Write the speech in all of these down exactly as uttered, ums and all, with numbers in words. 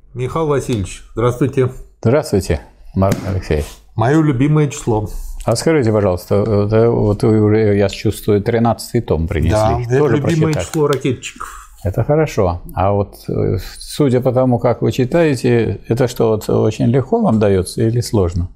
Михаил Васильевич, здравствуйте. Здравствуйте, Марк Алексеевич. Мое любимое число. А скажите, пожалуйста, вот вы уже, я чувствую, тринадцатый том принесли. Да, это тоже любимое прочитали. Число ракетчиков. Это хорошо. А вот судя по тому, как вы читаете, это что, вот очень легко вам дается или сложно?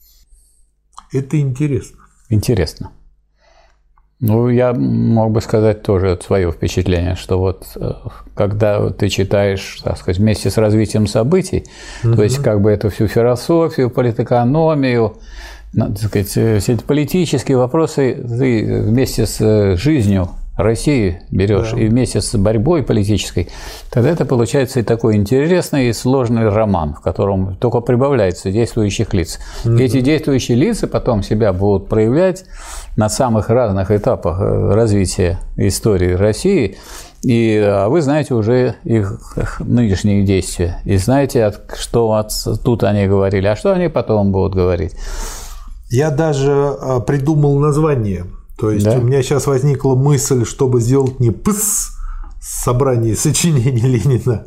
Это интересно. Интересно. Ну, я мог бы сказать тоже свое впечатление, что вот когда ты читаешь, так сказать, вместе с развитием событий, угу. то есть как бы эту всю философию, политэкономию, так сказать, все эти политические вопросы ты вместе с жизнью России берешь, да. и вместе с борьбой политической, тогда это получается и такой интересный и сложный роман, в котором только прибавляется действующих лиц. Mm-hmm. И эти действующие лица потом себя будут проявлять на самых разных этапах развития истории России. И, а вы знаете уже их нынешние действия. И знаете, что от, тут они говорили, а что они потом будут говорить. Я даже придумал название. То есть да. у меня сейчас возникла мысль, чтобы сделать не «пыс» собрание сочинений Ленина,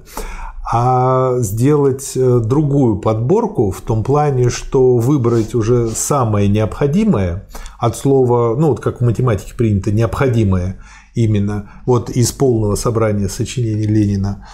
а сделать другую подборку в том плане, что выбрать уже самое необходимое от слова, ну вот как в математике принято, необходимое именно вот из полного собрания сочинений Ленина,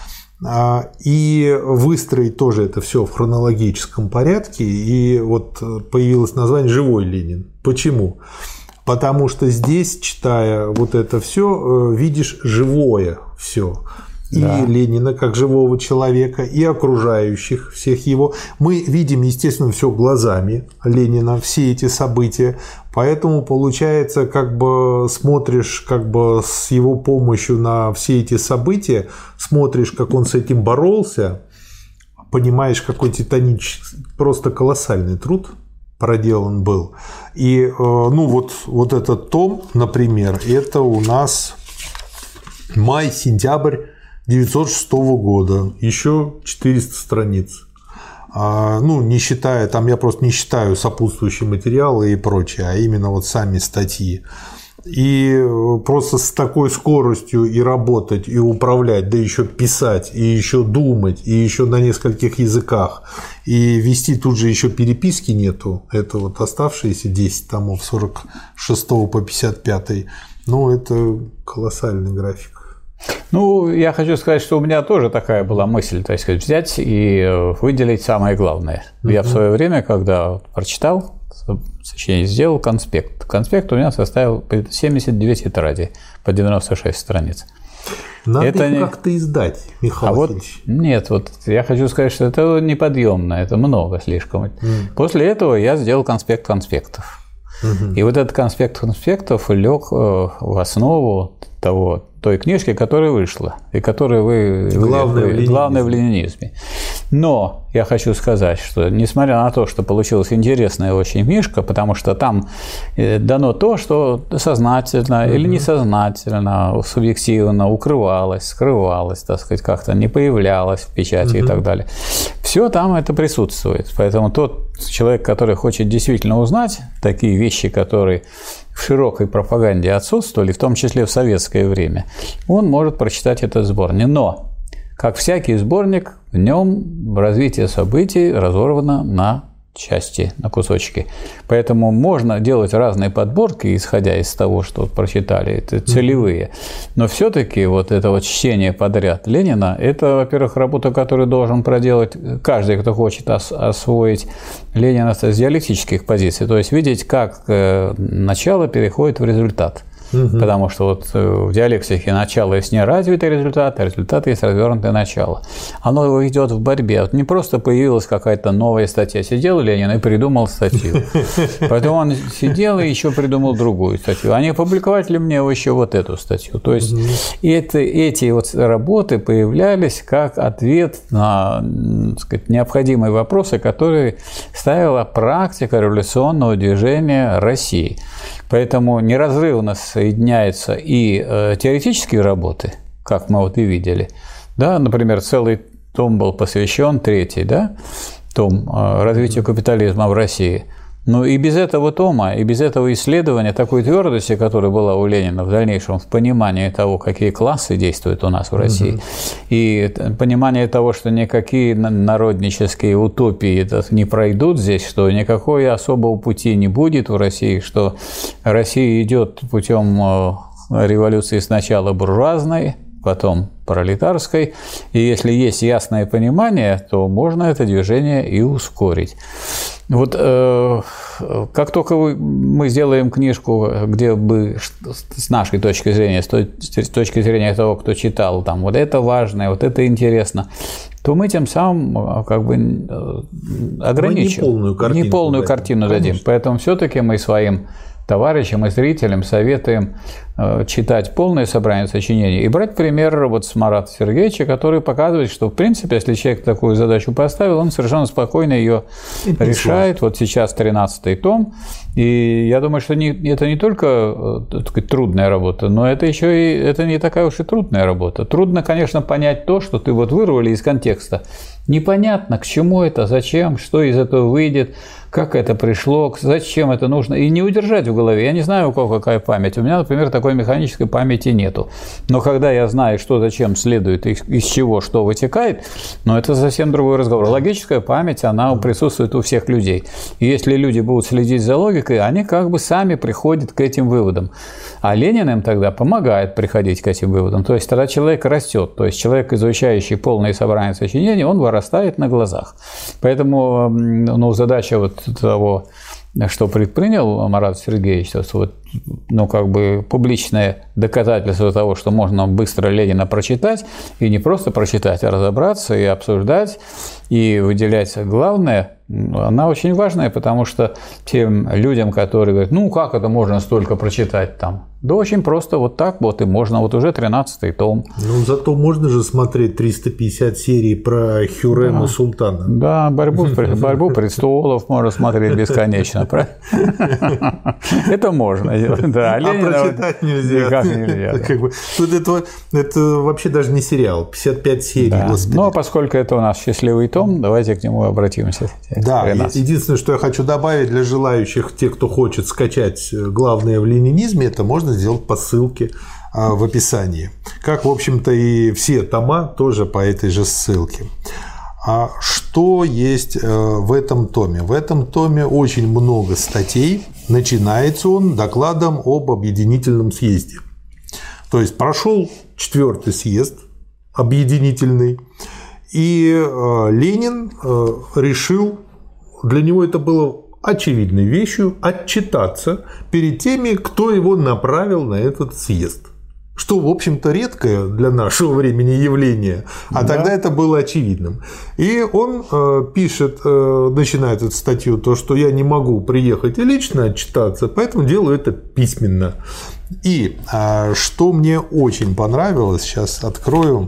и выстроить тоже это все в хронологическом порядке. И вот появилось название «Живой Ленин». Почему? Потому что здесь, читая вот это все, видишь живое все. И да. Ленина как живого человека, и окружающих всех его. Мы видим, естественно, все глазами Ленина, все эти события. Поэтому получается, как бы смотришь как бы с его помощью на все эти события, смотришь, как он с этим боролся, понимаешь, какой титанический, просто колоссальный труд проделан был. И ну вот, вот этот том, например, это у нас май-сентябрь девятьсот шестого года, еще четыреста страниц. А, ну, не считая, там я просто не считаю сопутствующие материалы и прочее, а именно вот сами статьи. И просто с такой скоростью и работать, и управлять, да еще писать, и еще думать, и еще на нескольких языках, и вести тут же еще переписки нету, это вот оставшиеся десять томов, сорок шестого по пятьдесят пятый, ну, это колоссальный график. Ну, я хочу сказать, что у меня тоже такая была мысль, так сказать, взять и выделить самое главное. Uh-huh. Я в свое время, когда прочитал, сочинение, сделал конспект. Конспект у меня составил семьдесят девять тетрадей по девяносто шесть страниц. Надо это их не... как-то издать, Михаил а Васильевич. Вот, нет, вот я хочу сказать, что это неподъемно, это много слишком. Mm. После этого я сделал конспект конспектов. Mm-hmm. И вот этот конспект конспектов лег в основу того, той книжки, которая вышла, и которая вы, главное, вы, в главное в ленинизме. Но я хочу сказать, что несмотря на то, что получилась интересная очень книжка, потому что там дано то, что сознательно mm-hmm. или несознательно, субъективно укрывалось, скрывалось, так сказать, как-то не появлялось в печати mm-hmm. и так далее. Все там это присутствует. Поэтому тот человек, который хочет действительно узнать такие вещи, которые в широкой пропаганде отсутствовали, в том числе в советское время, он может прочитать этот сборник. Но, как всякий сборник, в нем развитие событий разорвано на части, на кусочки. Поэтому можно делать разные подборки, исходя из того, что прочитали, это целевые. Но все-таки вот это вот чтение подряд Ленина, это, во-первых, работа, которую должен проделать каждый, кто хочет ос- освоить Ленина с диалектических позиций, то есть видеть, как начало переходит в результат. Угу. Потому что вот в диалектике начало есть неразвитый результат, а результат есть развернутое начало. Оно идет в борьбе. Вот не просто появилась какая-то новая статья. Сидел Ленин и придумал статью. Поэтому он сидел и еще придумал другую статью. А не опубликовать ли мне еще вот эту статью? То есть угу. это, эти вот работы появлялись как ответ на, так сказать, необходимые вопросы, которые ставила практика революционного движения России. Поэтому неразрывно соединяются и э, теоретические работы, как мы вот и видели. Да, например, целый том был посвящен, третий, да, том э, развитию капитализма в России. Ну и без этого тома, и без этого исследования такой твердости, которая была у Ленина в дальнейшем, в понимании того, какие классы действуют у нас в России, угу. и понимание того, что никакие народнические утопии не пройдут здесь, что никакой особого пути не будет в России, что Россия идет путем революции сначала буржуазной, потом пролетарской, и если есть ясное понимание, то можно это движение и ускорить. Вот э, как только мы сделаем книжку, где бы с нашей точки зрения, с, той, с точки зрения того, кто читал, там вот это важно, вот это интересно, то мы тем самым как бы ограничим, неполную картину, неполную картину дадим. Поэтому все-таки мы своим товарищам и зрителям советуем читать полное собрание сочинений и брать пример вот с Марата Сергеевича, который показывает, что, в принципе, если человек такую задачу поставил, он совершенно спокойно ее решает. Вот сейчас тринадцатый том, и я думаю, что не, это не только, так сказать, трудная работа, но это еще и это не такая уж и трудная работа. Трудно, конечно, понять то, что ты вот вырвали из контекста. Непонятно, к чему это, зачем, что из этого выйдет, как это пришло, зачем это нужно, и не удержать в голове. Я не знаю, у кого какая память. У меня, например, такой механической памяти нету. Но когда я знаю, что зачем следует, из чего что вытекает, ну, это совсем другой разговор. Логическая память, она присутствует у всех людей. И если люди будут следить за логикой, они как бы сами приходят к этим выводам. А Ленин им тогда помогает приходить к этим выводам. То есть тогда человек растет. То есть человек, изучающий полное собрание сочинений, он вырастает на глазах. Поэтому ну, задача вот того, что предпринял Марат Сергеевич, вот, ну, как бы публичное доказательство того, что можно быстро Ленина прочитать, и не просто прочитать, а разобраться и обсуждать, и выделять главное, она очень важная, потому что тем людям, которые говорят, ну, как это можно столько прочитать там? Да очень просто, вот так вот и можно, вот уже тринадцатый том. Ну, зато можно же смотреть триста пятьдесят серий про Хюррема да. Султана. Да, борьбу, борьбу престолов можно смотреть бесконечно. Это можно. Да, а прочитать нельзя. Никак нельзя. Как бы, тут это, это вообще даже не сериал, пятьдесят пять серий, да. господи. Но поскольку это у нас счастливый том, давайте к нему обратимся. Да, единственное, что я хочу добавить для желающих, тех, кто хочет скачать главное в ленинизме, это можно сделать по ссылке в описании. Как, в общем-то, и все тома тоже по этой же ссылке. А что есть в этом томе? В этом томе очень много статей. Начинается он докладом об объединительном съезде. То есть прошел четвертый съезд объединительный, и Ленин решил, для него это было очевидной вещью, отчитаться перед теми, кто его направил на этот съезд. Что, в общем-то, редкое для нашего времени явление, а да. тогда это было очевидным. И он э, пишет, э, начинает эту статью, то, что я не могу приехать и лично отчитаться, поэтому делаю это письменно. И э, что мне очень понравилось, сейчас открою.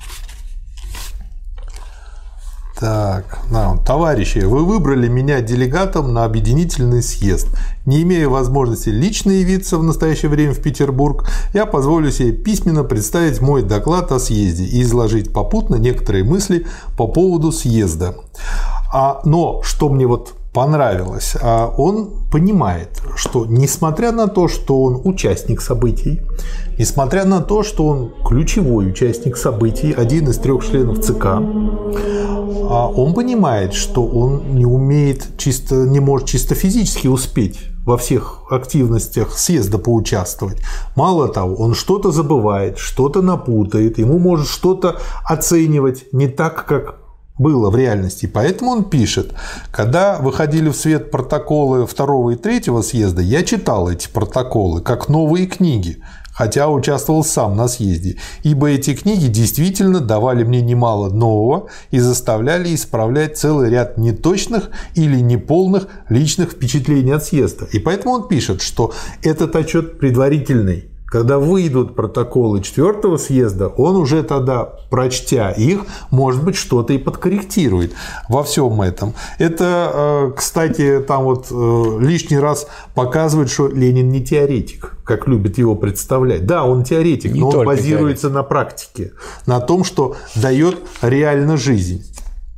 Так, да, товарищи, вы выбрали меня делегатом на объединительный съезд. Не имея возможности лично явиться в настоящее время в Петербург, я позволю себе письменно представить мой доклад о съезде и изложить попутно некоторые мысли по поводу съезда. А, но что мне вот понравилось, он понимает, что несмотря на то, что он участник событий, несмотря на то, что он ключевой участник событий, один из трех членов ЦК, он понимает, что он не умеет чисто, не может чисто физически успеть во всех активностях съезда поучаствовать. Мало того, он что-то забывает, что-то напутает, ему может что-то оценивать не так, как было в реальности. Поэтому он пишет: когда выходили в свет протоколы второго и третьего съезда, я читал эти протоколы как новые книги, хотя участвовал сам на съезде, ибо эти книги действительно давали мне немало нового и заставляли исправлять целый ряд неточных или неполных личных впечатлений от съезда. И поэтому он пишет, что этот отчет предварительный. Когда выйдут протоколы четвертого съезда, он уже тогда, прочтя их, может быть, что-то и подкорректирует во всем этом. Это, кстати, там вот лишний раз показывает, что Ленин не теоретик, как любят его представлять. Да, он теоретик, не но он базируется теоретик. На практике, на том, что дает реально жизнь.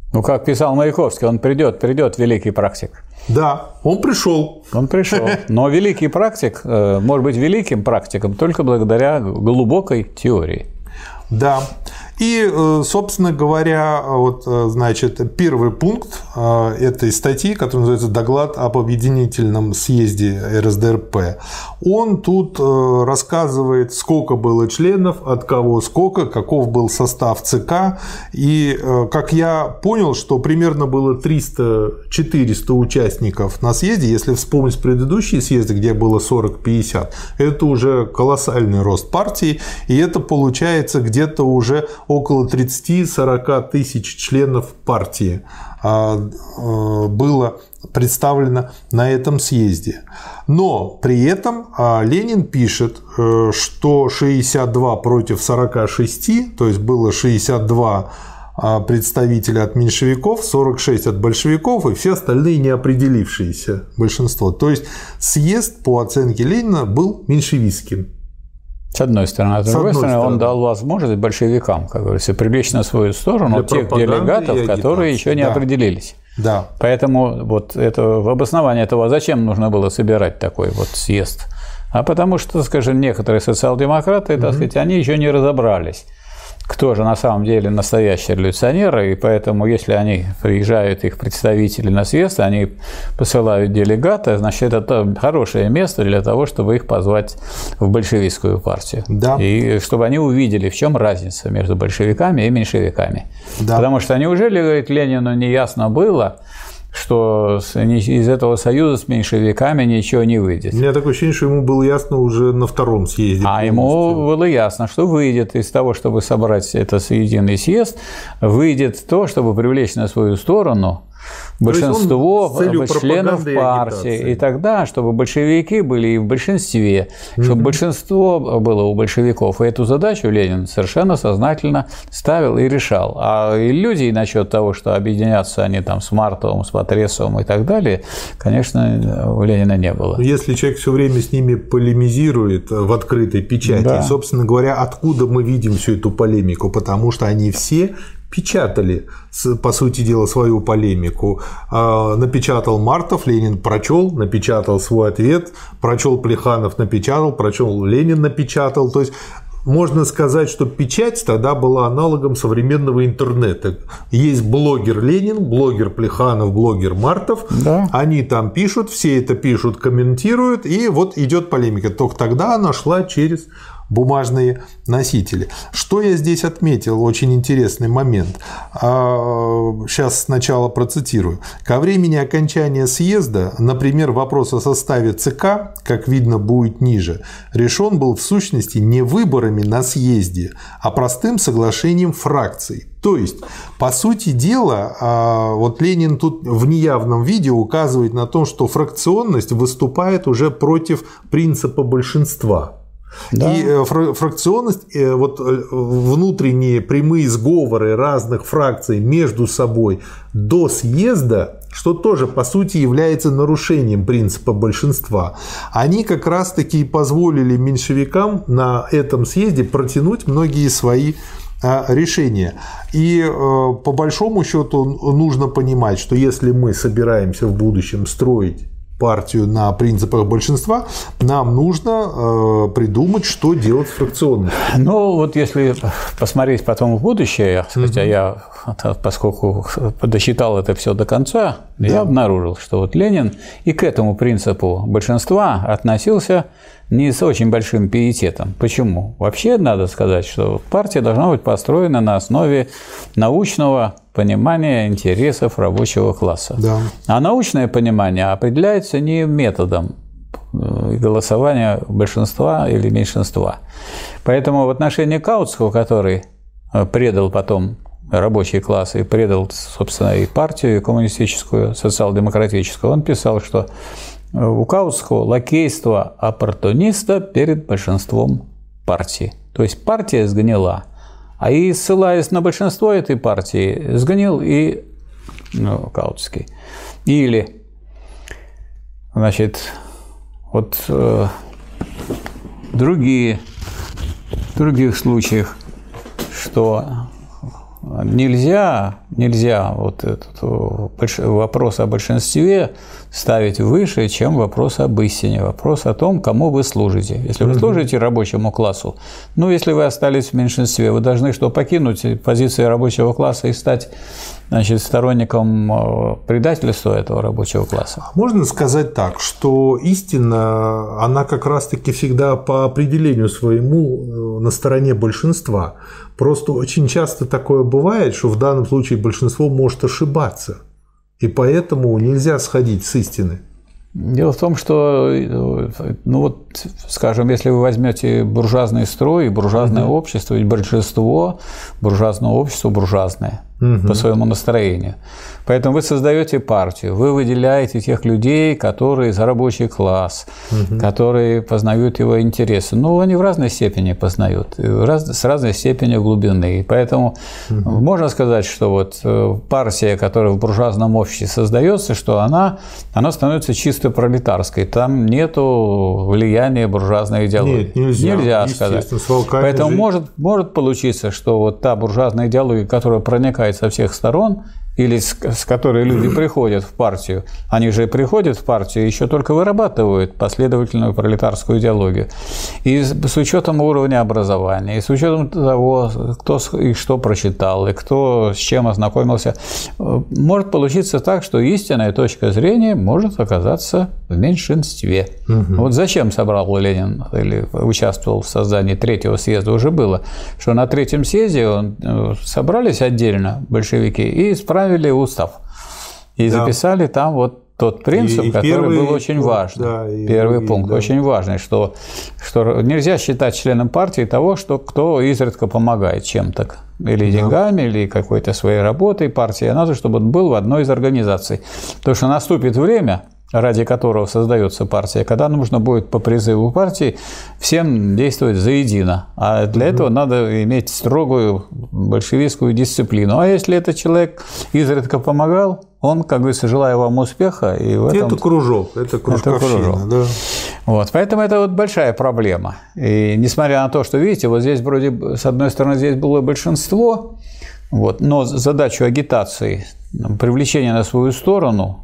Ну, как писал Маяковский, он придет, придет великий практик. Да, он пришел. Он пришел. Но великий практик может быть великим практиком только благодаря глубокой теории. Да. И, собственно говоря, вот, значит, первый пункт этой статьи, который называется «Доклад об объединительном съезде эр эс дэ эр пэ», он тут рассказывает, сколько было членов, от кого сколько, каков был состав ЦК. И, как я понял, что примерно было триста-четыреста участников на съезде. Если вспомнить предыдущие съезды, где было сорок-пятьдесят, это уже колоссальный рост партии. И это получается где-то уже около тридцати-сорока тысяч членов партии было представлено на этом съезде. Но при этом Ленин пишет, что шестьдесят два против сорока шести, то есть было шестьдесят два представителя от меньшевиков, сорок шесть от большевиков и все остальные неопределившиеся большинство. То есть съезд, по оценке Ленина, был меньшевистским. С одной стороны. А с другой стороны, стороны, он дал возможность большевикам, как говорится, привлечь на свою сторону тех делегатов, которые еще не да. определились. Да. Поэтому вот это, в обосновании этого, зачем нужно было собирать такой вот съезд? А потому что, скажем, некоторые социал-демократы, mm-hmm. так сказать, они еще не разобрались, кто же на самом деле настоящие революционеры, и поэтому, если они приезжают, их представители на съезд, они посылают делегата, значит, это хорошее место для того, чтобы их позвать в большевистскую партию. Да. И чтобы они увидели, в чем разница между большевиками и меньшевиками. Да. Потому что неужели, говорит, Ленину неясно было, что из этого союза с меньшевиками ничего не выйдет. У меня такое ощущение, что ему было ясно уже на втором съезде. А ему было ясно, что выйдет из того, чтобы собрать этот единый съезд, выйдет то, чтобы привлечь на свою сторону большинство членов партии. И тогда, чтобы большевики были и в большинстве, mm-hmm. чтобы большинство было у большевиков. И эту задачу Ленин совершенно сознательно ставил и решал. А иллюзий насчет того, что объединятся они там с Мартовым, с Потресовым и так далее, конечно, у Ленина не было. Если человек все время с ними полемизирует в открытой печати, да. и, собственно говоря, откуда мы видим всю эту полемику? Потому что они все печатали, по сути дела, свою полемику. Напечатал Мартов, Ленин прочел, напечатал свой ответ, прочел Плеханов, напечатал, прочел Ленин, напечатал. То есть можно сказать, что печать тогда была аналогом современного интернета. Есть блогер Ленин, блогер Плеханов, блогер Мартов. Да. Они там пишут, все это пишут, комментируют, и вот идет полемика. Только тогда она шла через бумажные носители. Что я здесь отметил? Очень интересный момент. Сейчас сначала процитирую. Ко времени окончания съезда, например, вопрос о составе ЦК, как видно, будет ниже, решен был в сущности не выборами на съезде, а простым соглашением фракций. То есть, по сути дела, вот Ленин тут в неявном виде указывает на то, что фракционность выступает уже против принципа большинства. Да. И фракционность, вот внутренние прямые сговоры разных фракций между собой до съезда, что тоже по сути является нарушением принципа большинства, они как раз-таки позволили меньшевикам на этом съезде протянуть многие свои решения. И по большому счету нужно понимать, что если мы собираемся в будущем строить партию на принципах большинства, нам нужно э, придумать, что делать с фракционностью. Ну, вот если посмотреть потом в будущее, хотя mm-hmm. я, поскольку досчитал это все до конца, да. я обнаружил, что вот Ленин и к этому принципу большинства относился не с очень большим пиететом. Почему? Вообще надо сказать, что партия должна быть построена на основе научного понимания интересов рабочего класса. Да. А научное понимание определяется не методом голосования большинства или меньшинства. Поэтому в отношении Каутского, который предал потом рабочий класс и предал, собственно, и партию, и коммунистическую, социал-демократическую, он писал, что у Каутского лакейство оппортуниста перед большинством партии. То есть партия сгнила. А и ссылаясь на большинство этой партии, сгнил и ну, Каутский. Или, значит, вот э, другие, в других случаях, что нельзя нельзя вот этот вопрос о большинстве ставить выше, чем вопрос об истине, вопрос о том, кому вы служите. Если вы служите рабочему классу, ну, если вы остались в меньшинстве, вы должны что, покинуть позиции рабочего класса и стать, значит, сторонником предательства этого рабочего класса. Можно сказать так, что истина, она как раз-таки всегда по определению своему на стороне большинства. Просто очень часто такое бывает, что в данном случае большинство может ошибаться. И поэтому нельзя сходить с истины. Дело в том, что, ну вот, скажем, если вы возьмете буржуазный строй, буржуазное угу. общество, ведь большинство буржуазного общества буржуазное угу. по своему настроению. Поэтому вы создаете партию, вы выделяете тех людей, которые за рабочий класс, угу. которые познают его интересы. Ну, они в разной степени познают, с разной степенью глубины. И поэтому угу. можно сказать, что вот партия, которая в буржуазном обществе создается, что она, она становится чисто пролетарской. Там нету влияния буржуазной идеологии. Нет, нельзя. Нельзя сказать. Поэтому может, может получиться, что вот та буржуазная идеология, которая проникает со всех сторон, или с, с которой люди приходят в партию, они же приходят в партию, еще только вырабатывают последовательную пролетарскую идеологию. И с, с учетом уровня образования, и с учетом того, кто и что прочитал, и кто с чем ознакомился, может получиться так, что истинная точка зрения может оказаться в меньшинстве. Угу. Вот зачем собрал Ленин или участвовал в создании третьего съезда, уже было, что на третьем съезде он, собрались отдельно большевики и исправили устав. И да. записали там вот тот принцип, и, и который первый, был очень важный. Да, первый другие, пункт, да. очень важный, что, что нельзя считать членом партии того, что кто изредка помогает чем-то. Или да. деньгами, или какой-то своей работой партии. Надо, чтобы он был в одной из организаций. Потому что наступит время, ради которого создается партия, когда нужно будет по призыву партии всем действовать заедино. А для mm-hmm. этого надо иметь строгую большевистскую дисциплину. А если этот человек изредка помогал, он, как говорится, желаю вам успеха. И в этом... Это кружок, это кружковщина. Да. Вот, поэтому это вот большая проблема. И несмотря на то, что, видите, вот здесь вроде, с одной стороны, здесь было большинство, вот, но задачу агитации, привлечения на свою сторону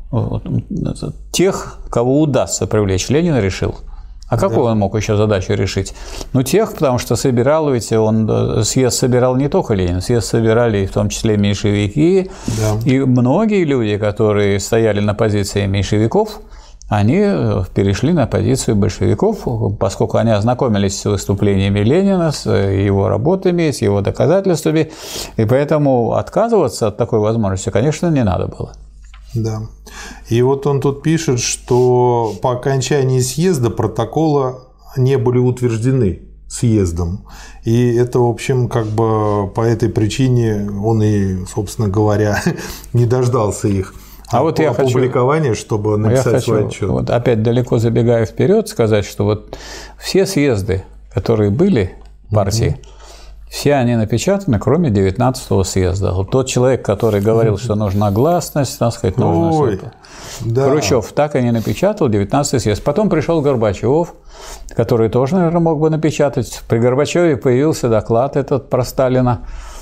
тех, кого удастся привлечь, Ленин решил. А какую да. он мог еще задачу решить? Ну, тех, потому что собирал, ведь он съезд собирал не только Ленин, съезд собирали в том числе меньшевики, да. и многие люди, которые стояли на позиции меньшевиков, они перешли на позицию большевиков, поскольку они ознакомились с выступлениями Ленина, с его работами, с его доказательствами, и поэтому отказываться от такой возможности, конечно, не надо было. Да. И вот он тут пишет, что по окончании съезда протоколы не были утверждены съездом. И это, в общем, как бы по этой причине он и, собственно говоря, не дождался их. А вот я опубликование, хочу, чтобы написать я свой хочу, отчет. Вот опять далеко забегая вперед, сказать, что вот все съезды, которые были в партии, угу. все они напечатаны, кроме девятнадцатого съезда. Вот тот человек, который говорил, что нужна гласность, так сказать, нужно Ой, да. Хрущев так и не напечатал девятнадцатый съезд. Потом пришел Горбачев, который тоже, наверное, мог бы напечатать. При Горбачеве появился доклад этот про Сталина,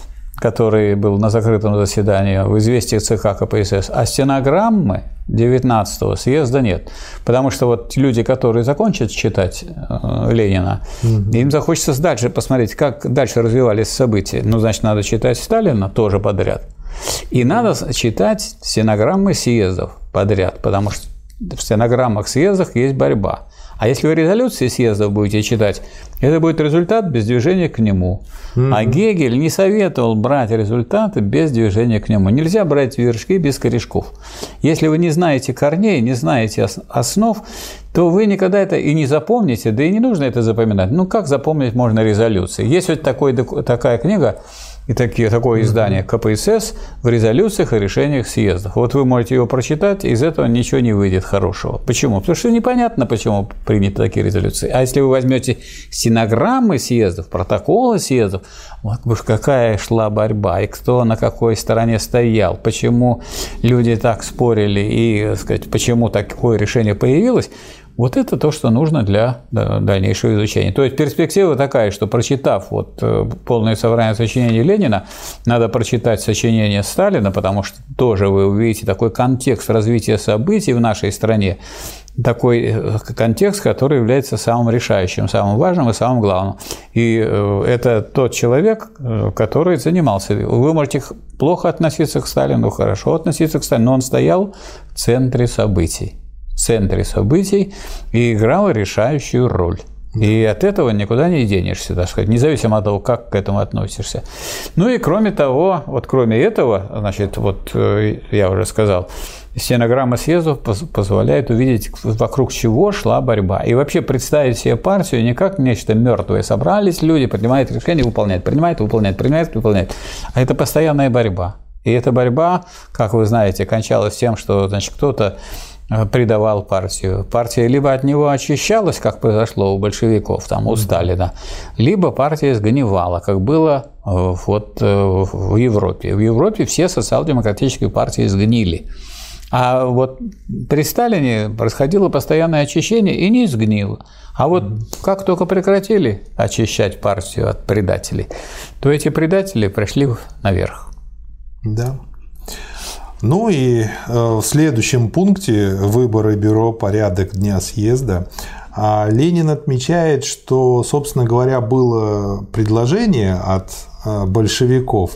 который был на закрытом заседании в известиях ЦК КПСС, а стенограммы девятнадцатого съезда нет. Потому что вот люди, которые закончат читать Ленина, угу. им захочется дальше посмотреть, как дальше развивались события. Ну, значит, надо читать Сталина тоже подряд. И надо читать стенограммы съездов подряд, потому что в стенограммах съездов есть борьба. А если вы резолюции съездов будете читать, это будет результат без движения к нему. Mm-hmm. А Гегель не советовал брать результаты без движения к нему. Нельзя брать вершки без корешков. Если вы не знаете корней, не знаете основ, то вы никогда это и не запомните, да и не нужно это запоминать. Ну, как запомнить можно резолюции? Есть вот такой, такая книга и такие, такое издание КПСС в резолюциях и решениях съездов. Вот вы можете его прочитать, из этого ничего не выйдет хорошего. Почему? Потому что непонятно, почему приняты такие резолюции. А если вы возьмете стенограммы съездов, протоколы съездов, вот какая шла борьба, и кто на какой стороне стоял, почему люди так спорили, и, так сказать, почему такое решение появилось, Вот это то, что нужно для дальнейшего изучения. То есть перспектива такая, что прочитав вот полное собрание сочинений Ленина, надо прочитать сочинения Сталина, потому что тоже вы увидите такой контекст развития событий в нашей стране, такой контекст, который является самым решающим, самым важным и самым главным. И это тот человек, который занимался. Вы можете плохо относиться к Сталину, хорошо относиться к Сталину, но он стоял в центре событий. В центре событий и играл решающую роль. И от этого никуда не денешься, так сказать, независимо от того, как к этому относишься. Ну и кроме того, вот кроме этого, значит, вот я уже сказал, стенограмма съездов позволяет увидеть, вокруг чего шла борьба. И вообще представить себе партию не как нечто мертвое. Собрались люди, принимают решения, выполняют, принимают, выполняют, принимают, выполняют. А это постоянная борьба. И эта борьба, как вы знаете, кончалась тем, что, значит, кто-то предавал партию. Партия либо от него очищалась, как произошло у большевиков, там, у Сталина, либо партия сгнивала, как было вот в Европе. В Европе все социал-демократические партии сгнили. А вот при Сталине происходило постоянное очищение и не сгнило. А вот как только прекратили очищать партию от предателей, то эти предатели пришли наверх. Да. Ну и в следующем пункте «Выборы бюро, порядок дня съезда» Ленин отмечает, что, собственно говоря, было предложение от большевиков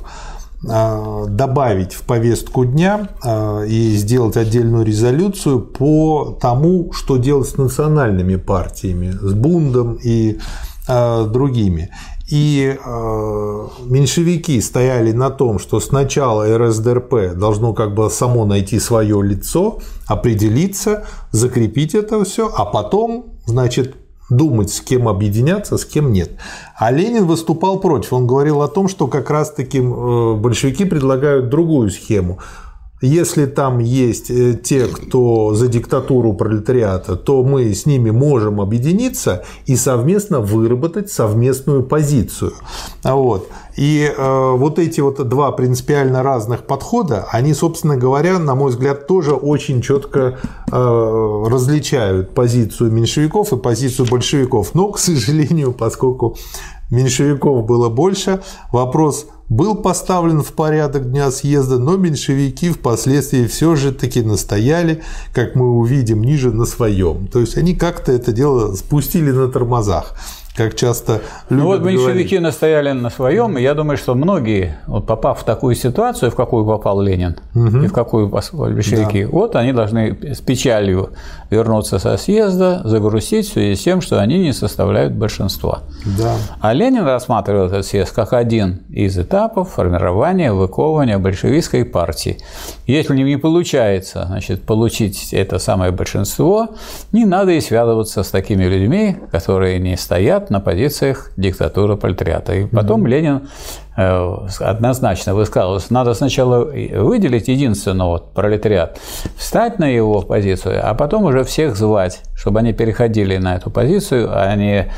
добавить в повестку дня и сделать отдельную резолюцию по тому, что делать с национальными партиями, с Бундом и другими. И э, меньшевики стояли на том, что сначала эр эс дэ эр пэ должно как бы само найти свое лицо, определиться, закрепить это все, а потом, значит, думать, с кем объединяться, с кем нет. А Ленин выступал против. Он говорил о том, что как раз-таки большевики предлагают другую схему. Если там есть те, кто за диктатуру пролетариата, то мы с ними можем объединиться и совместно выработать совместную позицию. Вот. И э, вот эти вот два принципиально разных подхода, они, собственно говоря, на мой взгляд, тоже очень четко э, различают позицию меньшевиков и позицию большевиков. Но, к сожалению, поскольку меньшевиков было больше, вопрос был поставлен в порядок дня съезда, но меньшевики впоследствии все же таки настояли, как мы увидим ниже, на своем. То есть они как-то это дело спустили на тормозах, как часто любят ну вот меньшевики говорить. Настояли на своем, и я думаю, что многие, вот попав в такую ситуацию, в какую попал Ленин, угу. и в какую попали большевики, да. вот они должны с печалью вернуться со съезда, загрустить в связи с тем, что они не составляют большинства. Да. А Ленин рассматривал этот съезд как один из этапов формирования, выковывания большевистской партии. Если не получается, значит, получить это самое большинство, не надо и связываться с такими людьми, которые не стоят на позициях диктатуры пролетариата. И потом mm-hmm. Ленин однозначно высказывался, надо сначала выделить единственного пролетариат, встать на его позицию, а потом уже всех звать, чтобы они переходили на эту позицию, а не,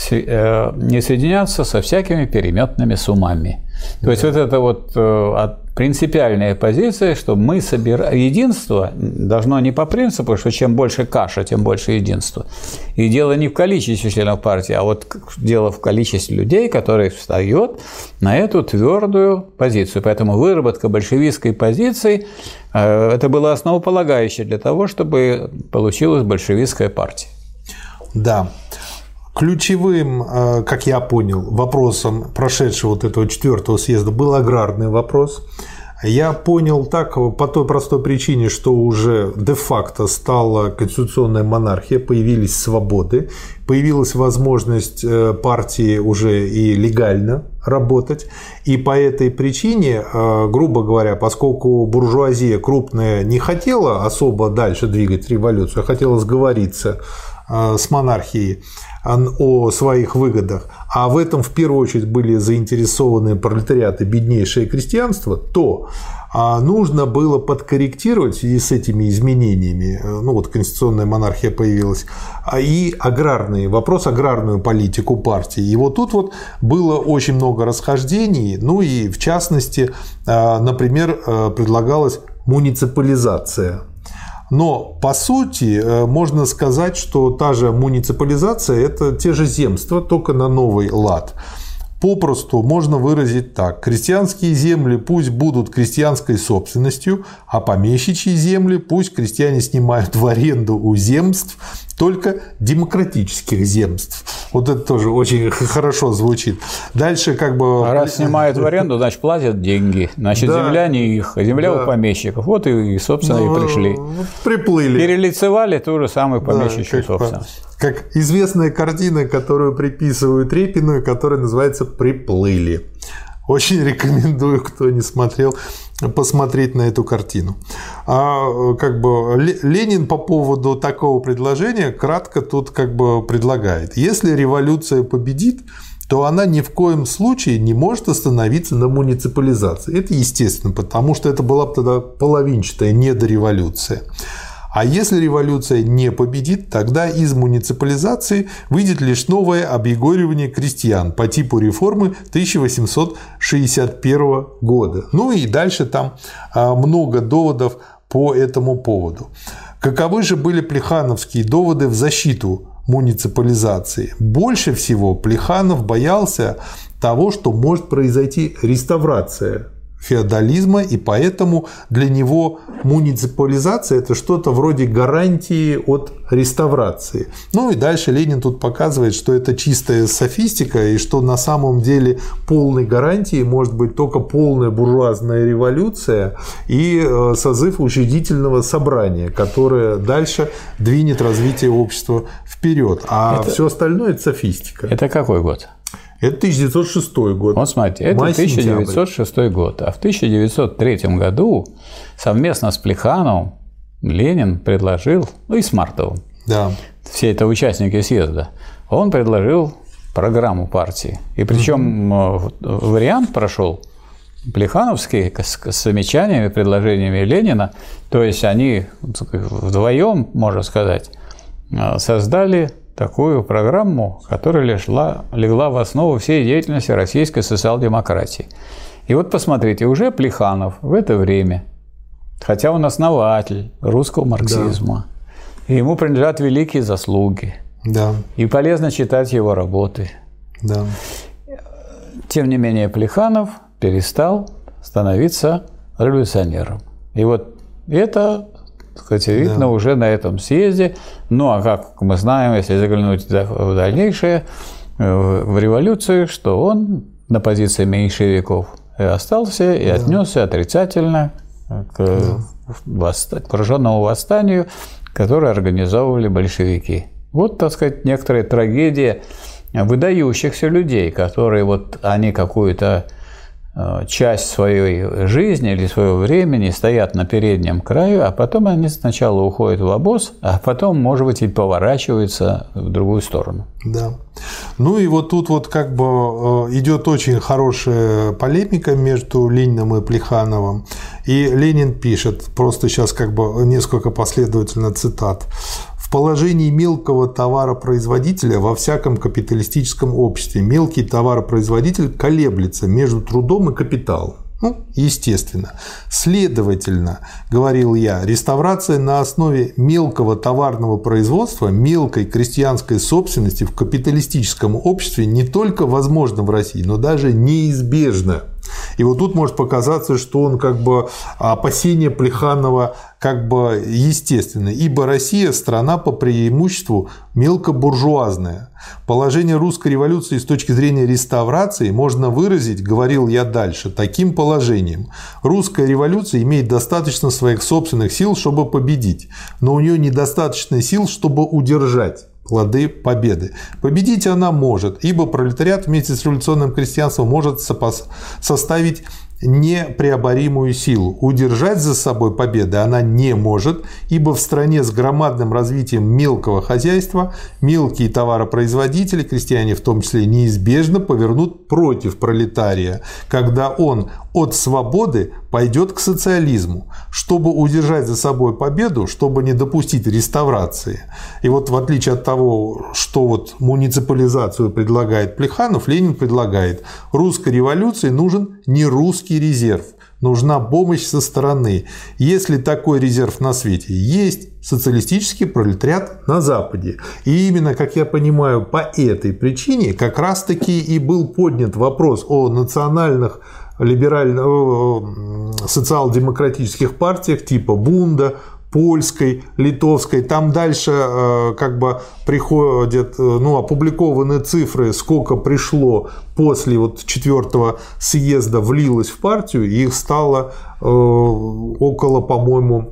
не соединяться со всякими переметными суммами. То да. есть вот это вот принципиальная позиция, что мы собираем единство, должно не по принципу, что чем больше каша, тем больше единства. И дело не в количестве членов партии, а вот дело в количестве людей, которые встают на эту твердую позицию. Поэтому выработка большевистской позиции – это было основополагающее для того, чтобы получилась большевистская партия. Да. Ключевым, как я понял, вопросом прошедшего вот этого четвертого съезда был аграрный вопрос. Я понял так по той простой причине, что уже де-факто стала конституционная монархия, появились свободы, появилась возможность партии уже и легально работать. И по этой причине, грубо говоря, поскольку буржуазия крупная не хотела особо дальше двигать революцию, а хотела сговориться с монархией о своих выгодах, а в этом в первую очередь были заинтересованы пролетариат и беднейшее крестьянство, то нужно было подкорректировать в связи с этими изменениями, ну вот конституционная монархия появилась, и аграрный вопрос, аграрную политику партии. И вот тут вот было очень много расхождений, ну и в частности, например, предлагалась муниципализация. Но, по сути, можно сказать, что та же муниципализация – это те же земства, только на новый лад. Попросту можно выразить так. Крестьянские земли пусть будут крестьянской собственностью, а помещичьи земли пусть крестьяне снимают в аренду у земств, только демократических земств. Вот это тоже очень хорошо звучит. Дальше как бы… А раз снимают в аренду, значит, платят деньги. Значит, да, земля не их, а земля да. у помещиков. Вот и, собственно, ну, и пришли. Приплыли. Перелицевали ту же самую помещичью да, собственность. Как известная картина, которую приписывают Репину, которая называется «Приплыли». Очень рекомендую, кто не смотрел, посмотреть на эту картину. А как бы Ленин по поводу такого предложения кратко тут как бы предлагает. Если революция победит, то она ни в коем случае не может остановиться на муниципализации. Это естественно, потому что это была бы тогда половинчатая недореволюция. А если революция не победит, тогда из муниципализации выйдет лишь новое объегоривание крестьян по типу реформы тысяча восемьсот шестьдесят первого года. Ну и дальше там много доводов по этому поводу. Каковы же были плехановские доводы в защиту муниципализации? Больше всего Плеханов боялся того, что может произойти реставрация феодализма, и поэтому для него муниципализация – это что-то вроде гарантии от реставрации. Ну и дальше Ленин тут показывает, что это чистая софистика, и что на самом деле полной гарантией может быть только полная буржуазная революция и созыв учредительного собрания, которое дальше двинет развитие общества вперед. А это... все остальное – это софистика. Это какой год? Это тысяча девятьсот шестой год. Вот смотрите, это тысяча девятьсот шестой год. А в тысяча девятьсот третьем году совместно с Плехановым Ленин предложил, ну и с Мартовым, да. все это участники съезда, он предложил программу партии. И причем угу. вариант прошел плехановский с замечаниями, предложениями Ленина. То есть они вдвоем, можно сказать, создали такую программу, которая легла, легла в основу всей деятельности российской социал-демократии. И вот посмотрите, уже Плеханов в это время, хотя он основатель русского марксизма, да. и ему принадлежат великие заслуги, да. и полезно читать его работы. Да. Тем не менее, Плеханов перестал становиться революционером. И вот это… Кстати, видно да. уже на этом съезде. Ну, а как мы знаем, если заглянуть в дальнейшее, в революцию, что он на позиции меньшевиков остался и да. отнесся отрицательно к да. восста... пораженному восстанию, которое организовывали большевики. Вот, так сказать, некоторая трагедия выдающихся людей, которые вот они какую-то часть своей жизни или своего времени стоят на переднем краю, а потом они сначала уходят в обоз, а потом, может быть, и поворачиваются в другую сторону. Да. Ну и вот тут вот как бы идет очень хорошая полемика между Лениным и Плехановым. И Ленин пишет, просто сейчас как бы несколько последовательно цитат. В положении мелкого товаропроизводителя во всяком капиталистическом обществе мелкий товаропроизводитель колеблется между трудом и капиталом. Ну, естественно. Следовательно, говорил я, реставрация на основе мелкого товарного производства, мелкой крестьянской собственности в капиталистическом обществе не только возможна в России, но даже неизбежна. И вот тут может показаться, что он как бы опасение Плеханова как бы естественно, ибо Россия страна по преимуществу мелкобуржуазная. Положение русской революции с точки зрения реставрации можно выразить, говорил я дальше, таким положением. Русская революция имеет достаточно своих собственных сил, чтобы победить, но у нее недостаточно сил, чтобы удержать плоды победы. Победить она может, ибо пролетариат вместе с революционным крестьянством может составить непреоборимую силу. Удержать за собой победы она не может, ибо в стране с громадным развитием мелкого хозяйства мелкие товаропроизводители, крестьяне в том числе, неизбежно повернут против пролетария, когда он от свободы пойдет к социализму, чтобы удержать за собой победу, чтобы не допустить реставрации. И вот в отличие от того, что вот муниципализацию предлагает Плеханов, Ленин предлагает: русской революции нужен не русский резерв, нужна помощь со стороны. Если такой резерв на свете есть, социалистический пролетариат на Западе. И именно, как я понимаю, по этой причине как раз-таки и был поднят вопрос о национальных либеральных социал-демократических партиях типа Бунда, польской, литовской. Там дальше как бы приходят, ну, опубликованы цифры, сколько пришло после вот четвертого съезда, влилось в партию, и их стало около, по-моему,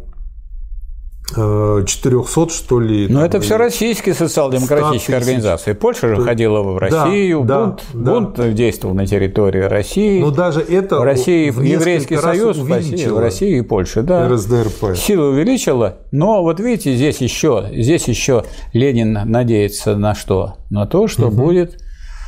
четыреста, что ли. Но это все российские социал-демократические организации. Польша же ходила в Россию, да, бунт, да, бунт да. действовал на территории России. Но даже это в России в Еврейский союз, в России, в России и Польше, да. эр эс дэ эр пэ. Силу увеличила, но вот видите, здесь еще, здесь еще Ленин надеется на что? На то, что угу. будет,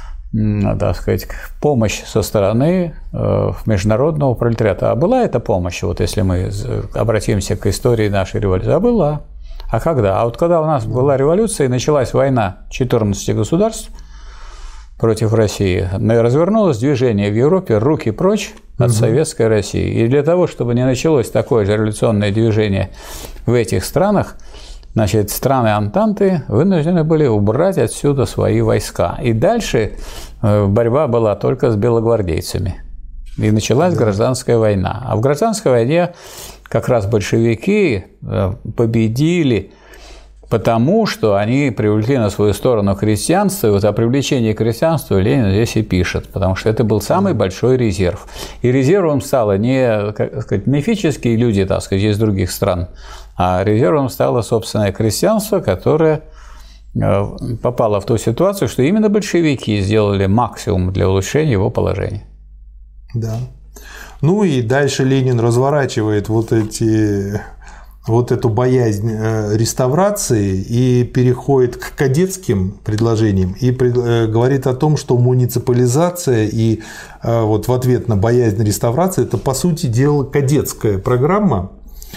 так сказать, помощь со стороны международного пролетариата. А была эта помощь, вот если мы обратимся к истории нашей революции? А была. А когда? А вот когда у нас была революция и началась война четырнадцати государств против России, развернулось движение в Европе «Руки прочь от угу. советской России». И для того, чтобы не началось такое же революционное движение в этих странах, значит, страны Антанты вынуждены были убрать отсюда свои войска. И дальше борьба была только с белогвардейцами. И началась да. гражданская война. А в гражданской войне как раз большевики победили, потому что они привлекли на свою сторону христианство. И вот о привлечении крестьянства Ленин здесь и пишет, потому что это был самый большой резерв. И резервом стало не, как сказать, мифические люди, так сказать, из других стран, а резервом стало собственное крестьянство, которое попало в ту ситуацию, что именно большевики сделали максимум для улучшения его положения. Да. Ну и дальше Ленин разворачивает вот эти... вот эту боязнь реставрации и переходит к кадетским предложениям и говорит о том, что муниципализация и вот в ответ на боязнь реставрации – это, по сути дела, кадетская программа,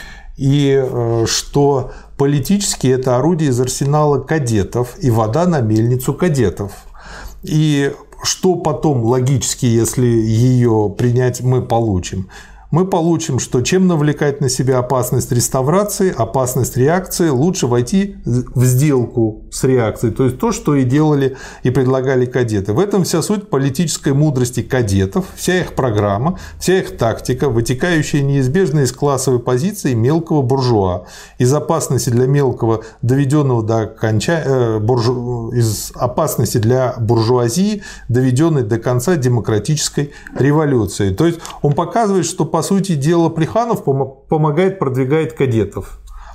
и что политически это орудие из арсенала кадетов и вода на мельницу кадетов. И что потом логически, если ее принять, мы получим? Мы получим, что чем навлекать на себя опасность реставрации, опасность реакции, лучше войти в сделку с реакцией. То есть то, что и делали и предлагали кадеты. В этом вся суть политической мудрости кадетов, вся их программа, вся их тактика, вытекающая неизбежно из классовой позиции мелкого буржуа, из опасности для мелкого, доведенного до конца, буржу... из опасности для буржуазии, доведенной до конца демократической революции. То есть он показывает, что по По сути дела, Плеханов помогает, продвигает кадетов.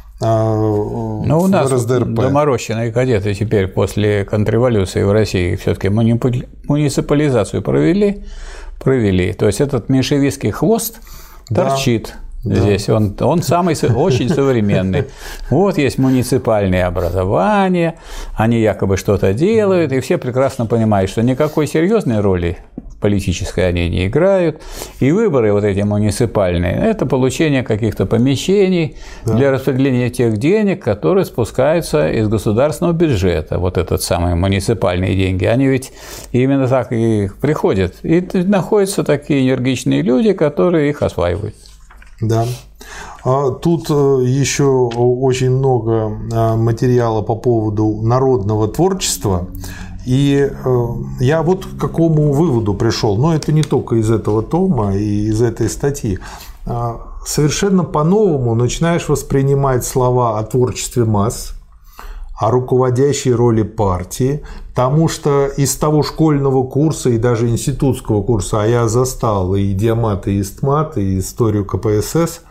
Но у нас доморощенные кадеты теперь после контрреволюции в России все-таки муниципализацию провели, провели. То есть этот меньшевистский хвост торчит. Да. Здесь он, он самый очень современный. Вот есть муниципальные образования, они якобы что-то делают, и все прекрасно понимают, что никакой серьезной роли политической они не играют. И выборы вот эти муниципальные – это получение каких-то помещений да. для распределения тех денег, которые спускаются из государственного бюджета. Вот этот самый муниципальные деньги. Они ведь именно так и приходят. И находятся такие энергичные люди, которые их осваивают. Да. Тут еще очень много материала по поводу народного творчества. И я вот к какому выводу пришел, но это не только из этого тома и из этой статьи. Совершенно по-новому начинаешь воспринимать слова о творчестве масс, о руководящей роли партии, потому что из того школьного курса и даже институтского курса, а я застал и Диамат, и Истмат, и историю ка пэ эс эс,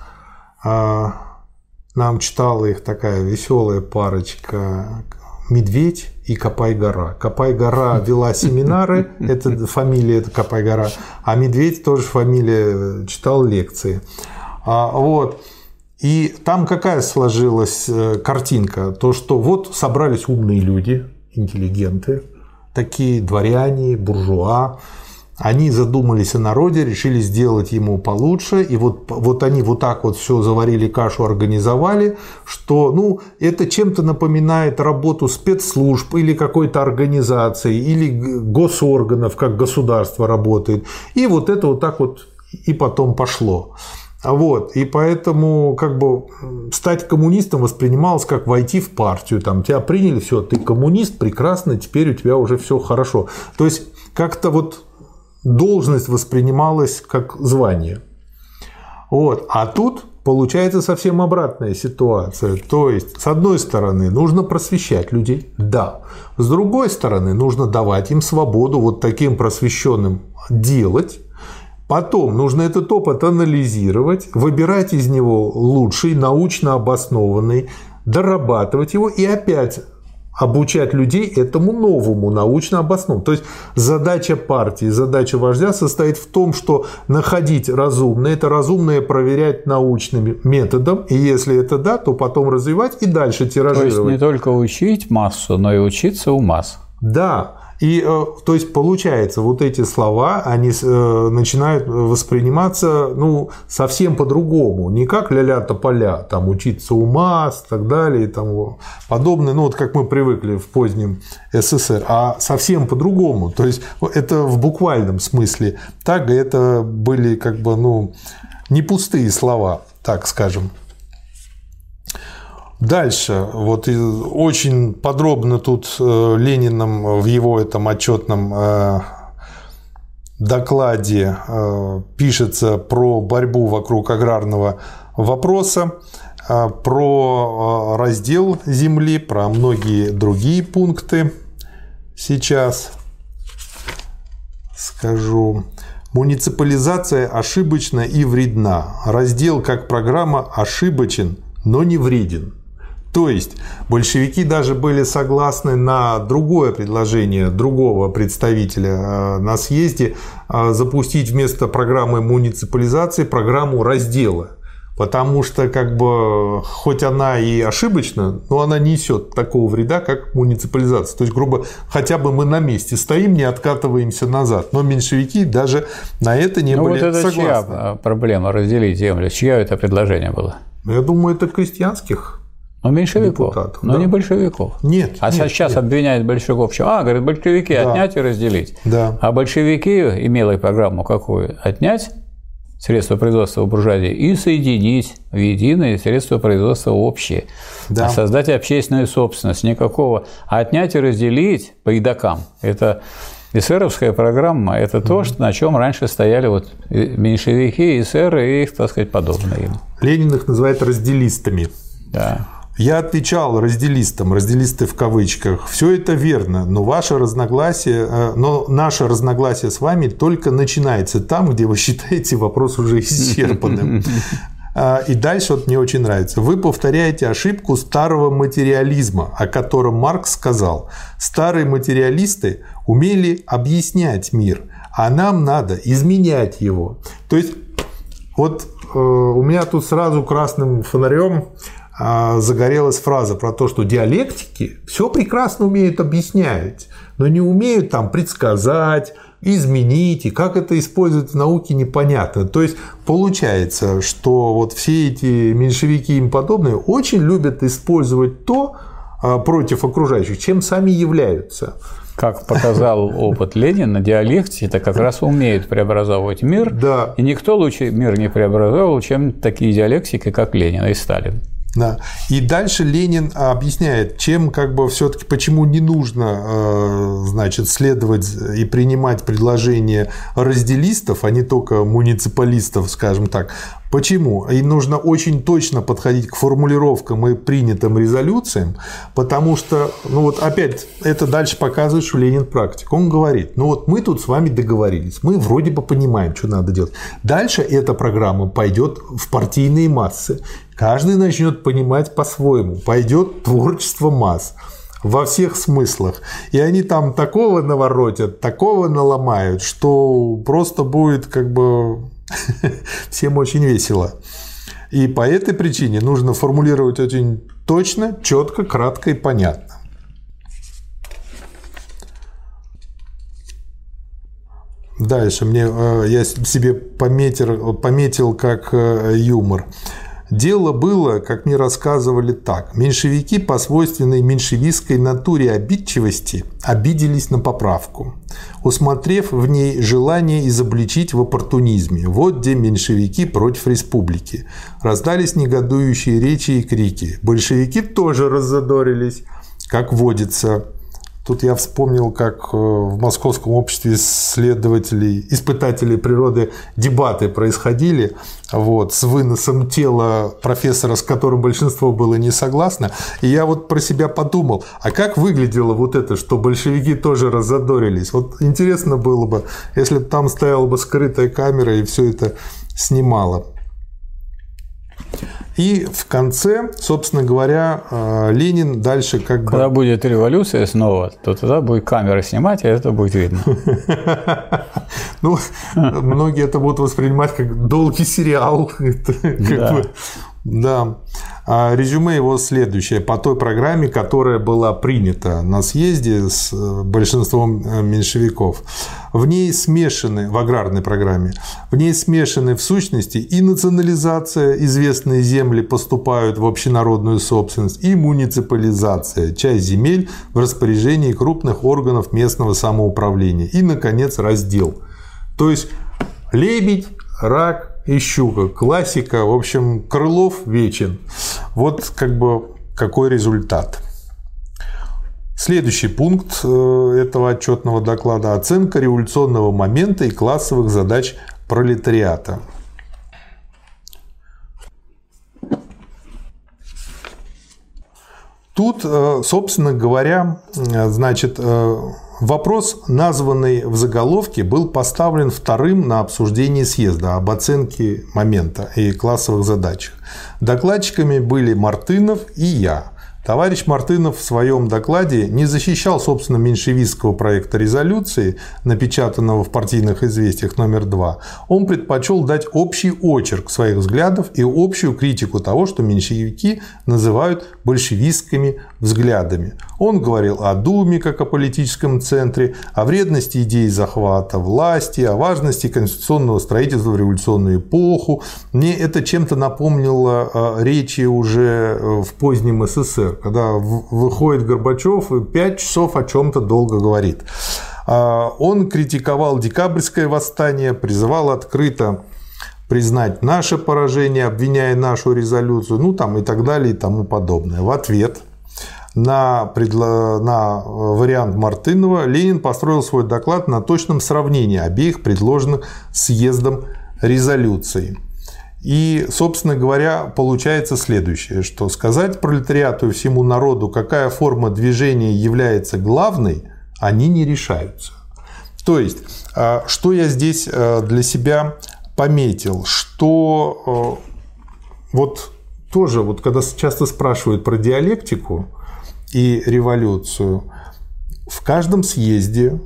нам читала их такая веселая парочка Медведь и Копай-гора. Копай-гора вела семинары, это фамилия, это Копай-гора, а Медведь тоже фамилия, читал лекции. Вот. И там какая сложилась картинка? То, что вот собрались умные люди, интеллигенты, такие дворяне, буржуа, они задумались о народе, решили сделать ему получше, и вот, вот они вот так вот все заварили, кашу организовали, что ну, это чем-то напоминает работу спецслужб или какой-то организации, или госорганов, как государство работает. И вот это вот так вот и потом пошло. Вот, и поэтому как бы стать коммунистом воспринималось как войти в партию, там тебя приняли, все, ты коммунист, прекрасно, теперь у тебя уже все хорошо. То есть как-то вот должность воспринималась как звание. Вот, а тут получается совсем обратная ситуация. То есть, с одной стороны, нужно просвещать людей, да. С другой стороны, нужно давать им свободу вот таким просвещенным делать. Потом нужно этот опыт анализировать, выбирать из него лучший, научно обоснованный, дорабатывать его и опять обучать людей этому новому, научно обоснованному. То есть задача партии, задача вождя состоит в том, что находить разумное, это разумное проверять научным методом, и если это да, то потом развивать и дальше тиражировать. То есть не только учить массу, но и учиться у масс. Да. И, то есть, получается, вот эти слова, они начинают восприниматься, ну, совсем по-другому. Не как ля-ля тополя, там, учиться у масс и так далее, и тому подобное, ну, вот как мы привыкли в позднем СССР, а совсем по-другому. То есть, это в буквальном смысле. Так, это были, как бы, ну, не пустые слова, так скажем. Дальше, вот очень подробно тут Лениным в его этом отчетном докладе пишется про борьбу вокруг аграрного вопроса, про раздел земли, про многие другие пункты. Сейчас скажу. Муниципализация ошибочна и вредна. Раздел как программа ошибочен, но не вреден. То есть большевики даже были согласны на другое предложение другого представителя на съезде запустить вместо программы муниципализации программу раздела. Потому что, как бы, хоть она и ошибочна, но она не несет такого вреда, как муниципализация. То есть, грубо, хотя бы мы на месте стоим, не откатываемся назад. Но меньшевики даже на это не ну, были вот это согласны. Чья проблема разделить землю? Чье это предложение было? Я думаю, это крестьянских. Ну, меньшевиков, депутатов, но да. не большевиков. Нет. А нет, сейчас нет. обвиняют большевиков. А, говорят, большевики да. отнять и разделить. Да. А большевики имели программу какую? Отнять средства производства буржуазии и соединить в единое средство производства общее. Да. А создать общественную собственность. Никакого. А отнять и разделить по едокам. Это эсеровская программа. Это mm-hmm. то, что, на чем раньше стояли вот меньшевики, эсеры и их, так сказать, подобные. Ленин их называет разделистами. Да. Я отвечал разделистам, разделисты в кавычках, все это верно, но ваше разногласие, но наше разногласие с вами только начинается там, где вы считаете вопрос уже исчерпанным. И дальше вот мне очень нравится. Вы повторяете ошибку старого материализма, о котором Маркс сказал. Старые материалисты умели объяснять мир, а нам надо изменять его. То есть вот у меня тут сразу красным фонарем загорелась фраза про то, что диалектики все прекрасно умеют объяснять, но не умеют там предсказать, изменить, и как это использовать в науке непонятно. То есть получается, что вот все эти меньшевики и им подобные очень любят использовать то против окружающих, чем сами являются. Как показал опыт Ленина, диалектики это как раз умеют преобразовывать мир, да. И никто лучше мир не преобразовывал, чем такие диалектики, как Ленин и Сталин. Да. И дальше Ленин объясняет, чем как бы все-таки почему не нужно, значит, следовать и принимать предложения разделистов, а не только муниципалистов, скажем так. Почему? И нужно очень точно подходить к формулировкам и принятым резолюциям, потому что, ну вот опять, это дальше показывает, что Ленин практик. Он говорит, ну вот мы тут с вами договорились, мы вроде бы понимаем, что надо делать. Дальше эта программа пойдет в партийные массы. Каждый начнет понимать по-своему. Пойдет творчество масс во всех смыслах. И они там такого наворотят, такого наломают, что просто будет как бы всем очень весело. И по этой причине нужно формулировать очень точно, четко, кратко и понятно. Дальше мне я себе пометил, пометил как юмор. Дело было, как мне рассказывали, так. Меньшевики по свойственной меньшевистской натуре обидчивости обиделись на поправку, усмотрев в ней желание изобличить в оппортунизме. Вот где меньшевики против республики. Раздались негодующие речи и крики. Большевики тоже раззадорились, как водится. Тут я вспомнил, как в Московском обществе исследователей, испытателей природы дебаты происходили вот, с выносом тела профессора, с которым большинство было не согласно. И я вот про себя подумал, а как выглядело вот это, что большевики тоже раззадорились? Вот интересно было бы, если бы там стояла бы скрытая камера и все это снимало. И в конце, собственно говоря, Ленин дальше как бы... Когда будет революция снова, то тогда будет камера снимать, и это будет видно. Ну, многие это будут воспринимать как долгий сериал. Да. А резюме его следующее. По той программе, которая была принята на съезде с большинством меньшевиков, в ней смешаны, в аграрной программе, в ней смешаны в сущности и национализация, известные земли поступают в общенародную собственность, и муниципализация, часть земель в распоряжении крупных органов местного самоуправления, и, наконец, раздел. То есть лебедь, рак и щука. Классика. В общем, Крылов вечен. Вот как бы какой результат. Следующий пункт этого отчетного доклада – оценка революционного момента и классовых задач пролетариата. Тут, собственно говоря, значит, вопрос, названный в заголовке, был поставлен вторым на обсуждении съезда об оценке момента и классовых задачах. Докладчиками были Мартынов и я. Товарищ Мартынов в своем докладе не защищал, собственно, меньшевистского проекта резолюции, напечатанного в партийных известиях номер два. Он предпочел дать общий очерк своих взглядов и общую критику того, что меньшевики называют большевистскими взглядами. Он говорил о Думе как о политическом центре, о вредности идей захвата власти, о важности конституционного строительства в революционную эпоху. Мне это чем-то напомнило речи уже в позднем СССР, когда выходит Горбачев и пять часов о чем-то долго говорит. Он критиковал декабрьское восстание, призывал открыто признать наше поражение, обвиняя нашу резолюцию, ну там и так далее и тому подобное. В ответ на, предло... на вариант Мартынова Ленин построил свой доклад на точном сравнении обеих предложенных съездом резолюций. И, собственно говоря, получается следующее, что сказать пролетариату и всему народу, какая форма движения является главной, они не решаются. То есть, что я здесь для себя пометил, что вот тоже, вот когда часто спрашивают про диалектику и революцию, в каждом съезде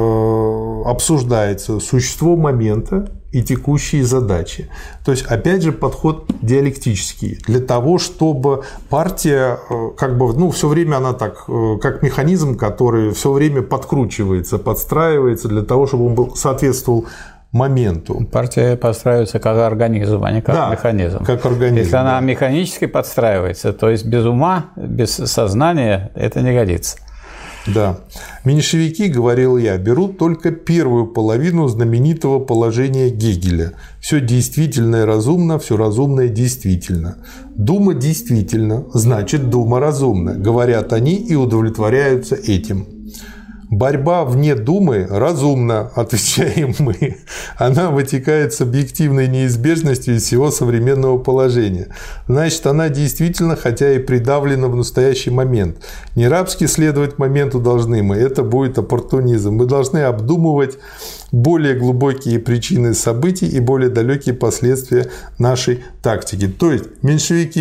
обсуждается существо момента и текущие задачи. То есть, опять же, подход диалектический. Для того, чтобы партия, как бы, ну, все время она так, как механизм, который все время подкручивается, подстраивается для того, чтобы он был, соответствовал моменту. Партия подстраивается как организм, а не как да, механизм. Как организм. Если она да. механически подстраивается, то есть без ума, без сознания, это не годится. Да. Меньшевики, говорил я, берут только первую половину знаменитого положения Гегеля. Все действительное разумно, все разумное действительно. Дума действительно, значит, дума разумна. Говорят они и удовлетворяются этим. Борьба вне Думы разумна, отвечаем мы. Она вытекает с объективной неизбежностью из всего современного положения. Значит, она действительно, хотя и придавлена в настоящий момент. Не рабски следовать моменту должны мы, это будет оппортунизм. Мы должны обдумывать более глубокие причины событий и более далекие последствия нашей тактики. То есть, меньшевики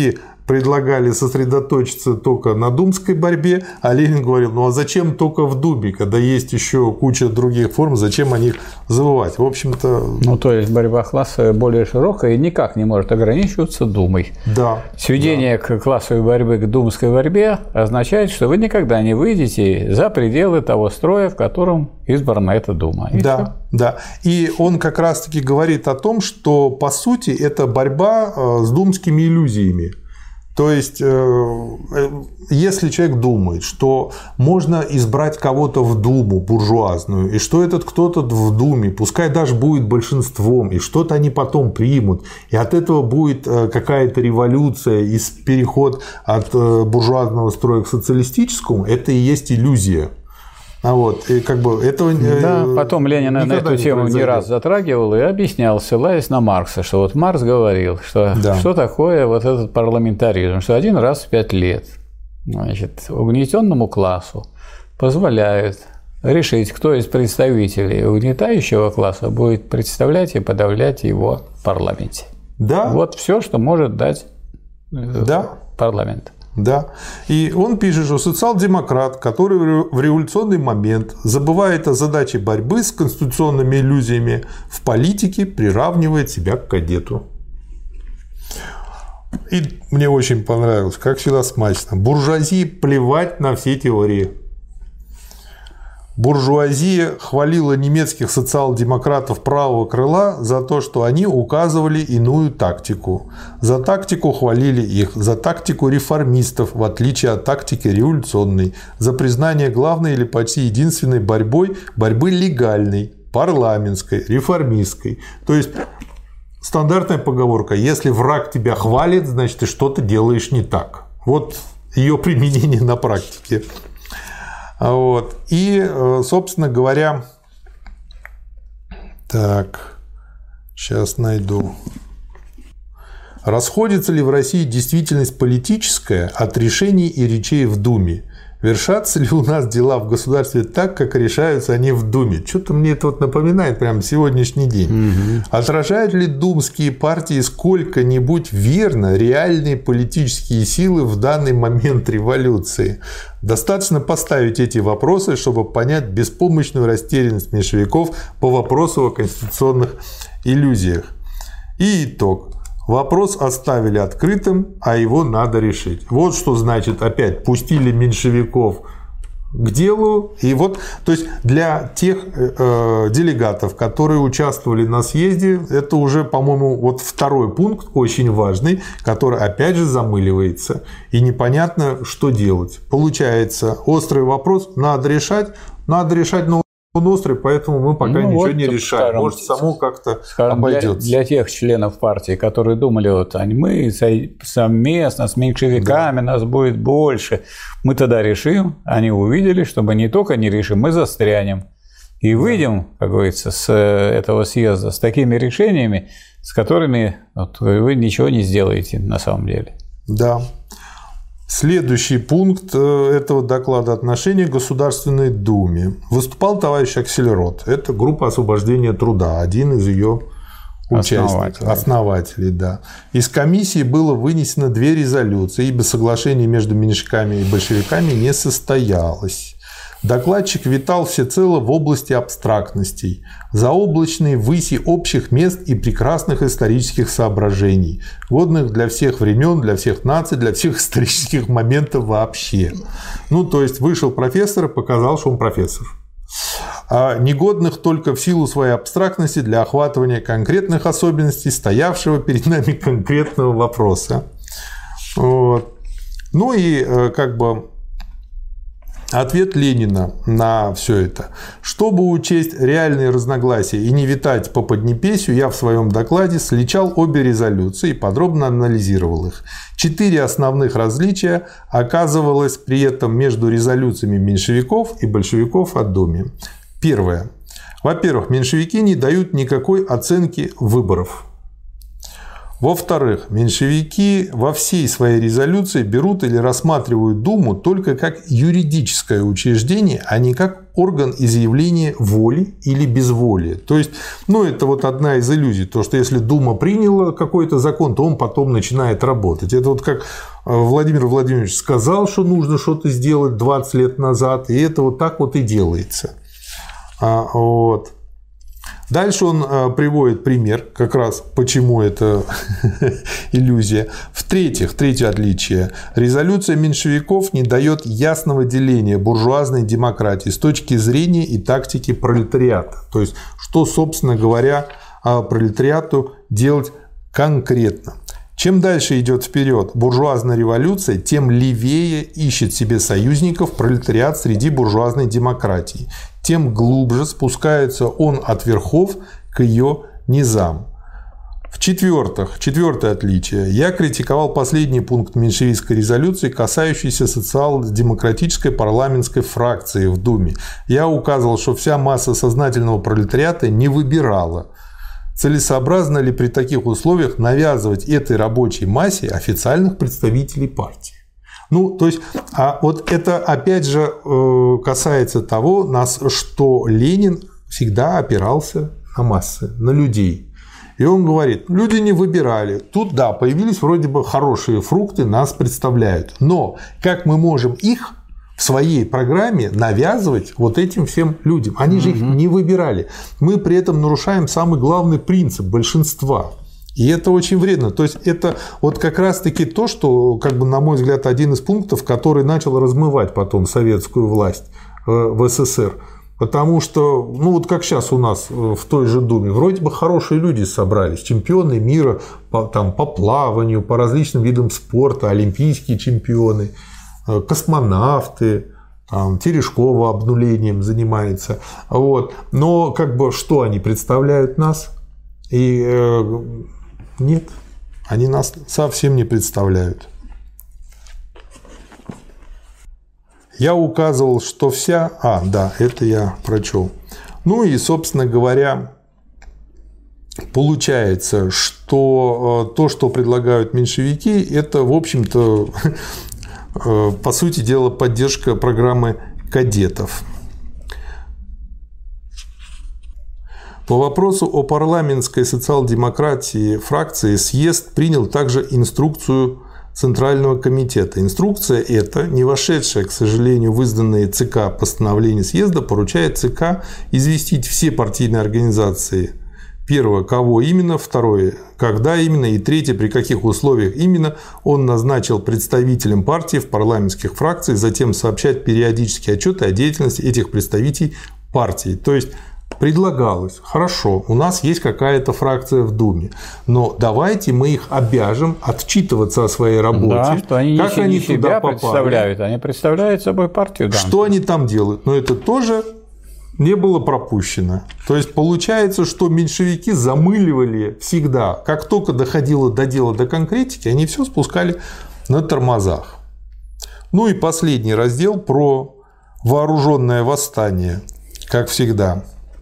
предлагали сосредоточиться только на думской борьбе, а Ленин говорил, ну а зачем только в Думе, когда есть еще куча других форм, зачем о них забывать? В общем-то... Ну, то есть борьба классовая более широкая и никак не может ограничиваться Думой. Да. Сведение да. к классовой борьбе, к думской борьбе означает, что вы никогда не выйдете за пределы того строя, в котором избрана эта Дума. И да, все. да. И он как раз-таки говорит о том, что, по сути, это борьба с думскими иллюзиями. То есть, если человек думает, что можно избрать кого-то в Думу буржуазную, и что этот кто-то в Думе, пускай даже будет большинством, и что-то они потом примут, и от этого будет какая-то революция и переход от буржуазного строя к социалистическому, это и есть иллюзия. А вот, и как бы этого да, потом Ленин на эту не тему не раз затрагивал и объяснял, ссылаясь на Маркса, что вот Маркс говорил, что да. что такое вот этот парламентаризм, что один раз в пять лет, значит, угнетенному классу позволяют решить, кто из представителей угнетающего класса будет представлять и подавлять его в парламенте. Да. Вот все, что может дать да. парламент. Да. И он пишет, что социал-демократ, который в революционный момент забывает о задаче борьбы с конституционными иллюзиями, в политике приравнивает себя к кадету. И мне очень понравилось, как всегда смачно. Буржуазии плевать на все теории. Буржуазия хвалила немецких социал-демократов правого крыла за то, что они указывали иную тактику. За тактику хвалили их, за тактику реформистов, в отличие от тактики революционной, за признание главной или почти единственной борьбой борьбы легальной, парламентской, реформистской. То есть стандартная поговорка: если враг тебя хвалит, значит ты что-то делаешь не так. Вот ее применение на практике. Вот. И, собственно говоря, так, сейчас найду. Расходится ли в России действительность политическая от решений и речей в Думе? Вершатся ли у нас дела в государстве так, как решаются они в Думе? Что-то мне это вот напоминает прямо сегодняшний день. Угу. Отражают ли думские партии сколько-нибудь верно реальные политические силы в данный момент революции? Достаточно поставить эти вопросы, чтобы понять беспомощную растерянность меньшевиков по вопросу о конституционных иллюзиях. И итог. Вопрос оставили открытым, а его надо решить. Вот что значит, опять, пустили меньшевиков к делу. И вот, то есть для тех э, делегатов, которые участвовали на съезде, это уже, по-моему, вот второй пункт очень важный, который опять же замыливается. И непонятно, что делать. Получается, острый вопрос надо решать, надо решать, но он острый, поэтому мы пока ну, ничего вот, не решаем. Скажем, Может, само как-то обойдется. Для, для тех членов партии, которые думали, вот мы совместно с меньшевиками, да. нас будет больше, мы тогда решим, они увидели, чтобы не только не решим, мы застрянем. И выйдем, как говорится, с этого съезда с такими решениями, с которыми вот, вы ничего не сделаете на самом деле. Да. Следующий пункт этого доклада — отношение к Государственной Думе. Выступал товарищ Аксельрод. Это группа освобождения труда, один из ее участников, основателей. Да. Из комиссии было вынесено две резолюции, ибо соглашение между меньшевиками и большевиками не состоялось. Докладчик витал всецело в области абстрактностей, заоблачной выси общих мест и прекрасных исторических соображений, годных для всех времен, для всех наций, для всех исторических моментов вообще. Ну, то есть вышел профессор и показал, что он профессор. А негодных только в силу своей абстрактности для охватывания конкретных особенностей стоявшего перед нами конкретного вопроса. Вот. Ну и как бы ответ Ленина на все это. Чтобы учесть реальные разногласия и не витать по поднебесью, я в своем докладе сличал обе резолюции и подробно анализировал их. Четыре основных различия оказывалось при этом между резолюциями меньшевиков и большевиков о Думе. Первое. Во-первых, меньшевики не дают никакой оценки выборов. Во-вторых, меньшевики во всей своей резолюции берут или рассматривают Думу только как юридическое учреждение, а не как орган изъявления воли или безволия. То есть, ну, это вот одна из иллюзий, то, что если Дума приняла какой-то закон, то он потом начинает работать. Это вот как Владимир Владимирович сказал, что нужно что-то сделать двадцать лет назад, и это вот так вот и делается. А, вот. Дальше он приводит пример, как раз почему это иллюзия. В-третьих, третье отличие. Резолюция меньшевиков не дает ясного деления буржуазной демократии с точки зрения и тактики пролетариата. То есть, что, собственно говоря, пролетариату делать конкретно. Чем дальше идет вперед буржуазная революция, тем левее ищет себе союзников пролетариат среди буржуазной демократии, тем глубже спускается он от верхов к ее низам. В-четвертых, четвертое отличие. Я критиковал последний пункт меньшевистской резолюции, касающийся социал-демократической парламентской фракции в Думе. Я указывал, что вся масса сознательного пролетариата не выбирала. Целесообразно ли при таких условиях навязывать этой рабочей массе официальных представителей партии? Ну, то есть, а вот это опять же касается того, что Ленин всегда опирался на массы, на людей. И он говорит, люди не выбирали. Тут, да, появились вроде бы хорошие фрукты, нас представляют. Но как мы можем их в своей программе навязывать вот этим всем людям? Они же их не выбирали. Мы при этом нарушаем самый главный принцип большинства. И это очень вредно. То есть, это вот как раз-таки то, что, как бы, на мой взгляд, один из пунктов, который начал размывать потом советскую власть в СССР. Потому что, ну вот как сейчас у нас в той же Думе, вроде бы хорошие люди собрались, чемпионы мира по, там, по плаванию, по различным видам спорта, олимпийские чемпионы, космонавты, там, Терешкова обнулением занимается. Вот. Но как бы что они представляют нас? И э, нет, они нас совсем не представляют. Я указывал, что вся... А, да, это я прочел. Ну и, собственно говоря, получается, что то, что предлагают меньшевики, это, в общем-то, по сути дела, поддержка программы кадетов. По вопросу о парламентской социал-демократии фракции съезд принял также инструкцию Центрального комитета. Инструкция эта, не вошедшая, к сожалению, в изданные ЦК постановления съезда, поручает ЦК известить все партийные организации. Первое, кого именно, второе, когда именно, и третье, при каких условиях именно он назначил представителем партии в парламентских фракциях, затем сообщать периодические отчеты о деятельности этих представителей партии. То есть предлагалось, хорошо, у нас есть какая-то фракция в Думе, но давайте мы их обяжем отчитываться о своей работе, да, что они как не они себя туда попали, представляют, они представляют собой партию. Да. Что они там делают, но это тоже не было пропущено. То есть получается, что меньшевики замыливали всегда, как только доходило до дела, до конкретики, они все спускали на тормозах. Ну и последний раздел про вооруженное восстание, как всегда.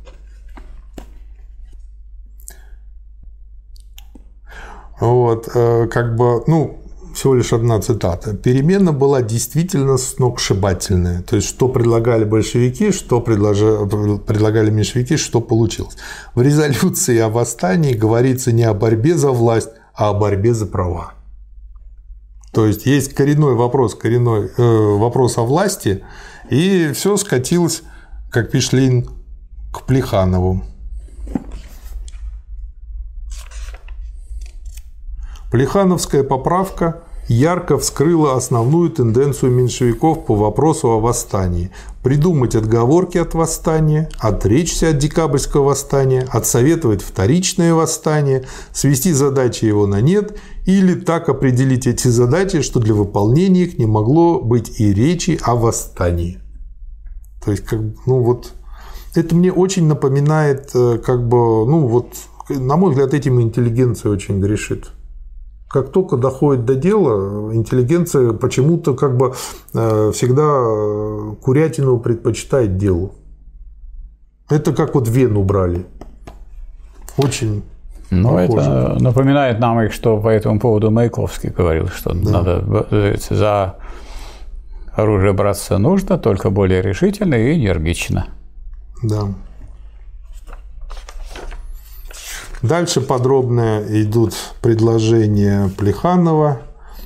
Вот, как бы, ну, всего лишь одна цитата. Перемена была действительно сногсшибательная. То есть, что предлагали большевики, что предлагали меньшевики, что получилось. В резолюции о восстании говорится не о борьбе за власть, а о борьбе за права. То есть, есть коренной вопрос, коренной э, вопрос о власти, и все скатилось, как пишет Ленин, к Плеханову. Плехановская поправка ярко вскрыла основную тенденцию меньшевиков по вопросу о восстании. Придумать отговорки от восстания, отречься от декабрьского восстания, отсоветовать вторичное восстание, свести задачи его на нет или так определить эти задачи, что для выполнения их не могло быть и речи о восстании. То есть, как, ну вот, это мне очень напоминает, как бы, ну вот, на мой взгляд, этим интеллигенция очень грешит. Как только доходит до дела, интеллигенция почему-то как бы всегда курятину предпочитает делу. Это как вот Вену брали. Очень Ну, это напоминает нам, и что по этому поводу Маяковский говорил, что да. надо за оружие браться нужно, только более решительно и энергично. Да. Дальше подробно идут предложения Плеханова.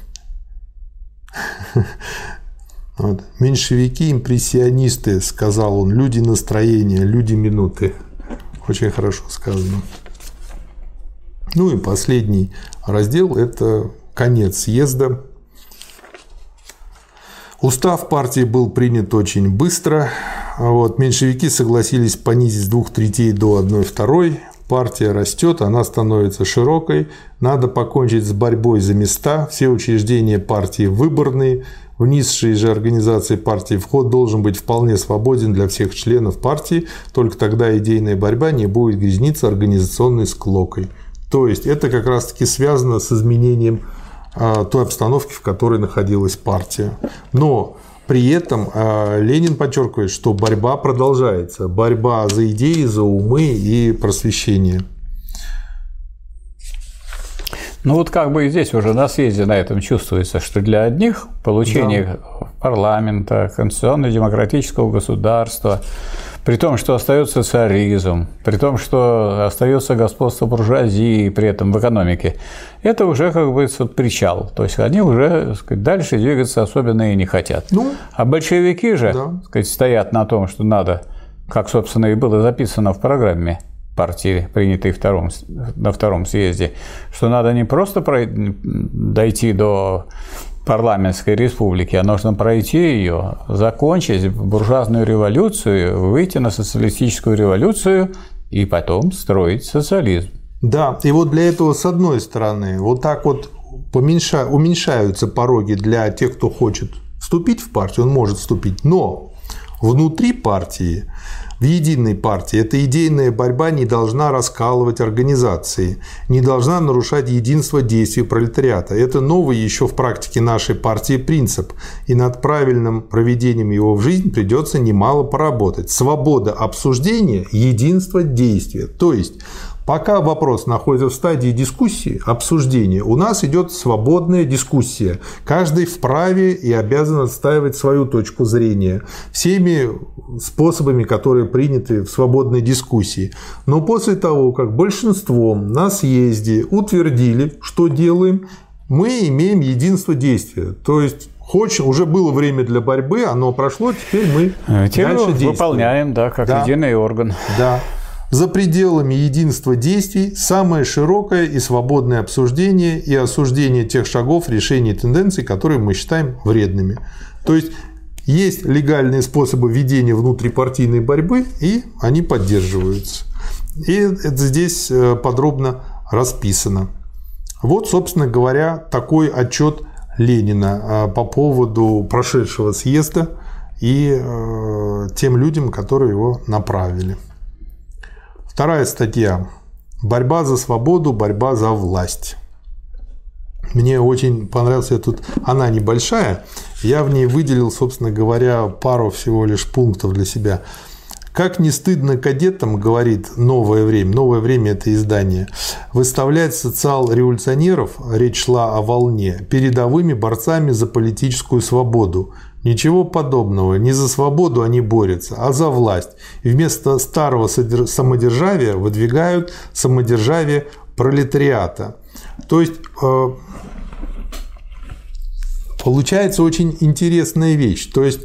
Вот. Меньшевики, импрессионисты, сказал он, люди настроения, люди минуты. Очень хорошо сказано. Ну и последний раздел – это конец съезда. Устав партии был принят очень быстро. Вот. Меньшевики согласились понизить с двух третей до одной второй. Партия растет, она становится широкой. Надо покончить с борьбой за места. Все учреждения партии выборные. В низшие же организации партии вход должен быть вполне свободен для всех членов партии. Только тогда идейная борьба не будет грязниться организационной склокой. То есть это как раз-таки связано с изменением а, той обстановки, в которой находилась партия. Но при этом а, Ленин подчеркивает, что борьба продолжается. Борьба за идеи, за умы и просвещение. Ну вот как бы и здесь уже на съезде на этом чувствуется, что для одних получение да. парламента, конституционно-демократического государства, при том, что остается царизм, при том, что остается господство буржуазии при этом в экономике, это уже как бы причал. То есть они уже, так сказать, дальше двигаться особенно и не хотят. Ну, а большевики же да. так сказать, стоят на том, что надо, как, собственно, и было записано в программе партии, принятой втором, на втором съезде, что надо не просто дойти до парламентской республики, а нужно пройти ее, закончить буржуазную революцию, выйти на социалистическую революцию и потом строить социализм. Да, и вот для этого, с одной стороны, вот так вот поменьша... уменьшаются пороги для тех, кто хочет вступить в партию, он может вступить, но внутри партии, в единой партии, эта идейная борьба не должна раскалывать организации, не должна нарушать единство действий пролетариата. Это новый еще в практике нашей партии принцип, и над правильным проведением его в жизнь придется немало поработать. Свобода обсуждения, единство действия. То есть, пока вопрос находится в стадии дискуссии, обсуждения, у нас идет свободная дискуссия. Каждый вправе и обязан отстаивать свою точку зрения всеми способами, которые приняты в свободной дискуссии. Но после того, как большинством на съезде утвердили, что делаем, мы имеем единство действия. То есть, Хоть уже было время для борьбы, оно прошло, теперь мы теперь дальше действуем. Выполняем, да, как да. единый орган. Да. За пределами единства действий самое широкое и свободное обсуждение и осуждение тех шагов, решений и тенденций, которые мы считаем вредными. То есть, есть легальные способы ведения внутрипартийной борьбы, и они поддерживаются. И это здесь подробно расписано. Вот, собственно говоря, такой отчет Ленина по поводу прошедшего съезда и тем людям, которые его направили. Вторая статья. Борьба за свободу, борьба за власть. Мне очень понравилась тут, она небольшая, я в ней выделил, собственно говоря, пару всего лишь пунктов для себя. Как не стыдно кадетам, говорит «Новое время», «Новое время» – это издание, выставлять социал-революционеров, речь шла о волне, передовыми борцами за политическую свободу. Ничего подобного, не за свободу они борются, а за власть. И вместо старого самодержавия выдвигают самодержавие пролетариата. То есть, получается очень интересная вещь. То есть,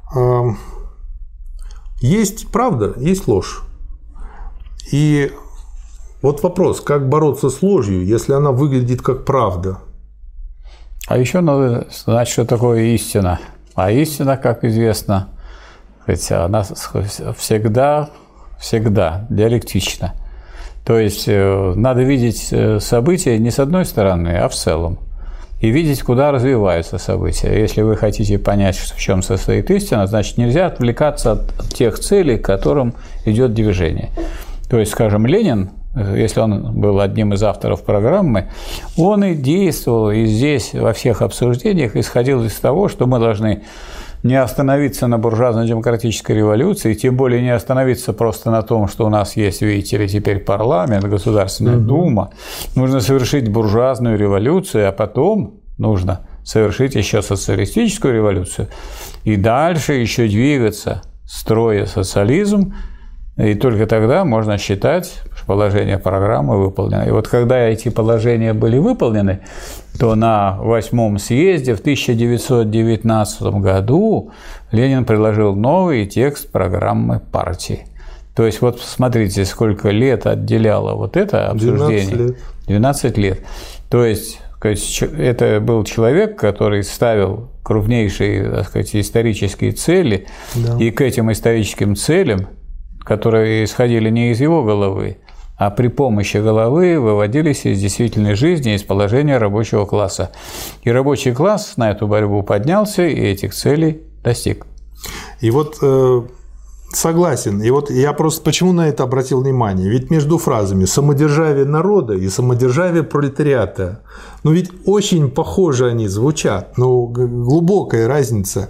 есть правда, есть ложь. И вот вопрос, как бороться с ложью, если она выглядит как правда? А еще надо знать, что такое истина. А истина, как известно, она всегда, всегда диалектична. То есть надо видеть события не с одной стороны, а в целом. И видеть, куда развиваются события. Если вы хотите понять, в чем состоит истина, значит, нельзя отвлекаться от тех целей, к которым идет движение. То есть, скажем, Ленин, если он был одним из авторов программы, он и действовал, и здесь во всех обсуждениях исходил из того, что мы должны не остановиться на буржуазно-демократической революции, тем более не остановиться просто на том, что у нас есть, видите ли, теперь парламент, Государственная mm-hmm. Дума. Нужно совершить буржуазную революцию, а потом нужно совершить еще социалистическую революцию и дальше еще двигаться, строя социализм, и только тогда можно считать, что положения программы выполнены. И вот когда эти положения были выполнены, то на восьмом съезде в тысяча девятьсот девятнадцатом году Ленин предложил новый текст программы партии. То есть вот смотрите, сколько лет отделяло вот это обсуждение. двенадцать лет. двенадцать лет. То есть это был человек, который ставил крупнейшие, так сказать, исторические цели, да. И к этим историческим целям, которые исходили не из его головы, а при помощи головы выводились из действительной жизни, из положения рабочего класса. И рабочий класс на эту борьбу поднялся и этих целей достиг. И вот э, согласен. И вот я просто почему на это обратил внимание? Ведь между фразами «самодержавие народа» и «самодержавие пролетариата», ну ведь очень похоже они звучат, но глубокая разница.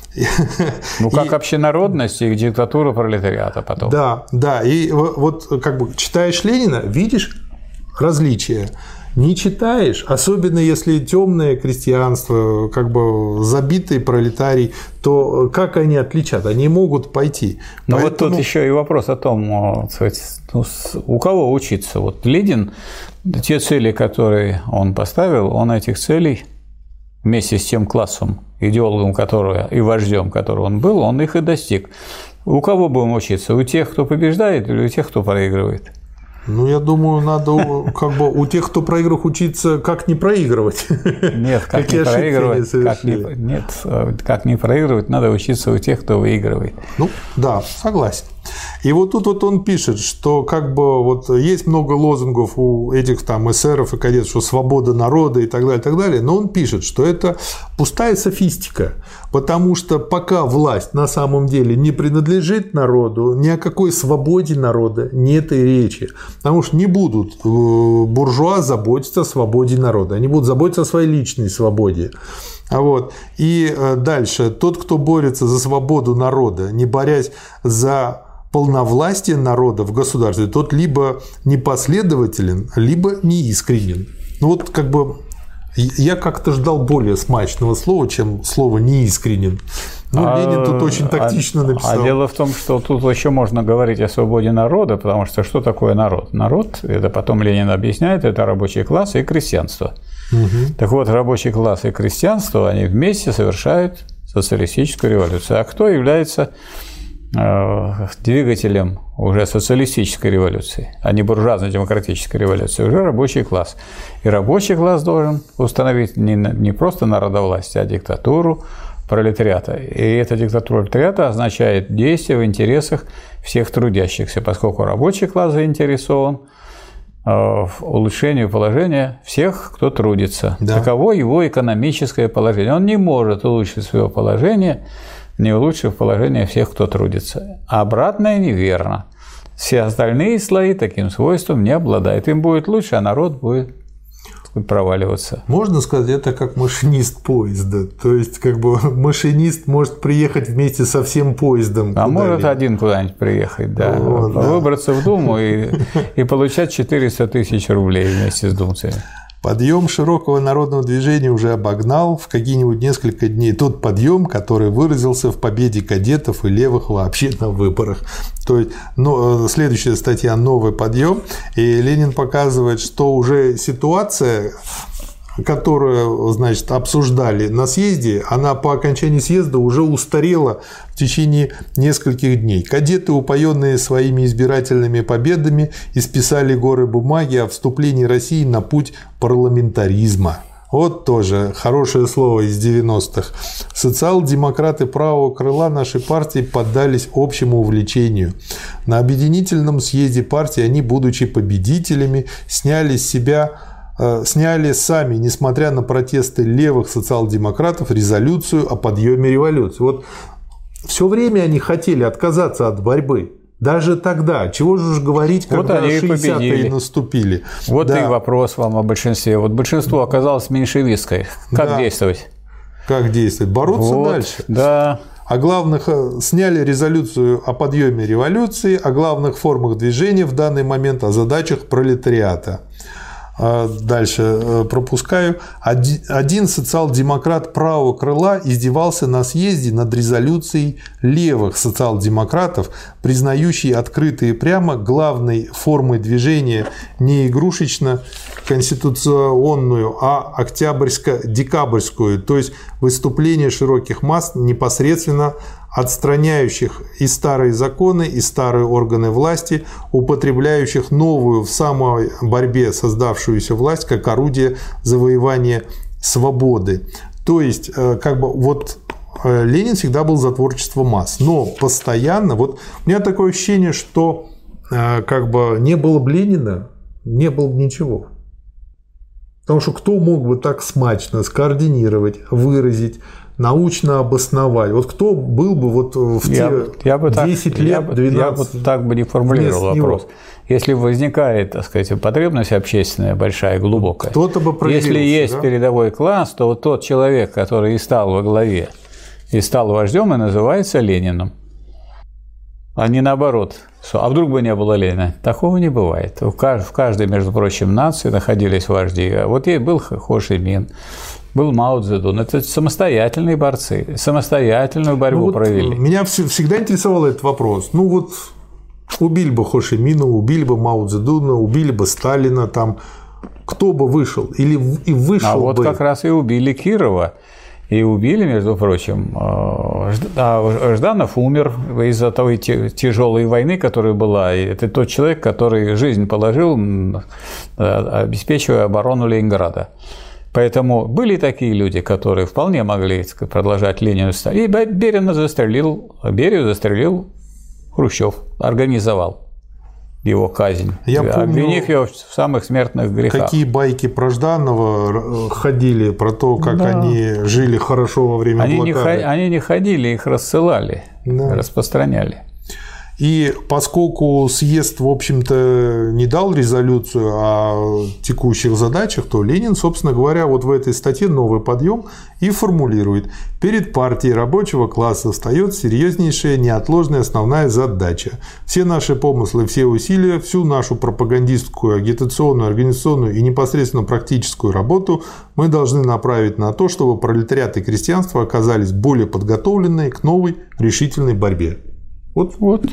Ну, как и, общенародность и диктатура пролетариата потом. Да, да. И вот как бы читаешь Ленина, видишь различия. Не читаешь, особенно если темное крестьянство, как бы забитый пролетарий, то как они отличат? Они могут пойти. Но Поэтому... вот тут еще и вопрос о том, у кого учиться. Вот Ленин, те цели, которые он поставил, он этих целей вместе с тем классом, идеологом которого и вождем которого он был, он их и достиг. У кого будем учиться? У тех, кто побеждает, или у тех, кто проигрывает? Ну, я думаю, надо как бы у тех, кто проигрывает, учиться, как не проигрывать. Нет, как не проигрывать, как не, нет, как не проигрывать, надо учиться у тех, кто выигрывает. Ну, да, согласен. И вот тут вот он пишет, что как бы вот есть много лозунгов у этих там эсеров и кадетов, что свобода народа и так далее, и так далее, но он пишет, что это пустая софистика, потому что пока власть на самом деле не принадлежит народу, ни о какой свободе народа нет и речи, потому что не будут буржуа заботиться о свободе народа, они будут заботиться о своей личной свободе. Вот. И дальше, тот, кто борется за свободу народа, не борясь за полновластие народа в государстве, тот либо непоследователен, либо неискренен. Ну вот как бы я как-то ждал более смачного слова, чем слово неискренен. Ну, а, Ленин тут очень тактично а, написал. А дело в том, что тут еще можно говорить о свободе народа, потому что что такое народ? Народ, это потом Ленин объясняет, это рабочий класс и крестьянство. Угу. Так вот, рабочий класс и крестьянство, они вместе совершают социалистическую революцию. А кто является двигателем уже социалистической революции, а не буржуазно-демократической революции, уже рабочий класс. И рабочий класс должен установить не, не просто народовластие, а диктатуру пролетариата. И эта диктатура пролетариата означает действие в интересах всех трудящихся, поскольку рабочий класс заинтересован в улучшении положения всех, кто трудится. Да. Таково его экономическое положение. Он не может улучшить свое положение, не улучшив положение всех, кто трудится. А обратное неверно. Все остальные слои таким свойством не обладают. Им будет лучше, а народ будет проваливаться. Можно сказать, это как машинист поезда. То есть, как бы машинист может приехать вместе со всем поездом. А может один куда-нибудь приехать, да. О, выбраться да. в Думу и, и получать четыреста тысяч рублей вместе с думцами. Подъем широкого народного движения уже обогнал в какие-нибудь несколько дней тот подъем, который выразился в победе кадетов и левых вообще на выборах. То есть, ну, следующая статья «Новый подъем», и Ленин показывает, что уже ситуация, которую, значит, обсуждали на съезде, она по окончании съезда уже устарела в течение нескольких дней. Кадеты, упоенные своими избирательными победами, исписали горы бумаги о вступлении России на путь парламентаризма. Вот тоже хорошее слово из девяностых. Социал-демократы правого крыла нашей партии поддались общему увлечению. На объединительном съезде партии они, будучи победителями, сняли с себя сняли сами, несмотря на протесты левых социал-демократов, резолюцию о подъеме революции. Вот все время они хотели отказаться от борьбы. Даже тогда. Чего же уж говорить, когда вот шестидесятые наступили. Вот да. И вопрос вам о большинстве. Вот большинство оказалось меньшевистской. Как да. действовать? как действовать? Бороться вот, дальше. Да. О главных, сняли резолюцию о подъеме революции, о главных формах движения в данный момент, о задачах пролетариата. Дальше пропускаю. Один социал-демократ правого крыла издевался на съезде над резолюцией левых социал-демократов, признающей открыто и прямо главной формой движения не игрушечно-конституционную, а октябрьско-декабрьскую, то есть выступление широких масс, непосредственно отстраняющих и старые законы, и старые органы власти, употребляющих новую в самой борьбе создавшуюся власть как орудие завоевания свободы. То есть, как бы вот Ленин всегда был за творчество масс, но постоянно, вот у меня такое ощущение, что как бы не было бы Ленина, не было бы ничего. Потому что кто мог бы так смачно скоординировать, выразить, научно обосновать? Вот кто был бы вот в те я, я бы десять так, лет, двенадцать? Я бы так бы не формулировал вопрос. Него. Если возникает, так сказать, потребность общественная большая, глубокая, кто-то бы проявился, если есть да? передовой класс, то вот тот человек, который и стал во главе, и стал вождем, и называется Лениным. А не наоборот. А вдруг бы не было Ленина? Такого не бывает. В каждой, между прочим, нации находились вожди. Вот и был Хо Ши Мин, был Мао Цзэдун. Это самостоятельные борцы, самостоятельную борьбу ну, вот провели. Меня всегда интересовал этот вопрос. Ну вот убили бы Хо Ши Мина, убили бы Мао Цзэдуна, убили бы Сталина, там кто бы вышел? Или и вышел а вот бы... как раз и убили Кирова. И убили, между прочим, Жданов умер из-за той тяжелой войны, которая была. И это тот человек, который жизнь положил, обеспечивая оборону Ленинграда. Поэтому были такие люди, которые вполне могли продолжать линию. И Берия застрелил, Берию застрелил Хрущев, организовал его казнь, Я обвинив его в самых смертных грехах. Какие байки про Жданова ходили, про то, как да. они жили хорошо во время они блокады. Не, они не ходили, их рассылали, да. распространяли. И поскольку съезд, в общем-то, не дал резолюцию о текущих задачах, то Ленин, собственно говоря, вот в этой статье «Новый подъем» и формулирует: перед партией рабочего класса встает серьезнейшая, неотложная основная задача. Все наши помыслы, все усилия, всю нашу пропагандистскую, агитационную, организационную и непосредственно практическую работу мы должны направить на то, чтобы пролетариат и крестьянство оказались более подготовленные к новой решительной борьбе. Вот, вот.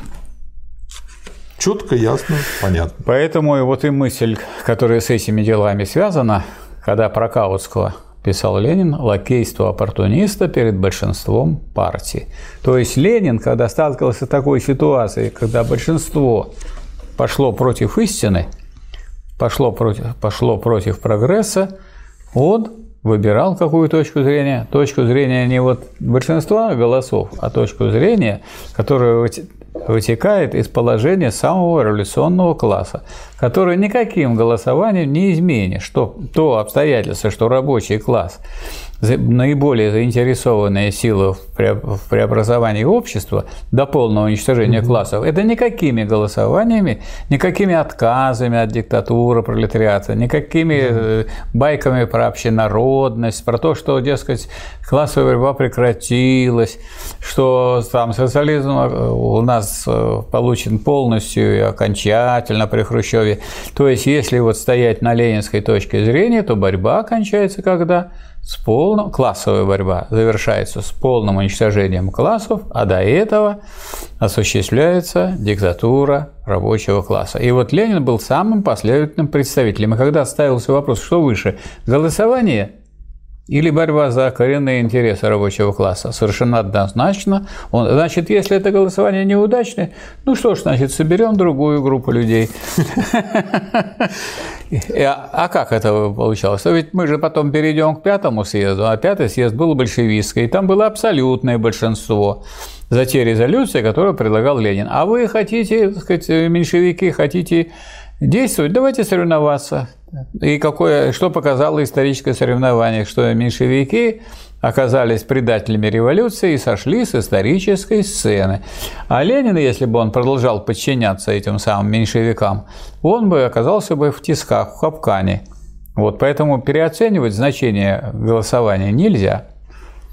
Четко, ясно, понятно. Поэтому и вот и мысль, которая с этими делами связана, когда про Каутского писал Ленин: лакейство оппортуниста перед большинством партии. То есть Ленин, когда сталкивался с такой ситуацией, когда большинство пошло против истины, пошло против, пошло против прогресса, он выбирал какую точку зрения? Точку зрения не вот большинства голосов, а точку зрения, которая вытекает из положения самого революционного класса, который никаким голосованием не изменишь. Что, то обстоятельство, что рабочий класс – наиболее заинтересованная сила в преобразовании общества до полного уничтожения классов, это никакими голосованиями, никакими отказами от диктатуры пролетариата, никакими байками про общенародность, про то, что, дескать, классовая борьба прекратилась, что там социализм у нас получен полностью и окончательно при Хрущеве. То есть, если вот стоять на ленинской точке зрения, то борьба кончается когда? С полным, классовая борьба завершается с полным уничтожением классов, а до этого осуществляется диктатура рабочего класса. И вот Ленин был самым последовательным представителем. И когда ставился вопрос, что выше – голосование или борьба за коренные интересы рабочего класса, совершенно однозначно. Он, значит, если это голосование неудачное, ну что ж, значит, соберем другую группу людей. А как это получалось? Ведь мы же потом перейдем к пятому съезду, а пятый съезд был большевистский, и там было абсолютное большинство за те резолюции, которые предлагал Ленин. А вы хотите, так сказать, меньшевики, хотите действовать, давайте соревноваться. И какое, что показало историческое соревнование, что меньшевики оказались предателями революции и сошли с исторической сцены. А Ленин, если бы он продолжал подчиняться этим самым меньшевикам, он бы оказался бы в тисках, в капкане. Вот, поэтому переоценивать значение голосования нельзя.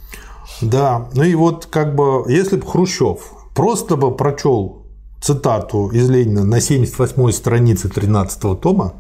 Да, ну и вот как бы, если бы Хрущев просто бы прочел цитату из Ленина на семьдесят восьмой странице тринадцатого тома,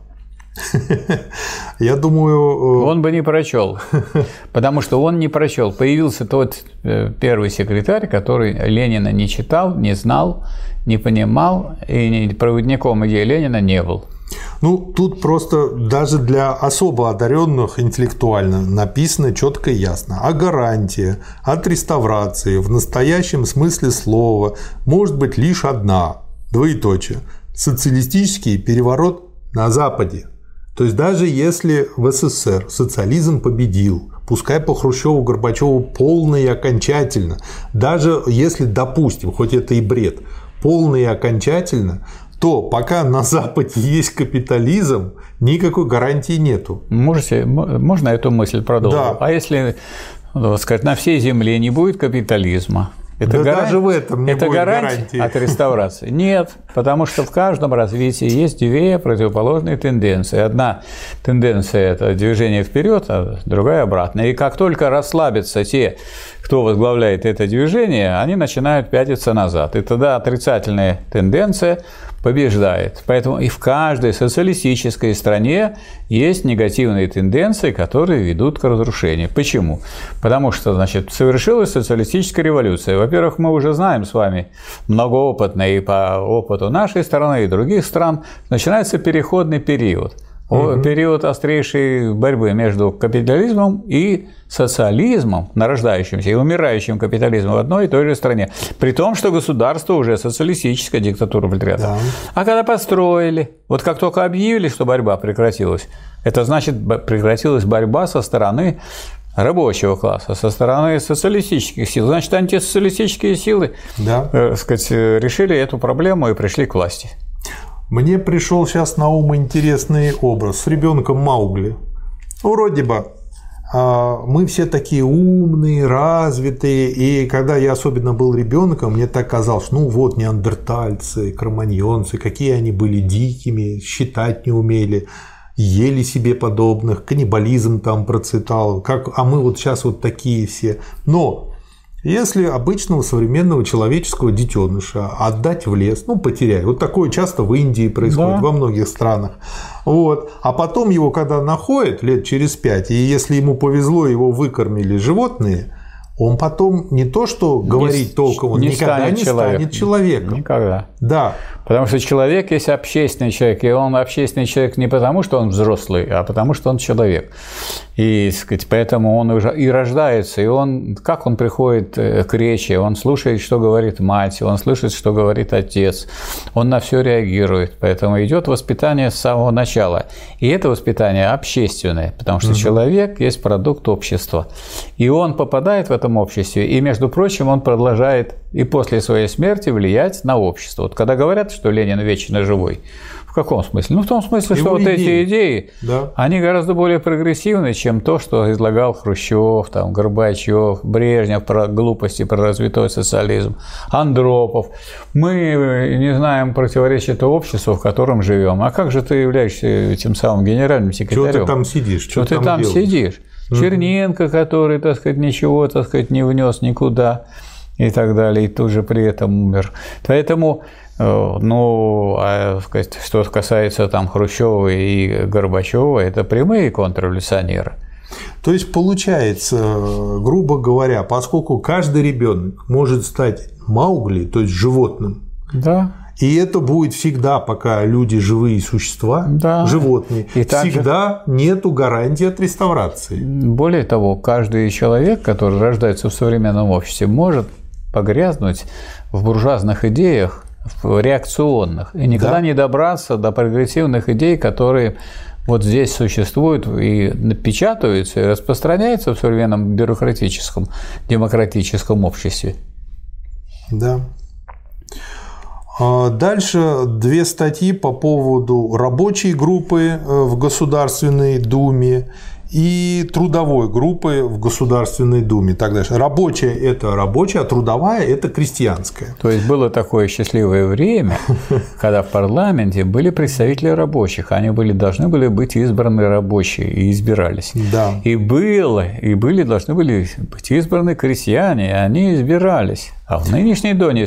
я думаю... Он бы не прочел, потому что он не прочел. Появился тот первый секретарь, который Ленина не читал, не знал, не понимал и проводником идеи Ленина не был. Ну, тут просто даже для особо одаренных интеллектуально написано четко и ясно. А гарантия от реставрации в настоящем смысле слова может быть лишь одна, двоеточие, социалистический переворот на Западе. То есть даже если в СССР социализм победил, пускай по Хрущеву, Горбачеву полно и окончательно, даже если, допустим, хоть это и бред, полно и окончательно, то пока на Западе есть капитализм, никакой гарантии нету. Можете, можно эту мысль продолжить? Да. А если, сказать, на всей Земле не будет капитализма? Это да гарантия, даже в этом не это будет гарантия гарантии. От реставрации? Нет, потому что в каждом развитии есть две противоположные тенденции. Одна тенденция – это движение вперед, а другая – обратно. И как только расслабятся те, кто возглавляет это движение, они начинают пятиться назад. И тогда отрицательная тенденция побеждает. Поэтому и в каждой социалистической стране есть негативные тенденции, которые ведут к разрушению. Почему? Потому что, значит, совершилась социалистическая революция. Во-первых, мы уже знаем с вами, многоопытные и по опыту нашей страны и других стран, начинается переходный период. Угу. Период острейшей борьбы между капитализмом и социализмом, нарождающимся и умирающим капитализмом в одной и той же стране. При том, что государство уже социалистическая диктатура пролетариата. Да. А когда построили, вот как только объявили, что борьба прекратилась, это значит, прекратилась борьба со стороны рабочего класса, со стороны социалистических сил. Значит, антисоциалистические силы да. э, сказать, решили эту проблему и пришли к власти. Мне пришел сейчас на ум интересный образ с ребенком Маугли. Вроде бы мы все такие умные, развитые, и когда я особенно был ребенком, мне так казалось, ну вот неандертальцы, кроманьонцы, какие они были дикими, считать не умели, ели себе подобных, каннибализм там процветал, как, а мы вот сейчас вот такие все. Но если обычного современного человеческого детеныша отдать в лес, ну, потеряй. Вот такое часто в Индии происходит, да. во многих странах. Вот. А потом его, когда находят лет через пять, и если ему повезло, его выкормили животные, он потом не то, что говорить не, толком, он не никогда станет не человек. станет человеком. Никогда. Да. Потому что человек есть общественный человек, и он общественный человек не потому, что он взрослый, а потому, что он человек. И, так сказать, поэтому он уже и рождается, и он, как он приходит к речи, он слушает, что говорит мать, он слышит, что говорит отец, он на все реагирует. Поэтому идет воспитание с самого начала. И это воспитание общественное, потому что угу. человек есть продукт общества. И он попадает в этом обществе, и, между прочим, он продолжает и после своей смерти влиять на общество. Вот когда говорят, что Ленин вечно живой, в каком смысле? Ну, в том смысле, что вот идеи. эти идеи, да. они гораздо более прогрессивны, чем то, что излагал Хрущев, там, Горбачев, Брежнев про глупости, про развитой социализм, Андропов. Мы не знаем противоречия того обществу, в котором живем. А как же ты являешься тем самым генеральным секретарем? Чего ты там сидишь? Что ты там, там сидишь? Угу. Черненко, который, так сказать, ничего, так сказать, не внес никуда и так далее, и тут же при этом умер. Поэтому, ну, а, сказать, что касается там Хрущева и Горбачева, это прямые контрреволюционеры. То есть получается, грубо говоря, поскольку каждый ребенок может стать Маугли, то есть животным, да. и это будет всегда, пока люди живые существа, да. животные, и всегда также... нету гарантии от реставрации. Более того, каждый человек, который рождается в современном обществе, может погрязнуть в буржуазных идеях, в реакционных, и никогда да. не добраться до прогрессивных идей, которые вот здесь существуют и печатаются, и распространяются в современном бюрократическом, демократическом обществе. Да. Дальше две статьи по поводу рабочей группы в Государственной Думе и трудовой группы в Государственной Думе. Так дальше. Рабочая – это рабочая, а трудовая – это крестьянская. То есть было такое счастливое время, когда в парламенте были представители рабочих, они были, должны были быть избраны рабочие и избирались. Да. И было, и были, должны были быть избраны крестьяне, и они избирались. А в нынешней Думе,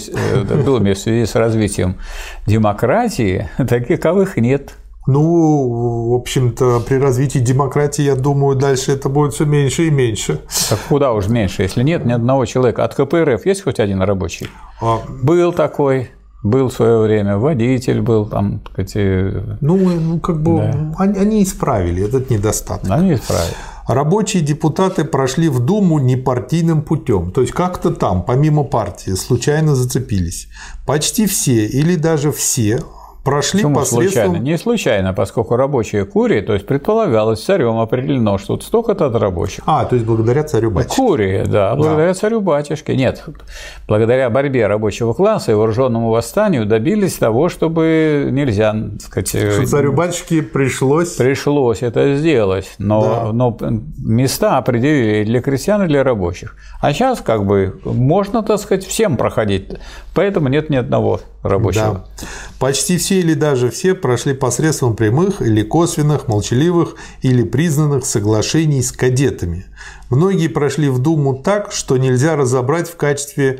в связи с развитием демократии, таковых нет. Ну, в общем-то, при развитии демократии, я думаю, дальше это будет все меньше и меньше. Так куда уж меньше, если нет ни одного человека. От ка пэ эр эф есть хоть один рабочий? А... Был такой. Был в свое время водитель, был там, эти... Ну, ну, как бы да. они, они исправили этот недостаток. Они исправили. Рабочие депутаты прошли в Думу непартийным путем, то есть как-то там, помимо партии, случайно зацепились. Почти все или даже все прошли Почему посредством… случайно? Не случайно, поскольку рабочие курии, то есть предполагалось, царем определено, что тут столько-то от рабочих. А, то есть благодаря царю-батюшке. Курии, да, благодаря да. царю-батюшке. Нет, благодаря борьбе рабочего класса и вооруженному восстанию добились того, чтобы нельзя, так сказать… Что царю-батюшке пришлось… Пришлось это сделать, но, да. но места определили для крестьян и для рабочих. А сейчас как бы можно, так сказать, всем проходить, поэтому нет ни одного рабочего. Да. Почти все или даже все прошли посредством прямых или косвенных, молчаливых или признанных соглашений с кадетами. Многие прошли в Думу так, что нельзя разобрать в качестве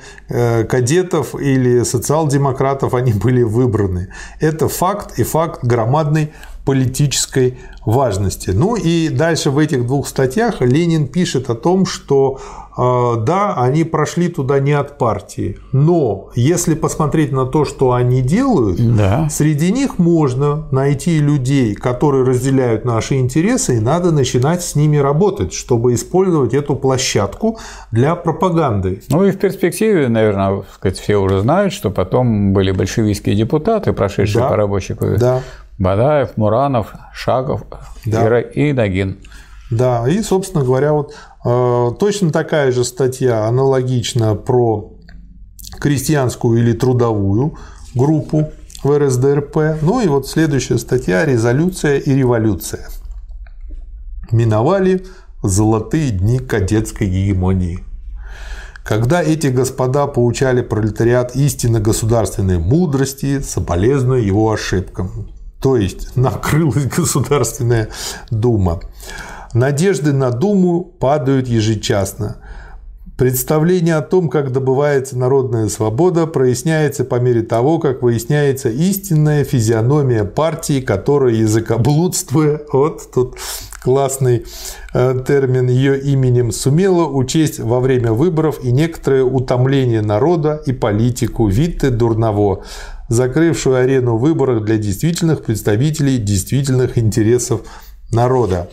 кадетов или социал-демократов они были выбраны. Это факт и факт громадной политической важности. Ну и дальше в этих двух статьях Ленин пишет о том, что да, они прошли туда не от партии, но если посмотреть на то, что они делают, да. среди них можно найти людей, которые разделяют наши интересы, и надо начинать с ними работать, чтобы использовать эту площадку для пропаганды. Ну и в перспективе, наверное, сказать, все уже знают, что потом были большевистские депутаты, прошедшие да. по рабочему. Да. Бадаев, Муранов, Шагов да. и Нагин. Да, и, собственно говоря, вот э, точно такая же статья, аналогично про крестьянскую или трудовую группу в эр эс дэ эр пэ. Ну и вот следующая статья «Резолюция и революция». Миновали золотые дни кадетской гегемонии. Когда эти господа поучали пролетариат истинно государственной мудрости, соболезную его ошибкам. То есть накрылась Государственная Дума. Надежды на Думу падают ежечасно. Представление о том, как добывается народная свобода, проясняется по мере того, как выясняется истинная физиономия партии, которая, языкоблудствуя, вот тут классный термин, ее именем, сумела учесть во время выборов и некоторое утомление народа и политику Витте Дурново, закрывшую арену в выборах для действительных представителей действительных интересов народа.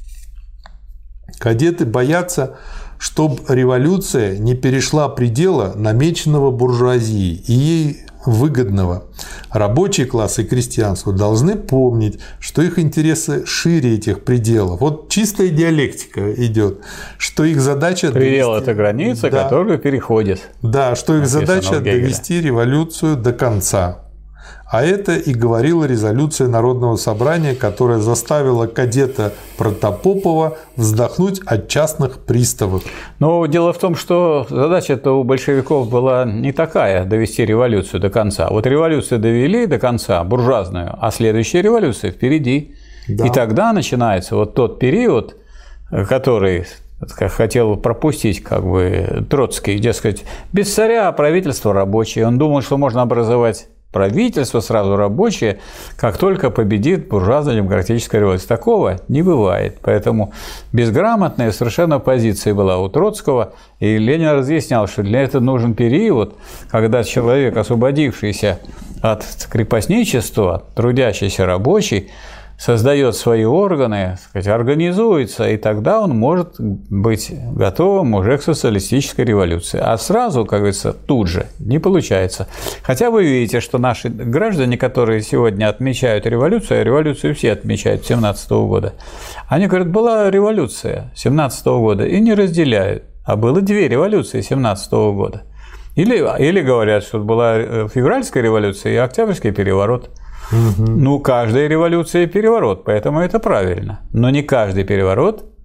Кадеты боятся, чтобы революция не перешла предела, намеченного буржуазией и ей выгодного. Рабочий класс и крестьянство должны помнить, что их интересы шире этих пределов. Вот чистая диалектика идет, что их задача… Предел – это граница, да, которую переходит. Да, что их задача – довести революцию до конца. А это и говорила резолюция Народного собрания, которая заставила кадета Протопопова вздохнуть от частных приставов. Но дело в том, что задача-то у большевиков была не такая – довести революцию до конца. Вот революцию довели до конца, буржуазную, а следующая революция впереди. Да. И тогда начинается вот тот период, который… как хотел пропустить как бы Троцкий, дескать, без царя правительство рабочее. Он думал, что можно образовать правительство сразу рабочее, как только победит буржуазная демократическая революция. Такого не бывает. Поэтому безграмотная совершенно позиция была у Троцкого. И Ленин разъяснял, что для этого нужен период, когда человек, освободившийся от крепостничества, трудящийся рабочий, создает свои органы, так сказать, организуется, и тогда он может быть готовым уже к социалистической революции. А сразу, как говорится, тут же не получается. Хотя вы видите, что наши граждане, которые сегодня отмечают революцию, а революцию все отмечают семнадцатого года, они говорят, была революция семнадцатого года, и не разделяют. А было две революции семнадцатого года. Или, или говорят, что была февральская революция и октябрьский переворот. Угу. Ну, каждая революция – переворот, поэтому это правильно. Но не каждый переворот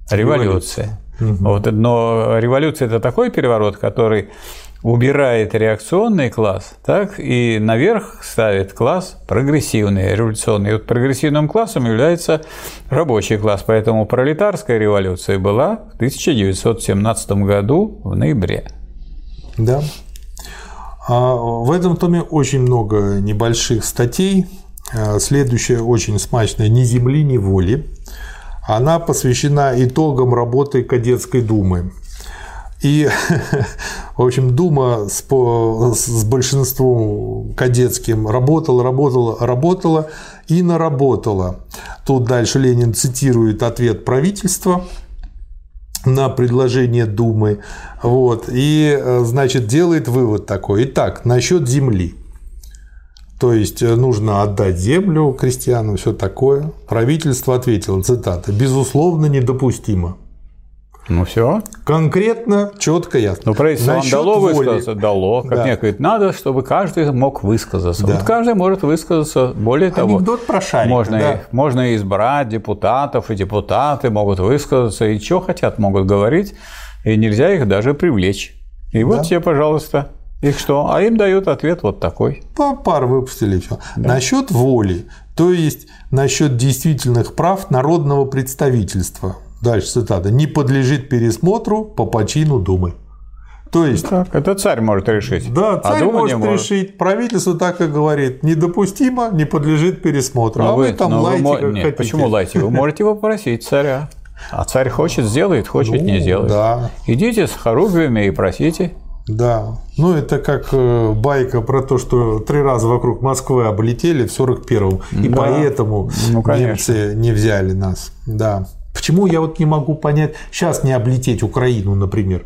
революция. Угу. Вот, но революция – это такой переворот, который убирает реакционный класс, так, и наверх ставит класс прогрессивный, революционный. И вот прогрессивным классом является рабочий класс. Поэтому пролетарская революция была в тысяча девятьсот семнадцатом году в ноябре. Да. А в этом томе очень много небольших статей. Следующая очень смачная «Ни земли, ни воли». Она посвящена итогам работы Кадетской думы. И, в общем, Дума с, с большинством кадетским работала, работала, работала и наработала. Тут дальше Ленин цитирует ответ правительства на предложение Думы. Вот, и, значит, делает вывод такой. Итак, насчет земли. То есть нужно отдать землю крестьянам, все такое. Правительство ответило, цитата, «безусловно, недопустимо». Ну все. Конкретно, четко, ясно. Ну, правительство вам дало высказаться? Дало. Как да. мне говорит, надо, чтобы каждый мог высказаться. Да. Вот каждый может высказаться. Более того, анекдот про шарик, можно, да. и, можно избрать депутатов, и депутаты могут высказаться, и что хотят могут говорить, и нельзя их даже привлечь. И вот да. тебе, пожалуйста, их что? А им дают ответ вот такой. По пар выпустили, все. Да. Насчет воли, то есть насчет действительных прав народного представительства. Дальше цитата. «Не подлежит пересмотру по почину Думы». То есть… Так, это царь может решить. Да, царь а может решить. Может. Правительство так и говорит. Недопустимо, не подлежит пересмотру. Но а вы, вы там лайте, вы, как нет, хотите. Почему лайте? Вы можете попросить царя. А царь хочет – сделает, хочет – ну, не сделает. Да. Идите с хоругвями и просите. Да. Ну, это как байка про то, что три раза вокруг Москвы облетели в сорок первом. И да. поэтому ну, немцы не взяли нас. Да. Почему я вот не могу понять, сейчас не облететь Украину, например?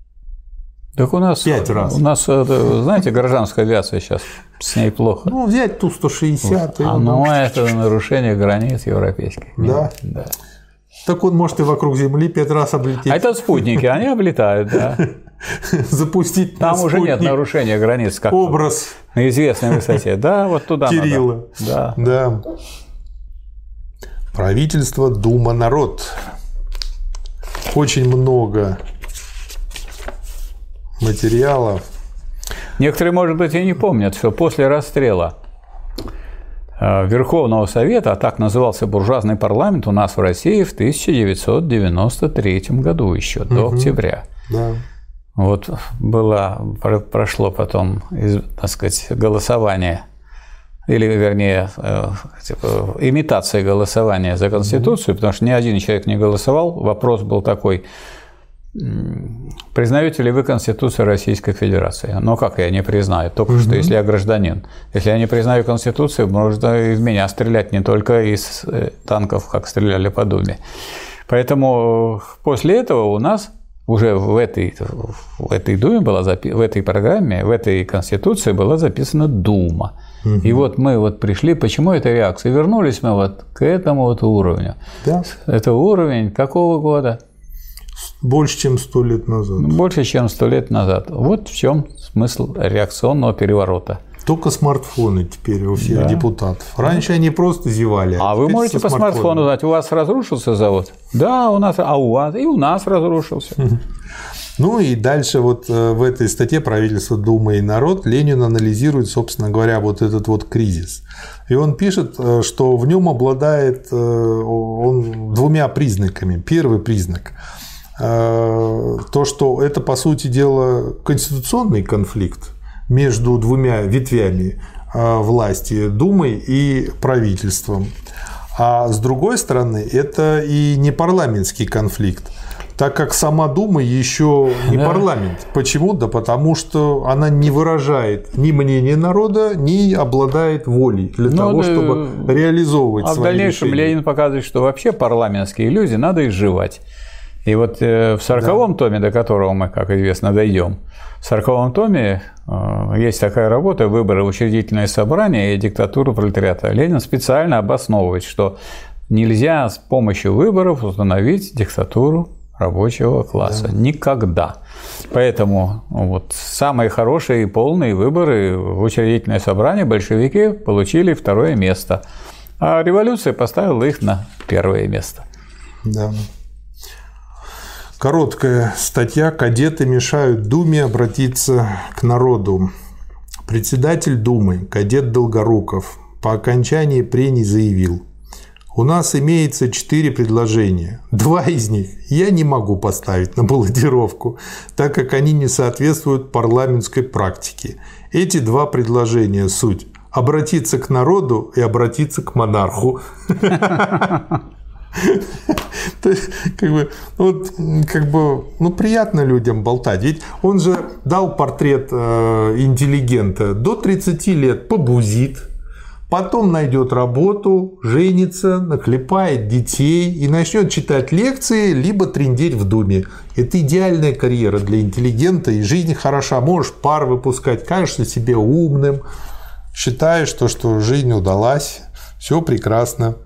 Так у нас, Пять раз. У нас, знаете, гражданская авиация сейчас, с ней плохо. Ну, взять Ту сто шестьдесят. А ну, это нарушение границ европейских. Да? Да. Так он может и вокруг Земли пять раз облететь. А это спутники, они облетают, да. Запустить Там уже нет нарушения границ, как образ на известной высоте. Да, вот туда Кирилла. Надо. Да. Да. Правительство, Дума, народ. Очень много материалов. Некоторые, может быть, и не помнят, что после расстрела Верховного Совета, а так назывался буржуазный парламент у нас в России в тысяча девятьсот девяносто третьем году еще, до угу. октября. Да. Вот было, прошло потом, так сказать, голосование. Или, вернее, типа, имитация голосования за Конституцию, потому что ни один человек не голосовал. Вопрос был такой: признаете ли вы Конституцию Российской Федерации? Ну, как я не признаю? Только угу. что, если я гражданин. Если я не признаю Конституцию, можно из меня стрелять не только из танков, как стреляли по Думе. Поэтому после этого у нас уже в этой, в этой Думе была запи- в этой программе, в этой Конституции была записана Дума. Угу. И вот мы вот пришли, почему эта реакция? Вернулись мы вот к этому вот уровню. Да. Это уровень какого года? Больше, чем сто лет назад. Больше, чем сто лет назад. Вот в чем смысл реакционного переворота. Только смартфоны теперь у всех да. депутатов. Раньше они просто зевали. А, а вы можете по смартфону узнать, у вас разрушился завод? Да, у нас, а у вас, и у нас разрушился. Ну и дальше вот в этой статье «Правительство, Дума и народ» Ленин анализирует, собственно говоря, вот этот вот кризис. И он пишет, что в нем обладает он двумя признаками. Первый признак – то, что это, по сути дела, конституционный конфликт между двумя ветвями власти, Думой и правительством. А с другой стороны, это и не парламентский конфликт, так как сама Дума еще не да. парламент. Почему? Да потому что она не выражает ни мнения народа, ни обладает волей для ну, того, да, чтобы реализовывать а свои в дальнейшем решения. Ленин показывает, что вообще парламентские иллюзии надо изживать. И вот в сороковом да. томе, до которого мы, как известно, дойдем, в сороковом томе есть такая работа «Выборы в учредительное собрание и диктатура пролетариата». Ленин специально обосновывает, что нельзя с помощью выборов установить диктатуру рабочего класса. Да. Никогда. Поэтому вот самые хорошие и полные выборы в учредительное собрание большевики получили второе место, а революция поставила их на первое место. Да. Короткая статья «Кадеты мешают Думе обратиться к народу». Председатель Думы, кадет Долгоруков, по окончании прений заявил: «У нас имеется четыре предложения. Два из них я не могу поставить на баллотировку, так как они не соответствуют парламентской практике. Эти два предложения – суть – обратиться к народу и обратиться к монарху». То есть, как бы, вот, как бы, ну, приятно людям болтать. Ведь он же дал портрет э, интеллигента до тридцати лет, побузит, потом найдет работу, женится, наклепает детей и начнет читать лекции, либо трындеть в Думе. Это идеальная карьера для интеллигента, и жизнь хороша. Можешь пар выпускать, кажешься себе умным, считаешь, то, что жизнь удалась, все прекрасно.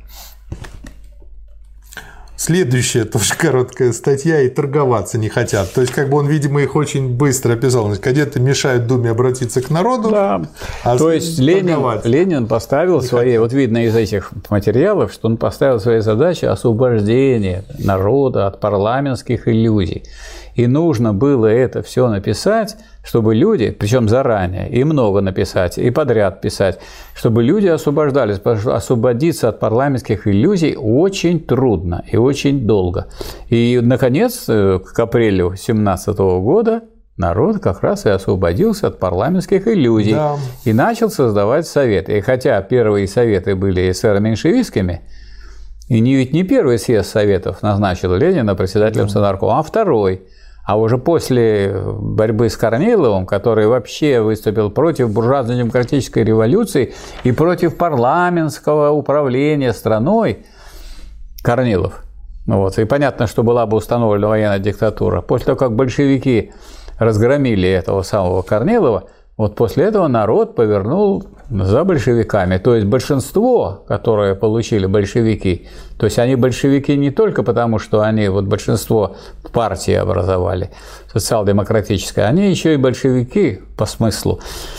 Следующая тоже короткая статья, и торговаться не хотят. То есть, как бы он, видимо, их очень быстро описал. Значит, кадеты мешают Думе обратиться к народу. Да. А то есть Ленин, Ленин поставил не свои, хотят. Вот видно из этих материалов, что он поставил свои задачи освобождения народа от парламентских иллюзий. И нужно было это все написать, чтобы люди, причем заранее, и много написать, и подряд писать, чтобы люди освобождались, потому что освободиться от парламентских иллюзий очень трудно и очень долго. И, наконец, к апрелю семнадцатого года народ как раз и освободился от парламентских иллюзий, да. И начал создавать советы. И хотя первые советы были эсеро-меньшевистскими, и не, ведь не первый съезд советов назначил Ленина председателем да. Совнаркома, а второй. А уже после борьбы с Корниловым, который вообще выступил против буржуазно-демократической революции и против парламентского управления страной, Корнилов. Вот. И понятно, что была бы установлена военная диктатура. После того, как большевики разгромили этого самого Корнилова, вот после этого народ повернул за большевиками. То есть большинство, которое получили большевики, то есть они большевики не только потому, что они вот большинство партии образовали, социал-демократическое, они еще и большевики по смыслу,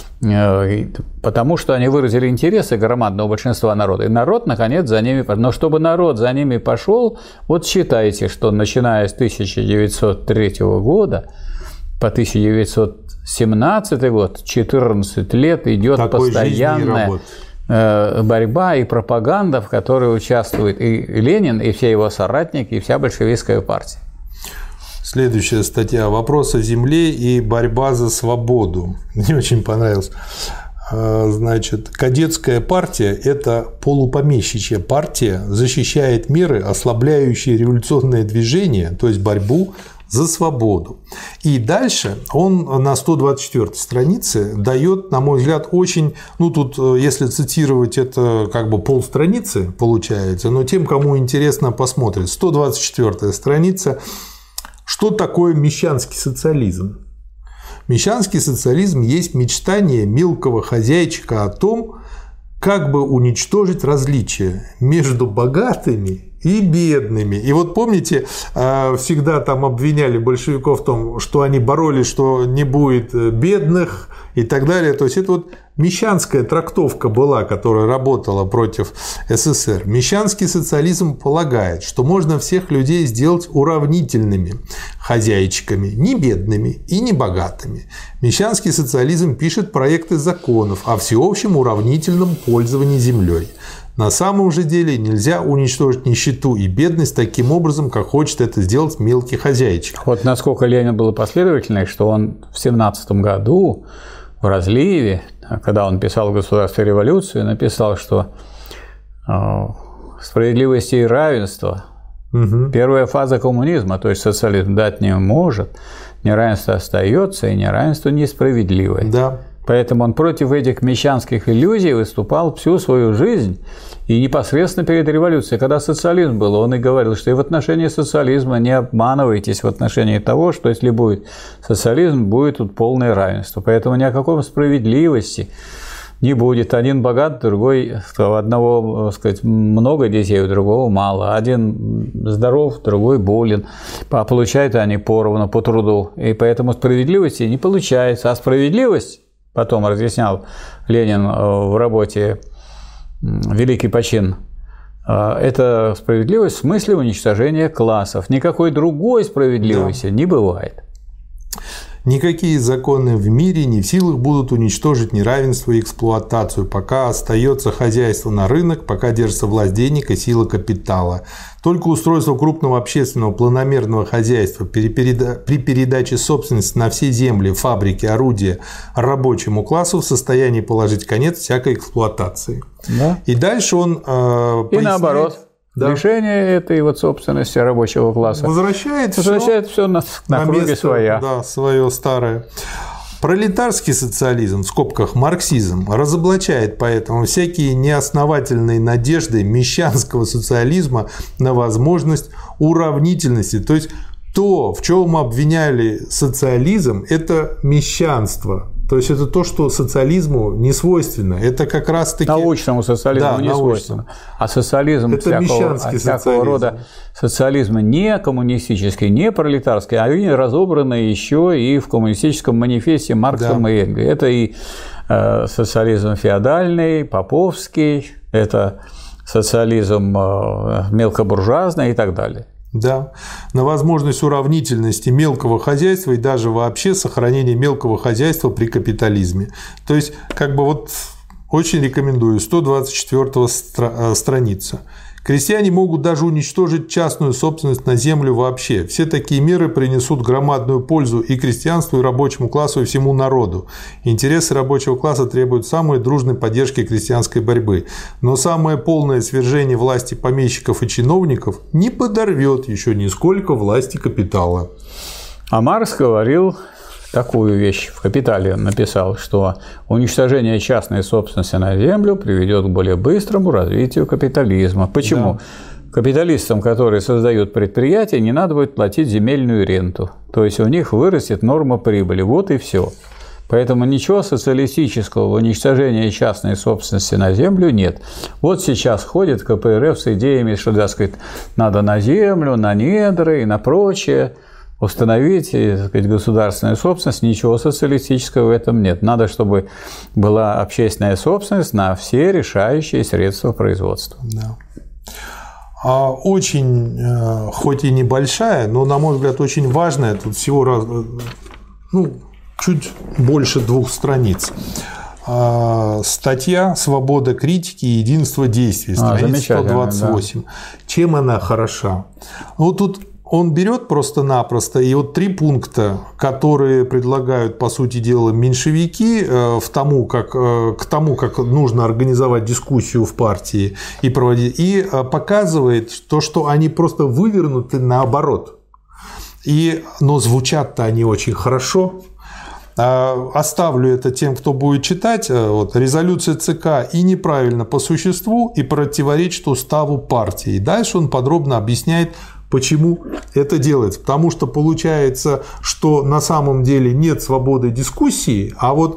потому что они выразили интересы громадного большинства народа. И народ, наконец, за ними пошел. Но чтобы народ за ними пошел, вот считайте, что начиная с тысяча девятьсот третьего года по тысяча девятьсот семнадцатый год, четырнадцать лет идет такой постоянная борьба и пропаганда, в которой участвует и Ленин, и все его соратники, и вся большевистская партия. Следующая статья. Вопрос о земле и борьба за свободу. Мне очень понравилось. Значит, кадетская партия – это полупомещичья партия, защищает меры, ослабляющие революционное движение, то есть борьбу за свободу. И дальше он на сто двадцать четвёртой странице дает, на мой взгляд, очень, ну тут, если цитировать, это как бы полстраницы получается, но тем, кому интересно, посмотрит. сто двадцать четвёртая страница. Что такое мещанский социализм? Мещанский социализм есть мечтание мелкого хозяйчика о том, как бы уничтожить различия между богатыми и бедными. И вот помните, всегда там обвиняли большевиков в том, что они боролись, что не будет бедных и так далее. То есть это вот мещанская трактовка была, которая работала против СССР. Мещанский социализм полагает, что можно всех людей сделать уравнительными хозяйчиками, не бедными и не богатыми. Мещанский социализм пишет проекты законов о всеобщем уравнительном пользовании землей. На самом же деле нельзя уничтожить нищету и бедность таким образом, как хочет это сделать мелкий хозяйчик. Вот насколько Ленин был последовательный, что он в семнадцатом году в разливе, когда он писал «Государство и революцию», написал, что справедливости и равенство угу. первая фаза коммунизма, то есть социализм, дать не может, неравенство остается, и неравенство несправедливое. Да. Поэтому он против этих мещанских иллюзий выступал всю свою жизнь и непосредственно перед революцией. Когда социализм был, он и говорил, что и в отношении социализма не обманывайтесь в отношении того, что если будет социализм, будет тут полное равенство. Поэтому ни о какой справедливости не будет. Один богат, другой, у одного, так сказать, много детей, у другого мало. Один здоров, другой болен. А получают они поровну по труду. И поэтому справедливости не получается. А справедливость, потом разъяснял Ленин в работе «Великий почин Это справедливость в смысле уничтожения классов. Никакой другой справедливости да. не бывает. Никакие законы в мире не в силах будут уничтожить неравенство и эксплуатацию, пока остается хозяйство на рынок, пока держится власть денег и сила капитала. Только устройство крупного общественного планомерного хозяйства при передаче собственности на все земли, фабрики, орудия рабочему классу в состоянии положить конец всякой эксплуатации. Да. И дальше он э, И наоборот. Да. Лишение этой вот собственности рабочего класса возвращает, возвращает все, все на, на, на круге место, своя. Да, свое старое. Пролетарский социализм, в скобках марксизм, разоблачает поэтому всякие неосновательные надежды мещанского социализма на возможность уравнительности. То есть то, в чем обвиняли социализм, это мещанство. То есть это то, что социализму не свойственно. Это как раз-таки… Научному социализму да, не научному. свойственно. А социализм это всякого, всякого социализм. рода социализма не коммунистический, не пролетарский, а они разобраны еще и в коммунистическом манифесте Марксом да. и Энгельсом. Это и э, социализм феодальный, поповский, это социализм э, мелкобуржуазный и так далее. Да, на возможность уравнительности мелкого хозяйства и даже вообще сохранения мелкого хозяйства при капитализме. То есть, как бы вот очень рекомендую, сто двадцать четвёртая стра- страница. Крестьяне могут даже уничтожить частную собственность на землю вообще. Все такие меры принесут громадную пользу и крестьянству, и рабочему классу, и всему народу. Интересы рабочего класса требуют самой дружной поддержки крестьянской борьбы. Но самое полное свержение власти помещиков и чиновников не подорвет еще нисколько власти капитала. А Маркс говорил такую вещь в «Капитале», он написал, что уничтожение частной собственности на землю приведет к более быстрому развитию капитализма. Почему? Да. Капиталистам, которые создают предприятия, не надо будет платить земельную ренту. То есть у них вырастет норма прибыли. Вот и все. Поэтому ничего социалистического в уничтожении частной собственности на землю нет. Вот сейчас ходит ка пэ эр эф с идеями, что, так сказать, надо на землю, на недры и на прочее установить, так сказать, государственную собственность. Ничего социалистического в этом нет. Надо, чтобы была общественная собственность на все решающие средства производства. Да. Очень, хоть и небольшая, но, на мой взгляд, очень важная, тут всего раз, ну, чуть больше двух страниц. Статья «Свобода критики и единство действий», страница а, сто двадцать восемь. Да. Чем она хороша? Ну, тут он берет просто-напросто, и вот три пункта, которые предлагают, по сути дела, меньшевики в тому, как, к тому, как нужно организовать дискуссию в партии и проводить, и показывает то, что они просто вывернуты наоборот. И, но звучат-то они очень хорошо. Оставлю это тем, кто будет читать. Вот, резолюция ЦК и неправильно по существу, и противоречит уставу партии. И дальше он подробно объясняет, почему это делается. Потому что получается, что на самом деле нет свободы дискуссии, а вот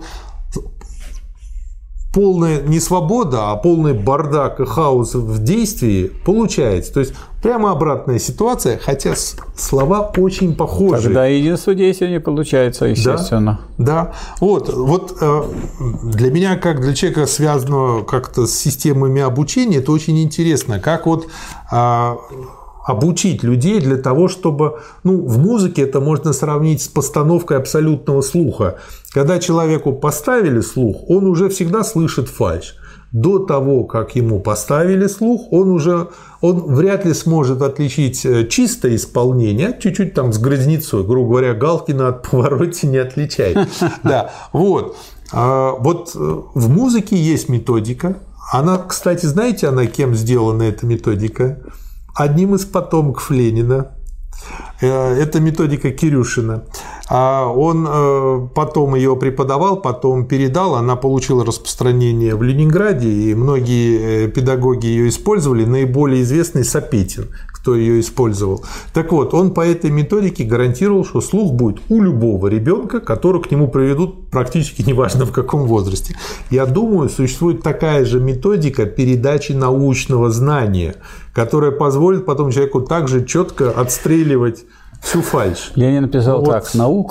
полная не свобода, а полный бардак и хаос в действии получается. То есть прямо обратная ситуация, хотя слова очень похожи. Тогда единство действий не получается, естественно. Да, да. Вот, вот для меня, как для человека, связанного как-то с системами обучения, это очень интересно, как вот обучить людей для того, чтобы… Ну, в музыке это можно сравнить с постановкой абсолютного слуха. Когда человеку поставили слух, он уже всегда слышит фальшь. До того, как ему поставили слух, он уже он вряд ли сможет отличить чистое исполнение, чуть-чуть там с грязницей, грубо говоря, Галкина от Паваротти не отличает. Да, вот. Вот в музыке есть методика. Она, кстати, знаете, она кем сделана, эта методика? Одним из потомков Ленина. Это методика Кирюшина. Он потом ее преподавал, потом передал, она получила распространение в Ленинграде, и многие педагоги ее использовали, наиболее известный Сапетин, кто ее использовал. Так вот, он по этой методике гарантировал, что слух будет у любого ребенка, которого к нему приведут практически неважно в каком возрасте. Я думаю, существует такая же методика передачи научного знания, которая позволит потом человеку также четко отстреливать всю фальшь. Ленин написал вот так: наука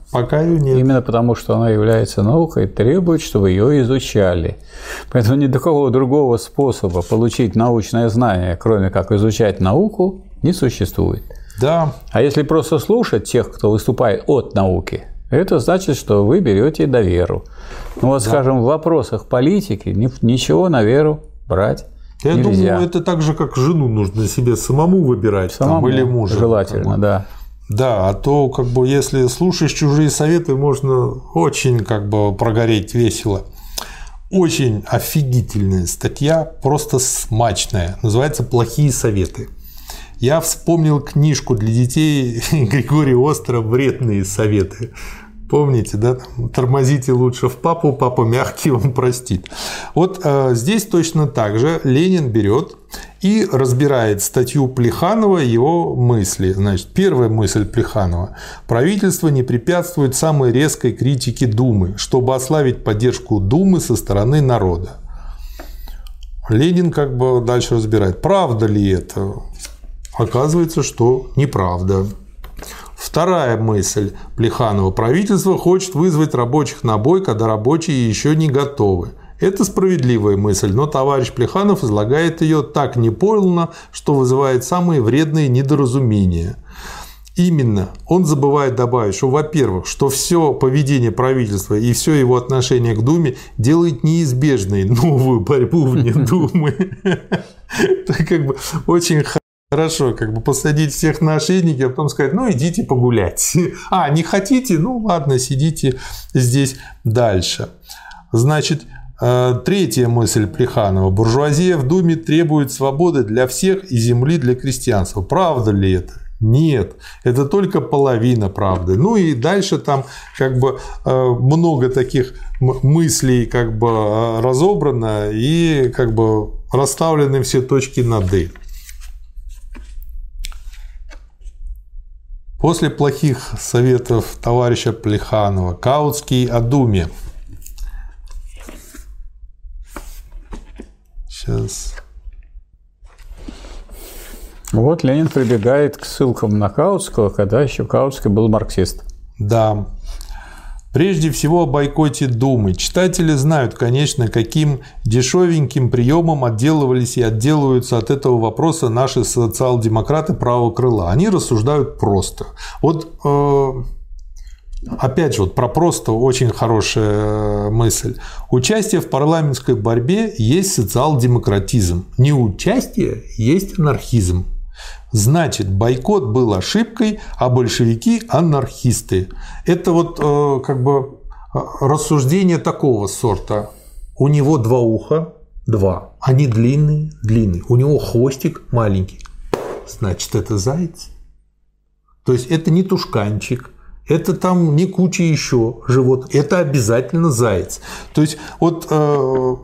Пока ее нет. Именно потому, что она является наукой, требует, чтобы ее изучали. Поэтому ни до какого другого способа получить научное знание, кроме как изучать науку, не существует. Да. А если просто слушать тех, кто выступает от науки, это значит, что вы берете на веру. Ну вот, да. скажем, в вопросах политики ничего на веру брать Я нельзя. думаю, это так же, как жену нужно себе самому выбирать, самому, там, или мужа. Желательно, как бы. да. Да, а то, как бы, если слушаешь чужие советы, можно очень, как бы, прогореть весело. Очень офигительная статья, просто смачная. Называется «Плохие советы». Я вспомнил книжку для детей Григория Остера «Вредные советы». Помните, да? Тормозите лучше в папу, папа мягкий, он простит. Вот э, здесь точно так же Ленин берет и разбирает статью Плеханова, его мысли. Значит, первая мысль Плеханова. Правительство не препятствует самой резкой критике Думы, чтобы ослабить поддержку Думы со стороны народа. Ленин как бы дальше разбирает, правда ли это. Оказывается, что неправда. Вторая мысль Плеханова. Правительство хочет вызвать рабочих на бой, когда рабочие еще не готовы. Это справедливая мысль, но товарищ Плеханов излагает ее так неполно, что вызывает самые вредные недоразумения. Именно он забывает добавить, что, во-первых, что все поведение правительства и все его отношение к Думе делает неизбежной новую борьбу вне Думы. Это как бы очень хорошо. Хорошо, как бы посадить всех на ошейники, а потом сказать, ну, идите погулять. А, не хотите? Ну, ладно, сидите здесь дальше. Значит, третья мысль Плеханова. Буржуазия в Думе требует свободы для всех и земли для крестьянства. Правда ли это? Нет, это только половина правды. Ну и дальше там как бы много таких мыслей как бы разобрано и как бы расставлены все точки над «и». После плохих советов товарища Плеханова Каутский о Думе. Сейчас. Вот Ленин прибегает к ссылкам на Каутского, когда еще Каутский был марксист. Да. Прежде всего о бойкоте Думы. Читатели знают, конечно, каким дешевеньким приемом отделывались и отделываются от этого вопроса наши социал-демократы правого крыла. Они рассуждают просто. Вот опять же, вот про просто очень хорошая мысль. Участие в парламентской борьбе есть социал-демократизм. Неучастие есть анархизм. Значит, бойкот был ошибкой, а большевики – анархисты. Это вот э, как бы рассуждение такого сорта. У него два уха, два. Они длинные, длинные. У него хвостик маленький. Значит, это заяц. То есть, это не тушканчик. Это там не куча еще животных. Это обязательно заяц. То есть, вот... Э,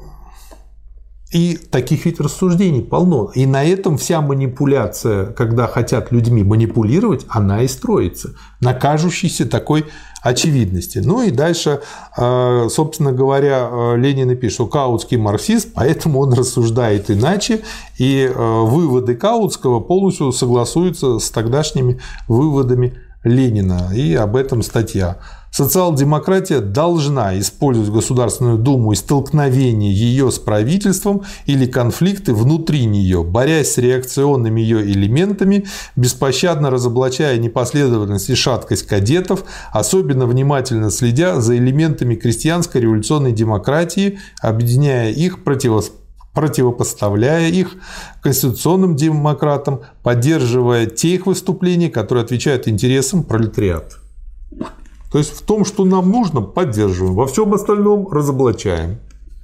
И таких ведь рассуждений полно. И на этом вся манипуляция, когда хотят людьми манипулировать, она и строится. На кажущейся такой очевидности. Ну и дальше, собственно говоря, Ленин и пишет, что Каутский марксист, поэтому он рассуждает иначе. И выводы Каутского полностью согласуются с тогдашними выводами Ленина. И об этом статья. Социал-демократия должна использовать Государственную Думу и столкновение ее с правительством или конфликты внутри нее, борясь с реакционными ее элементами, беспощадно разоблачая непоследовательность и шаткость кадетов, особенно внимательно следя за элементами крестьянской революционной демократии, объединяя их, противостояние противопоставляя их конституционным демократам, поддерживая те их выступления, которые отвечают интересам пролетариата. То есть в том, что нам нужно, поддерживаем, во всем остальном разоблачаем.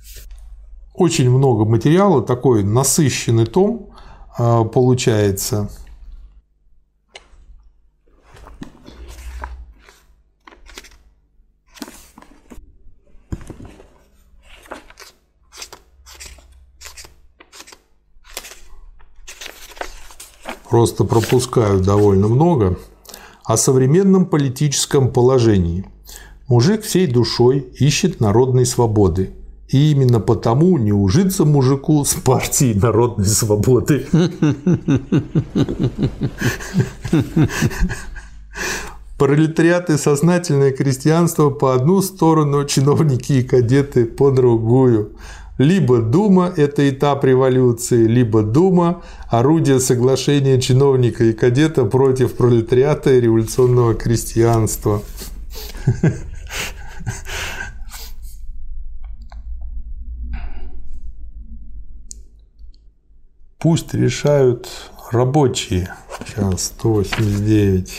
Очень много материала, такой насыщенный том получается. Просто пропускаю довольно много. О современном политическом положении. Мужик всей душой ищет народной свободы. И именно потому не ужиться мужику с партией народной свободы. Пролетариат и сознательное крестьянство по одну сторону, чиновники и кадеты по другую. Либо Дума – это этап революции, либо Дума – орудие соглашения чиновника и кадета против пролетариата и революционного крестьянства. Пусть решают рабочие. Сейчас сто восемьдесят девять.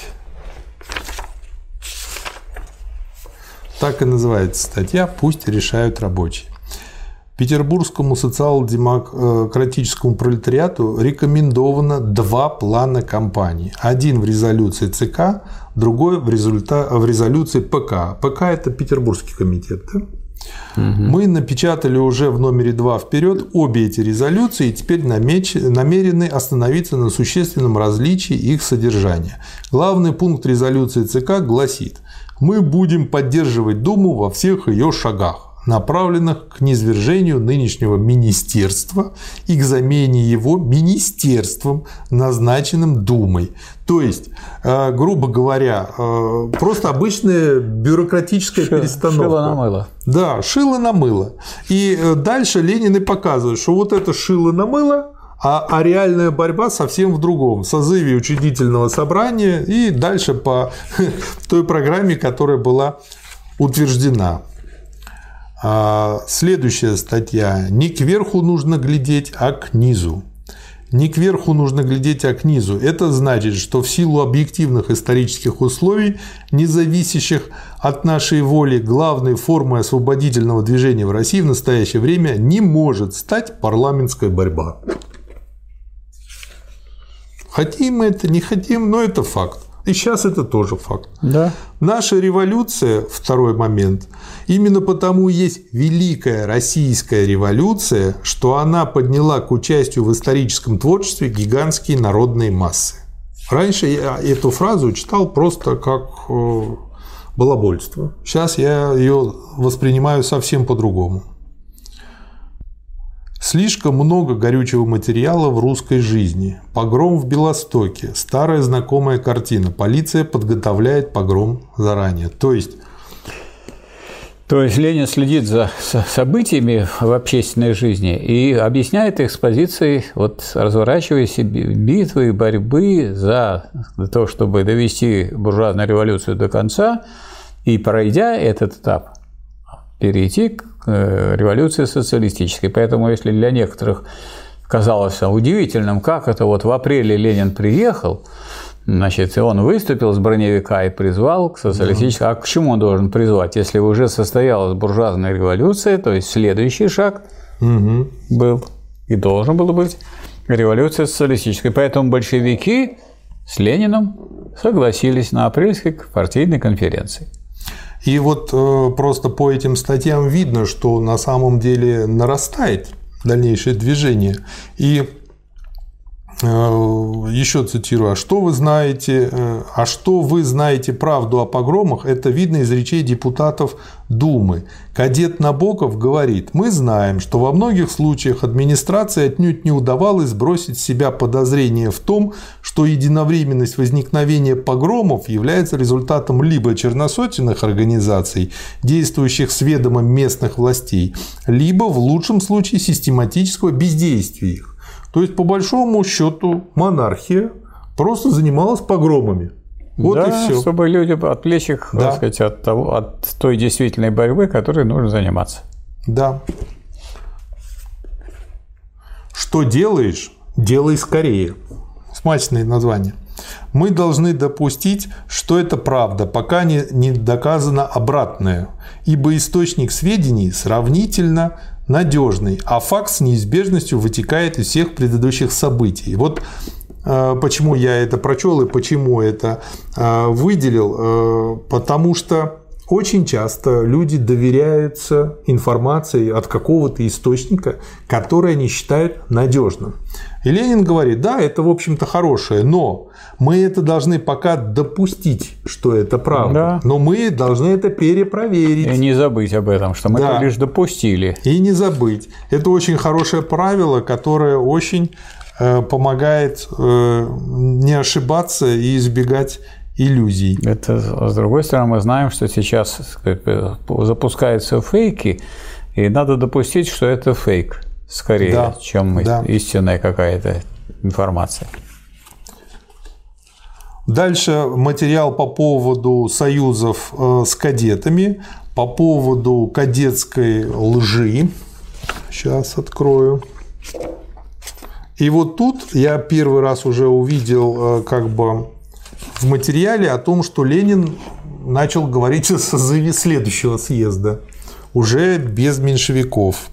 Так и называется статья «Пусть решают рабочие». Петербургскому социал-демократическому пролетариату рекомендовано два плана кампании. Один в резолюции ЦК, другой в, результа... в резолюции ПК. ПК – это Петербургский комитет. Да? Угу. Мы напечатали уже в номере два вперед обе эти резолюции и теперь намеч... намерены остановиться на существенном различии их содержания. Главный пункт резолюции ЦК гласит: «Мы будем поддерживать Думу во всех ее шагах, направленных к низвержению нынешнего министерства и к замене его министерством, назначенным Думой». То есть, грубо говоря, просто обычная бюрократическая Ши, перестановка. Шило на мыло. Да, шило на мыло. И дальше Ленин и показывает, что вот это шило на мыло, а, а реальная борьба совсем в другом. В созыве учредительного собрания и дальше по той программе, которая была утверждена. Следующая статья. Не кверху нужно глядеть, а к низу. Не кверху нужно глядеть, а к низу. Это значит, что в силу объективных исторических условий, не зависящих от нашей воли, главной формой освободительного движения в России в настоящее время не может стать парламентская борьба. Хотим мы это, не хотим, но это факт. И сейчас это тоже факт. Да. Наша революция, второй момент, именно потому и есть Великая Российская революция, что она подняла к участию в историческом творчестве гигантские народные массы. Раньше я эту фразу читал просто как балабольство. Сейчас я ее воспринимаю совсем по-другому. Слишком много горючего материала в русской жизни. Погром в Белостоке. Старая знакомая картина. Полиция подготовляет погром заранее. То есть... То есть Ленин следит за событиями в общественной жизни и объясняет их с позиции вот, разворачивающейся битвы и борьбы за то, чтобы довести буржуазную революцию до конца и, пройдя этот этап, перейти к революции социалистической. Поэтому, если для некоторых казалось удивительным, как это вот в апреле Ленин приехал, значит, он выступил с броневика и призвал к социалистической. Да. А к чему он должен призвать? Если уже состоялась буржуазная революция, то есть следующий шаг угу. был и должен был быть революция социалистической. Поэтому большевики с Лениным согласились на апрельской партийной конференции. И вот э, просто по этим статьям видно, что на самом деле нарастает дальнейшее движение. И э, еще цитирую: «А что вы знаете, э, а что вы знаете правду о погромах, это видно из речей депутатов Думы. Кадет Набоков говорит: мы знаем, что во многих случаях администрации отнюдь не удавалось сбросить с себя подозрение в том, что единовременность возникновения погромов является результатом либо черносотенных организаций, действующих с ведомым местных властей, либо, в лучшем случае, систематического бездействия их». То есть, по большому счету, монархия просто занималась погромами. Вот да, и все. Чтобы люди отвлечь их, да. так сказать, от, того, от той действительной борьбы, которой нужно заниматься. Да. Что делаешь, делай скорее. Смачное название. Мы должны допустить, что это правда, пока не, не доказано обратное, ибо источник сведений сравнительно надежный, а факт с неизбежностью вытекает из всех предыдущих событий. Вот почему я это прочел и почему это выделил, потому что очень часто люди доверяются информации от какого-то источника, который они считают надежным. И Ленин говорит: да, это, в общем-то, хорошее, но мы это должны пока допустить, что это правда. Да. Но мы должны это перепроверить. И не забыть об этом, что мы да. это лишь допустили. И не забыть. Это очень хорошее правило, которое очень помогает не ошибаться и избегать иллюзий. Это, с другой стороны, мы знаем, что сейчас запускаются фейки, и надо допустить, что это фейк скорее, да, чем да. истинная какая-то информация. Дальше материал по поводу союзов с кадетами, по поводу кадетской лжи. Сейчас открою. И вот тут я первый раз уже увидел как бы в материале о том, что Ленин начал говорить о созыве следующего съезда, уже без меньшевиков.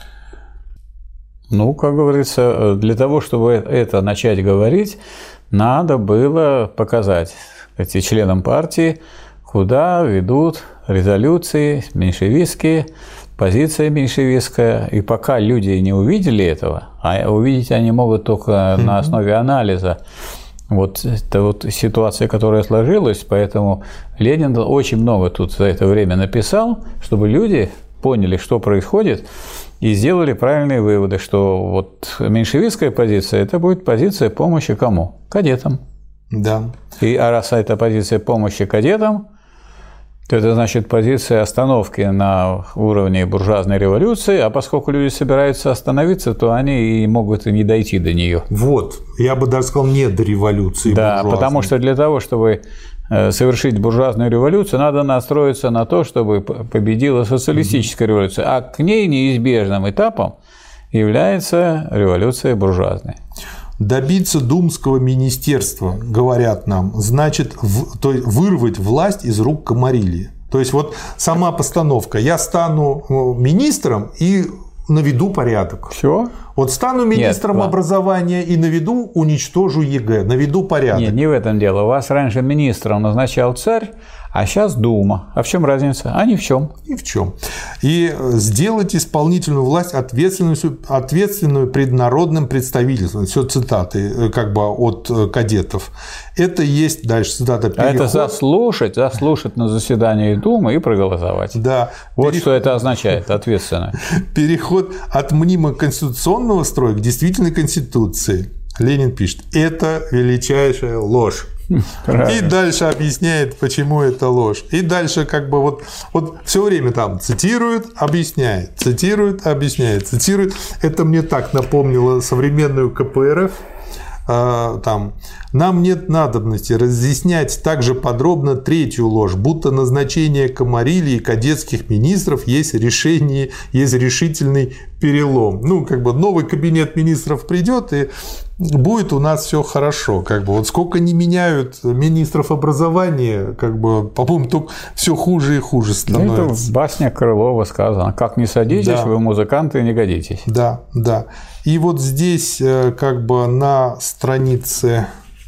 Ну, как говорится, для того, чтобы это начать говорить, надо было показать эти членам партии, куда ведут резолюции меньшевистские, позиция меньшевистская. И пока люди не увидели этого, а увидеть они могут только mm-hmm. на основе анализа, вот это вот ситуация, которая сложилась, поэтому Ленин очень много тут за это время написал, чтобы люди поняли, что происходит, и сделали правильные выводы, что вот меньшевистская позиция – это будет позиция помощи кому? Кадетам. Да. И а раз это позиция помощи кадетам, то это значит позиция остановки на уровне буржуазной революции, а поскольку люди собираются остановиться, то они и могут и не дойти до нее. Вот, я бы даже сказал, не до революции Да, потому что для того, чтобы совершить буржуазную революцию, надо настроиться на то, чтобы победила социалистическая mm-hmm. революция, а к ней неизбежным этапом является революция буржуазная. Добиться думского министерства, говорят нам, значит в, то есть вырвать власть из рук Камарильи. То есть вот сама постановка: я стану министром и наведу порядок. Все? Вот стану министром Нет, образования и наведу, уничтожу ЕГЭ, наведу порядок. Нет, не в этом дело. У вас раньше министром назначал царь, а сейчас Дума. А в чем разница? А ни в чем. Ни в чем. И сделать исполнительную власть ответственную, ответственную пред народным представительством. Все цитаты как бы от кадетов. Это есть, дальше цитата, переход. А это заслушать, заслушать на заседании Думы и проголосовать. Да. Вот переход... что это означает, ответственно. Переход от мнимо конституционного строя к действительной конституции. Ленин пишет: это величайшая ложь. Правильно. И дальше объясняет, почему это ложь. И дальше как бы вот, вот все время там цитирует, объясняет, цитирует, объясняет, цитирует. Это мне так напомнило современную ка пэ эр эф. Там, нам нет надобности разъяснять также подробно третью ложь, будто назначение Камарильи и кадетских министров есть решение, есть решительный перелом. Ну, как бы новый кабинет министров придет, и будет у нас все хорошо. Как бы вот сколько не меняют министров образования, как бы, по-моему, только все хуже и хуже становится. Это в басне Крылова сказано: как не садитесь, да. вы музыканты не годитесь. Да, да. И вот здесь как бы на странице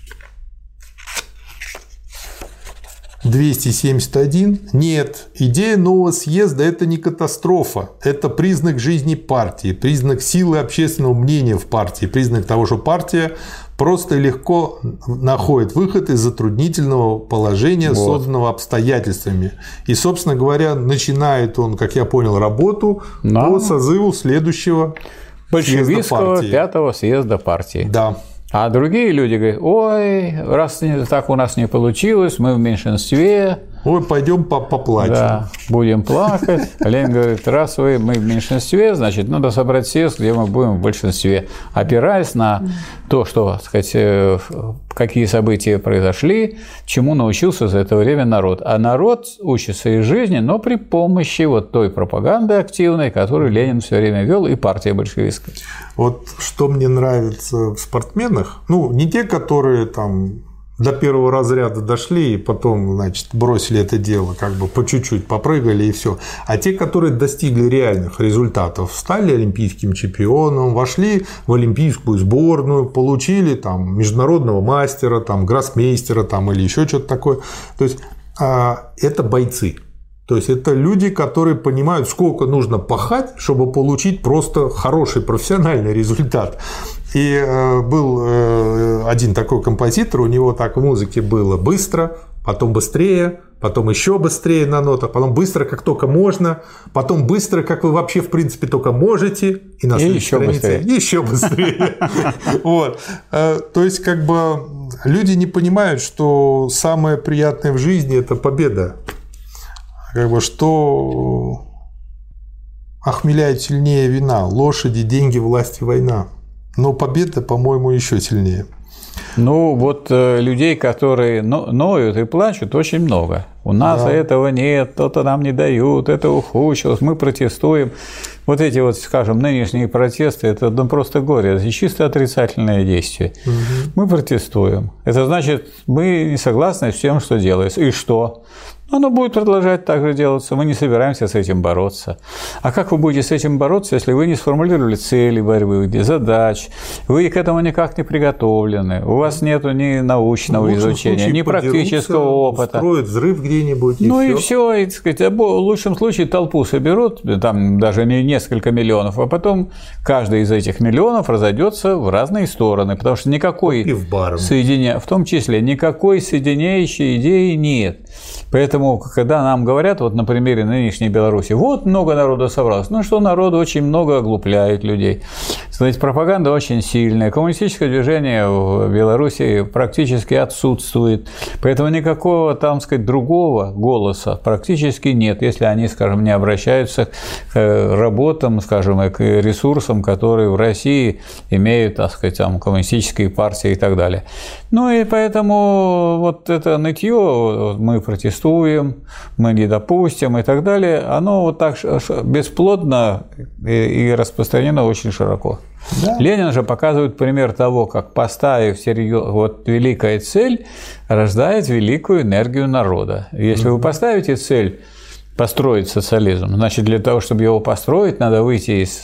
двести семьдесят один. Нет, идея нового съезда – это не катастрофа, это признак жизни партии, признак силы общественного мнения в партии, признак того, что партия просто и легко находит выход из затруднительного положения, вот. созданного обстоятельствами. И, собственно говоря, начинает он, как я понял, работу да. по созыву следующего большевистского пятого съезда партии. Да. А другие люди говорят: ой, раз так у нас не получилось, мы в меньшинстве. Ой, пойдем поплачем. Да, будем плакать. Ленин говорит: раз вы, мы в меньшинстве, значит, надо собрать съезд, где мы будем в большинстве. Опираясь на то, что, так сказать, какие события произошли, чему научился за это время народ. А народ учится из жизни, но при помощи вот той пропаганды активной, которую Ленин все время вел, и партия большевистская. Вот что мне нравится в спортсменах, ну, не те, которые там до первого разряда дошли и потом, значит, бросили это дело, как бы по чуть-чуть попрыгали и все. А те, которые достигли реальных результатов, стали олимпийским чемпионом, вошли в олимпийскую сборную, получили там международного мастера, там гроссмейстера там, или еще что-то такое. То есть это бойцы. То есть это люди, которые понимают, сколько нужно пахать, чтобы получить просто хороший профессиональный результат. И был один такой композитор, у него так в музыке было быстро, потом быстрее, потом еще быстрее на нотах, потом быстро, как только можно, потом быстро, как вы вообще, в принципе, только можете, и на следующей странице еще быстрее. Вот. То есть, как бы люди не понимают, что самое приятное в жизни – это победа. Как бы что охмеляет сильнее вина, лошади, деньги, власть и война. Но победа, по-моему, еще сильнее. Ну, вот э, людей, которые но, ноют и плачут, очень много. У нас да. этого нет, то-то нам не дают, это ухудшилось, мы протестуем. Вот эти вот, скажем, нынешние протесты – это ну, просто горе, это чисто отрицательное действие. Угу. Мы протестуем. Это значит, мы не согласны с тем, что делается. И что? Оно будет продолжать так же делаться, мы не собираемся с этим бороться. А как вы будете с этим бороться, если вы не сформулировали цели борьбы, задач, вы к этому никак не приготовлены, у вас нет ни научного изучения, ни практического опыта. Устроят взрыв где-нибудь, и Ну все. и все, и, так сказать, в лучшем случае толпу соберут, там даже не несколько миллионов, а потом каждый из этих миллионов разойдется в разные стороны, потому что никакой соединя... в том числе никакой соединяющей идеи нет. Поэтому, когда нам говорят, вот на примере нынешней Беларуси, вот много народу собралось, ну что народу очень много оглупляет людей. Знаете, пропаганда очень сильная, коммунистическое движение в Беларуси практически отсутствует, поэтому никакого, там сказать, другого голоса практически нет, если они, скажем, не обращаются к работам, скажем, и к ресурсам, которые в России имеют, так сказать, там, коммунистические партии и так далее. Ну и поэтому вот это нытье, мы протестуем, мы не допустим и так далее, оно вот так бесплодно и распространено очень широко. Да. Ленин же показывает пример того, как, поставив серьез... вот великая цель, рождает великую энергию народа. Если mm-hmm. вы поставите цель построить социализм, значит, для того, чтобы его построить, надо выйти из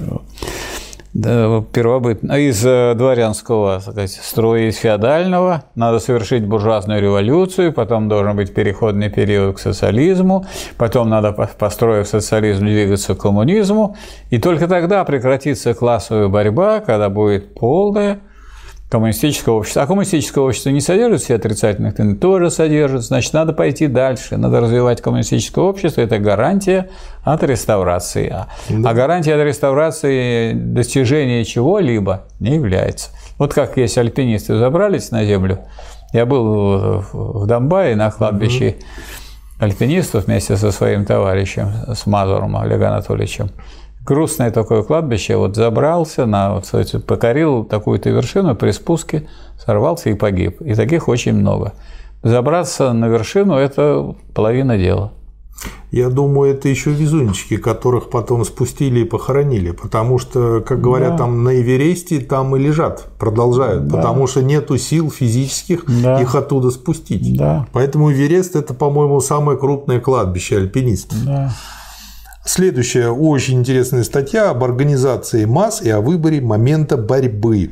первобытного, из дворянского, так сказать, строя, из феодального, надо совершить буржуазную революцию, потом должен быть переходный период к социализму, потом надо, построив социализм, двигаться к коммунизму, и только тогда прекратится классовая борьба, когда будет полная коммунистическое общество. А коммунистическое общество не содержит все отрицательных тенденций, тоже содержит, значит, надо пойти дальше, надо развивать коммунистическое общество, это гарантия от реставрации. Да. А гарантия от реставрации достижения чего-либо не является. Вот как есть альпинисты забрались на землю, я был в Донбассе на кладбище угу. альпинистов вместе со своим товарищем, с Мазуром Олегом Анатольевичем. Грустное такое кладбище, вот забрался, на, вот, кстати, покорил такую-то вершину, при спуске сорвался и погиб. И таких очень много. Забраться на вершину – это половина дела. Я думаю, это еще везунчики, которых потом спустили и похоронили, потому что, как говорят, да. там на Эвересте там и лежат, продолжают, да. потому что нету сил физических да. их оттуда спустить. Да. Поэтому Эверест – это, по-моему, самое крупное кладбище альпинистов. Да. Следующая очень интересная статья об организации масс и о выборе момента борьбы.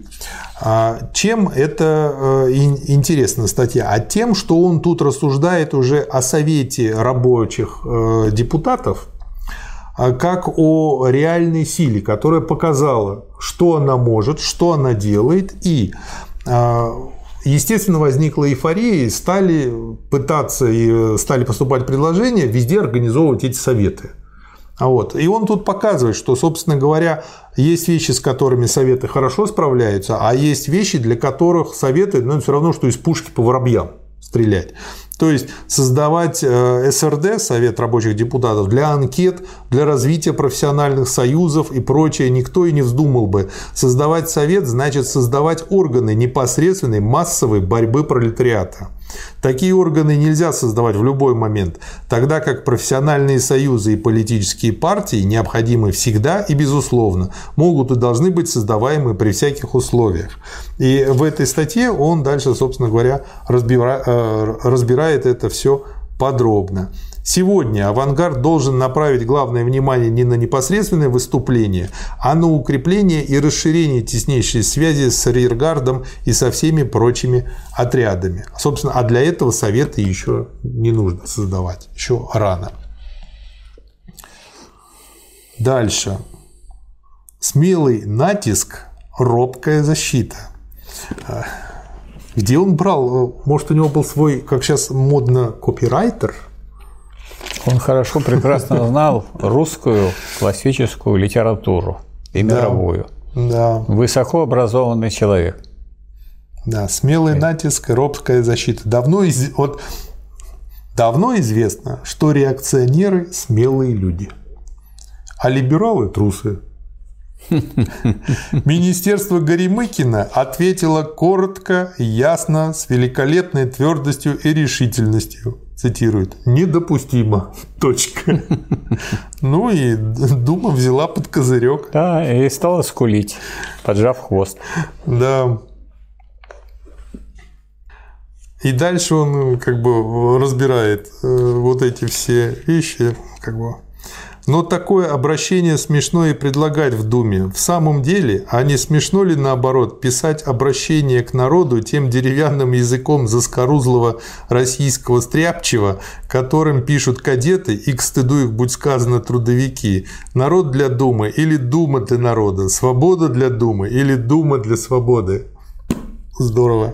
Чем это интересная статья? А тем, что он тут рассуждает уже о совете рабочих депутатов как о реальной силе, которая показала, что она может, что она делает, и естественно, возникла эйфория, и стали пытаться, и стали поступать предложения везде организовывать эти советы. Вот. И он тут показывает, что, собственно говоря, есть вещи, с которыми советы хорошо справляются, а есть вещи, для которых советы, ну, все равно, что из пушки по воробьям стрелять. То есть создавать эс эр дэ, Совет рабочих депутатов, для анкет, для развития профессиональных союзов и прочее никто и не вздумал бы. Создавать совет значит создавать органы непосредственной массовой борьбы пролетариата. Такие органы нельзя создавать в любой момент, тогда как профессиональные союзы и политические партии необходимы всегда и безусловно, могут и должны быть создаваемы при всяких условиях. И в этой статье он дальше, собственно говоря, разбирает это все подробно. Сегодня авангард должен направить главное внимание не на непосредственное выступление, а на укрепление и расширение теснейшей связи с арьергардом и со всеми прочими отрядами. Собственно, а для этого советы еще не нужно создавать, еще рано. Дальше. Смелый натиск, робкая защита. Где он брал? Может, у него был свой, как сейчас модно, копирайтер? Он хорошо, прекрасно знал русскую классическую литературу и мировую. Да. Высоко образованный человек. Да, смелый натиск и робкая защита. Давно, из... вот, давно известно, что реакционеры – смелые люди, а либералы – трусы. Министерство Горемыкина ответило коротко, ясно, с великолепной твердостью и решительностью. Цитирует: «Недопустимо. Точка». Ну и Дума взяла под козырек. Да, и стала скулить, поджав хвост. Да. И дальше он как бы разбирает вот эти все вещи, как бы. Но такое обращение смешно и предлагать в Думе. В самом деле, а не смешно ли, наоборот, писать обращение к народу тем деревянным языком заскорузлого российского стряпчего, которым пишут кадеты и, к стыду их, будь сказано, трудовики? Народ для Думы или Дума для народа? Свобода для Думы или Дума для свободы? Здорово.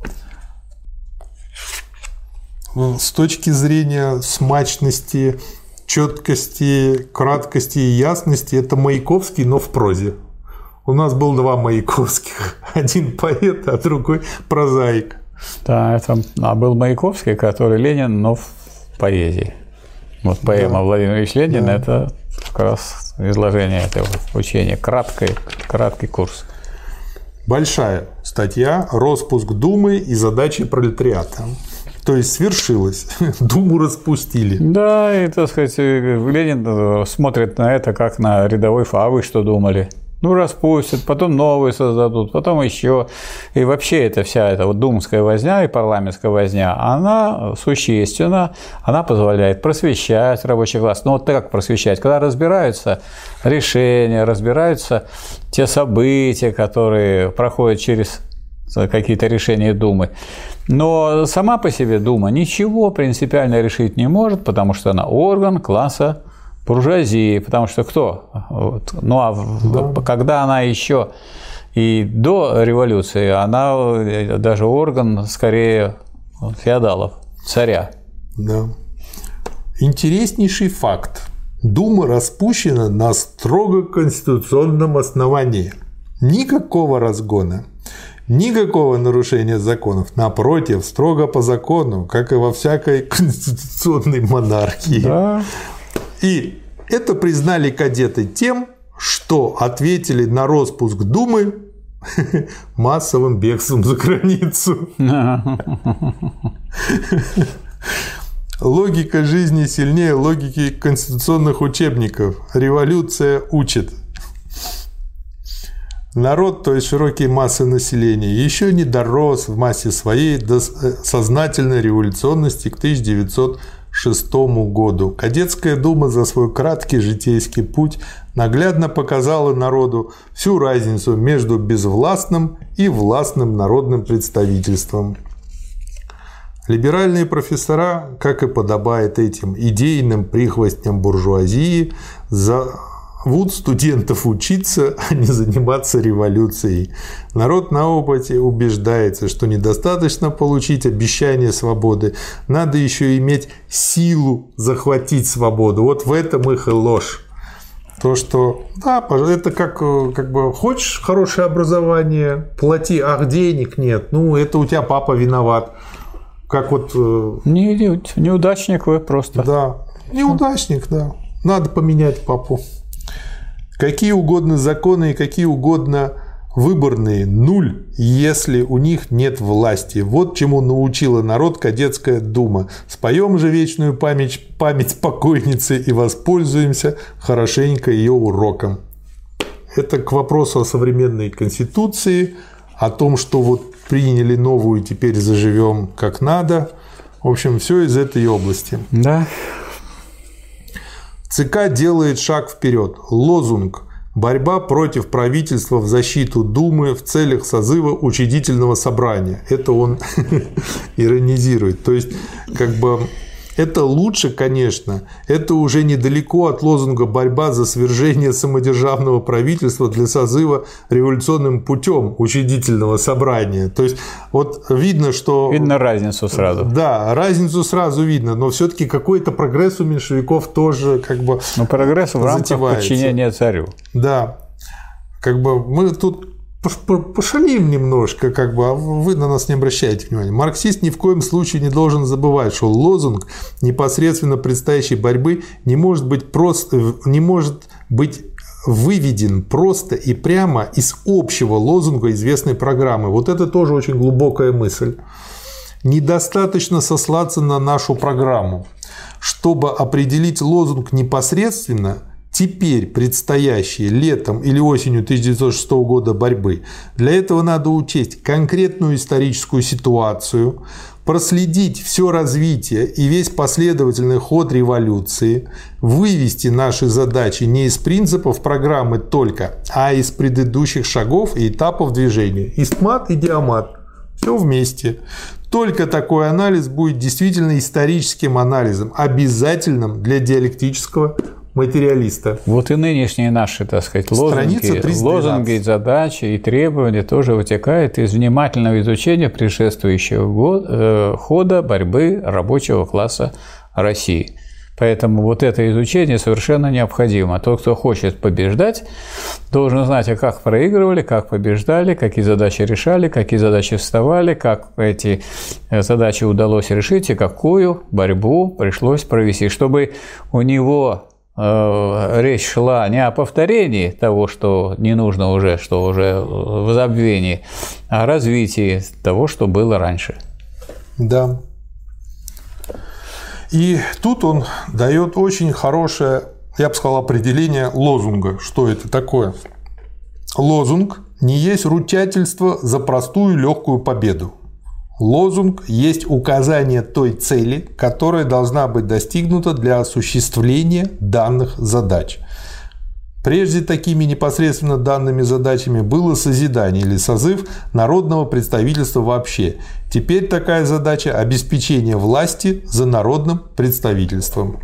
С точки зрения смачности, четкости, краткости и ясности, это Маяковский, но в прозе. У нас был два Маяковских. Один поэт, а другой прозаик. Да, это а был Маяковский, который Ленин, но в поэзии. Вот поэма да. Владимир Ильич Ленин да. – это как раз изложение этого учения. Краткий, краткий курс. Большая статья «Роспуск Думы и задачи пролетариата». То есть свершилось, Думу распустили. Да, и, так сказать, Ленин смотрит на это как на рядовой фа. А вы что думали? Ну, распустят, потом новые создадут, потом еще. И вообще эта вся эта вот думская возня и парламентская возня, она существенна, она позволяет просвещать рабочий класс. Ну, вот как просвещать? Когда разбираются решения, разбираются те события, которые проходят через какие-то решения Думы. Но сама по себе Дума ничего принципиально решить не может, потому что она орган класса буржуазии. Потому что кто? Вот. Ну, а да. когда она еще и до революции, она даже орган скорее феодалов, царя. Да. Интереснейший факт. Дума распущена на строго конституционном основании. Никакого разгона. Никакого нарушения законов. Напротив, строго по закону, как и во всякой конституционной монархии. Да. И это признали кадеты тем, что ответили на распуск Думы массовым бегством за границу. Логика жизни сильнее логики конституционных учебников. Революция учит. Народ, то есть широкие массы населения, еще не дорос в массе своей до сознательной революционности к тысяча девятьсот шестому году. Кадетская дума за свой краткий житейский путь наглядно показала народу всю разницу между безвластным и властным народным представительством. Либеральные профессора, как и подобает этим идейным прихвостням буржуазии, зовут студентов учиться, а не заниматься революцией. Народ на опыте убеждается, что недостаточно получить обещание свободы, надо еще иметь силу захватить свободу. Вот в этом их и ложь. То, что, да, это как, как бы, хочешь хорошее образование, плати, ах, денег нет, ну, это у тебя папа виноват. Как вот... Не, неудачник вы просто. Да, неудачник, да. Надо поменять папу. Какие угодно законы и какие угодно выборные – нуль, если у них нет власти. Вот чему научила народ кадетская дума. Споем же вечную память, память покойницы и воспользуемся хорошенько ее уроком. Это к вопросу о современной конституции, о том, что вот приняли новую, теперь заживем как надо. В общем, все из этой области. Да. ЦК делает шаг вперед. Лозунг «Борьба против правительства в защиту Думы в целях созыва учредительного собрания». Это он иронизирует. То есть, как бы Это лучше, конечно, это уже недалеко от лозунга «Борьба за свержение самодержавного правительства для созыва революционным путем учредительного собрания». То есть, вот видно, что… Видно разницу сразу. Да, разницу сразу видно, но все-таки какой-то прогресс у меньшевиков тоже как бы… Ну, прогресс в рамках подчинения царю. Да, как бы мы тут… Пошалим немножко, как бы, а вы на нас не обращаете внимания. Марксист ни в коем случае не должен забывать, что лозунг непосредственно предстоящей борьбы не может быть просто, не может быть выведен просто и прямо из общего лозунга известной программы. Вот это тоже очень глубокая мысль. Недостаточно сослаться на нашу программу, чтобы определить лозунг непосредственно. Теперь предстоящие летом или осенью тысяча девятьсот шестого года борьбы. Для этого надо учесть конкретную историческую ситуацию, проследить все развитие и весь последовательный ход революции, вывести наши задачи не из принципов программы только, а из предыдущих шагов и этапов движения. Истмат и диамат. Все вместе. Только такой анализ будет действительно историческим анализом, обязательным для диалектического материалиста. Вот и нынешние наши, так сказать, лозунги, лозунги, задачи и требования тоже вытекают из внимательного изучения предшествующего года, хода борьбы рабочего класса России. Поэтому вот это изучение совершенно необходимо. Тот, кто хочет побеждать, должен знать, а как проигрывали, как побеждали, какие задачи решали, какие задачи вставали, как эти задачи удалось решить и какую борьбу пришлось провести, чтобы у него речь шла не о повторении того, что не нужно уже, что уже в забвении, а о развитии того, что было раньше. Да. И тут он дает очень хорошее, я бы сказал, определение лозунга. Что это такое? Лозунг не есть ручательство за простую легкую победу. Лозунг есть указание той цели, которая должна быть достигнута для осуществления данных задач. Прежде такими непосредственно данными задачами было созидание или созыв народного представительства вообще. Теперь такая задача – обеспечение власти за народным представительством.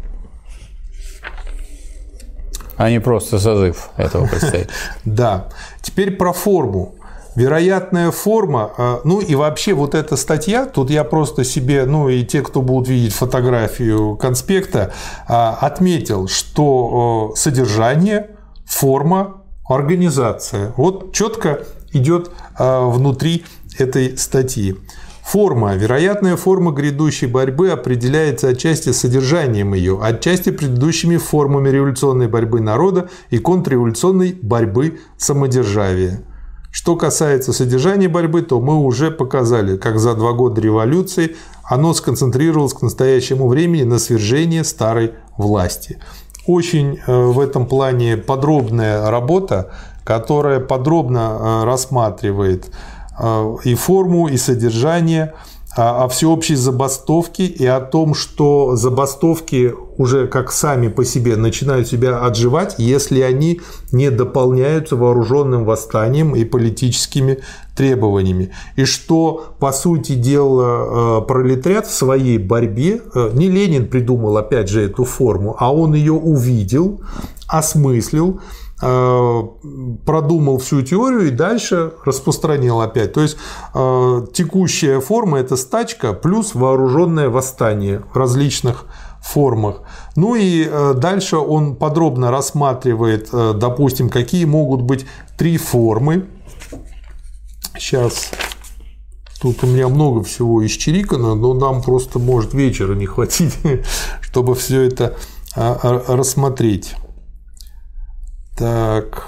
А не просто созыв этого представительства. Да. Теперь про форму. Вероятная форма, ну и вообще вот эта статья, тут я просто себе, ну и те, кто будут видеть фотографию конспекта, отметил, что содержание, форма, организация. Вот четко идет внутри этой статьи. Форма. Вероятная форма грядущей борьбы определяется отчасти содержанием ее, отчасти предыдущими формами революционной борьбы народа и контрреволюционной борьбы самодержавия. Что касается содержания борьбы, то мы уже показали, как за два года революции оно сконцентрировалось к настоящему времени на свержении старой власти. Очень в этом плане подробная работа, которая подробно рассматривает и форму, и содержание, о всеобщей забастовке и о том, что забастовки уже как сами по себе начинают себя отживать, если они не дополняются вооруженным восстанием и политическими требованиями. И что, по сути дела, пролетариат в своей борьбе, не Ленин придумал, опять же, эту форму, а он ее увидел, осмыслил, продумал всю теорию и дальше распространил опять. То есть текущая форма – это стачка плюс вооруженное восстание в различных формах. Ну и дальше он подробно рассматривает, допустим, какие могут быть три формы. Сейчас тут у меня много всего исчерикано, но нам просто может вечера не хватить, чтобы все это рассмотреть. Так.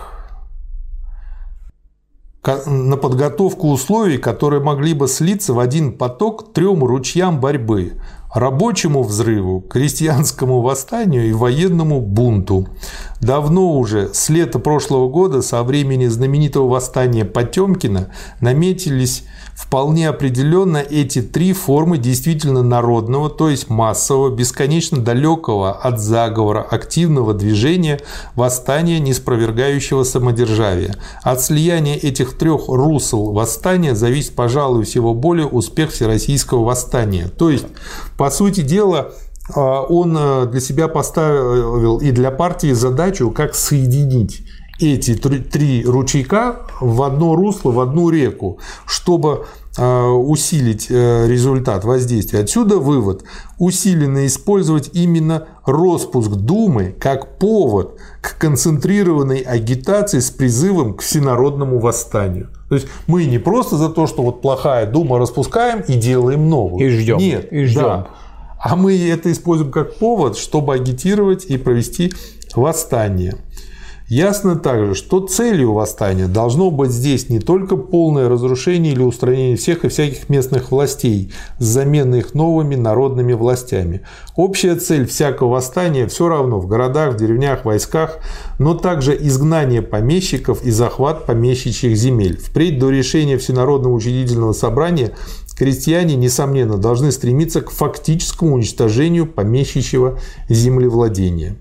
На подготовку условий, которые могли бы слиться в один поток трем ручьям борьбы: рабочему взрыву, крестьянскому восстанию и военному бунту. Давно уже, с лета прошлого года, со времени знаменитого восстания Потёмкина, наметились вполне определенно эти три формы действительно народного, то есть массового, бесконечно далекого от заговора, активного движения, восстания, неспровергающего самодержавия. От слияния этих трех русел восстания зависит, пожалуй, всего более успех всероссийского восстания. То есть, по сути дела, он для себя поставил и для партии задачу, как соединить эти три ручейка в одно русло, в одну реку, чтобы усилить результат воздействия. Отсюда вывод: усиленно использовать именно распуск Думы как повод к концентрированной агитации с призывом к всенародному восстанию. То есть мы не просто за то, что вот плохая Дума, распускаем и делаем новую. И ждем. Нет, и ждем. Да. А мы это используем как повод, чтобы агитировать и провести восстание. Ясно также, что целью восстания должно быть здесь не только полное разрушение или устранение всех и всяких местных властей с заменой их новыми народными властями. Общая цель всякого восстания все равно в городах, в деревнях, войсках, но также изгнание помещиков и захват помещичьих земель. Впредь до решения Всенародного учредительного собрания крестьяне, несомненно, должны стремиться к фактическому уничтожению помещичьего землевладения.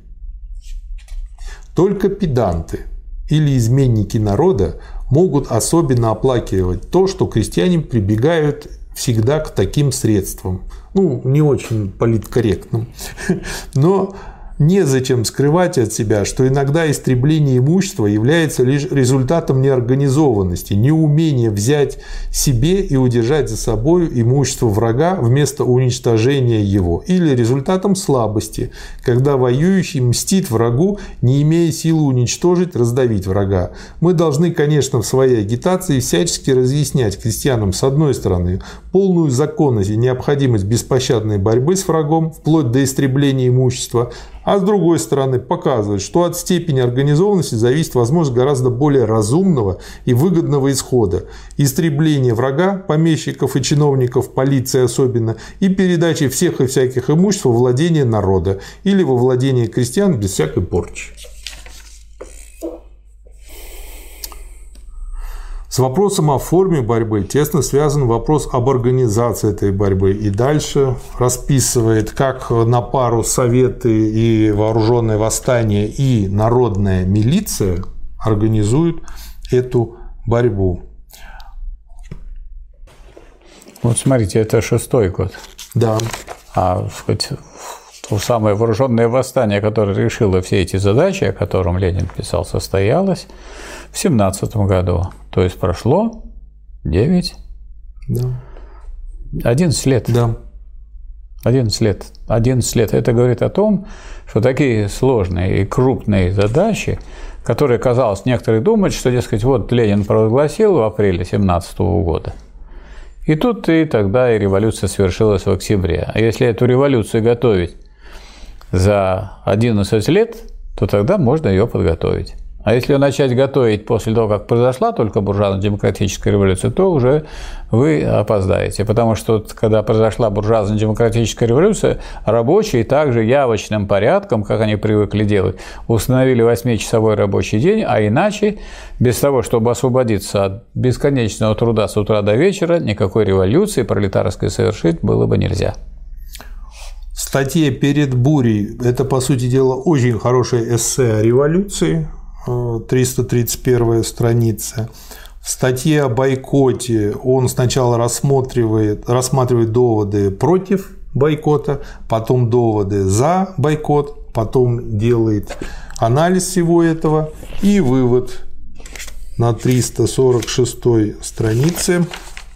Только педанты или изменники народа могут особенно оплакивать то, что крестьяне прибегают всегда к таким средствам. Ну, не очень политкорректным. Но незачем скрывать от себя, что иногда истребление имущества является лишь результатом неорганизованности, неумения взять себе и удержать за собой имущество врага вместо уничтожения его, или результатом слабости, когда воюющий мстит врагу, не имея силы уничтожить, раздавить врага. Мы должны, конечно, в своей агитации всячески разъяснять крестьянам, с одной стороны, полную законность и необходимость беспощадной борьбы с врагом, вплоть до истребления имущества, а с другой стороны показывать, что от степени организованности зависит возможность гораздо более разумного и выгодного исхода – истребления врага, помещиков и чиновников, полиции особенно, и передачи всех и всяких имуществ во владение народа или во владение крестьян без всякой порчи. С вопросом о форме борьбы тесно связан вопрос об организации этой борьбы. И дальше расписывает, как на пару советы и вооруженное восстание и народная милиция организуют эту борьбу. Вот смотрите, это шестой год. Да. А сказать, то самое вооруженное восстание, которое решило все эти задачи, о котором Ленин писал, состоялось в семнадцатом году. То есть прошло девять, да. одиннадцать лет. Да. одиннадцать лет. одиннадцать лет. Это говорит о том, что такие сложные и крупные задачи, которые, казалось, некоторые думают, что, дескать, вот Ленин провозгласил в апреле семнадцатого года, и тут и тогда и революция совершилась в октябре. А если эту революцию готовить за одиннадцать лет, то тогда можно ее подготовить. А если ее начать готовить после того, как произошла только буржуазно-демократическая революция, то уже вы опоздаете. Потому что когда произошла буржуазно-демократическая революция, рабочие также явочным порядком, как они привыкли делать, установили восьмичасовой рабочий день, а иначе, без того, чтобы освободиться от бесконечного труда с утра до вечера, никакой революции пролетарской совершить было бы нельзя. В статье «Перед бурей» это, по сути дела, очень хорошее эссе о революции, триста тридцать первая страница. В статье о бойкоте он сначала рассматривает, рассматривает доводы против бойкота, потом доводы за бойкот, потом делает анализ всего этого и вывод на триста сорок шестой странице.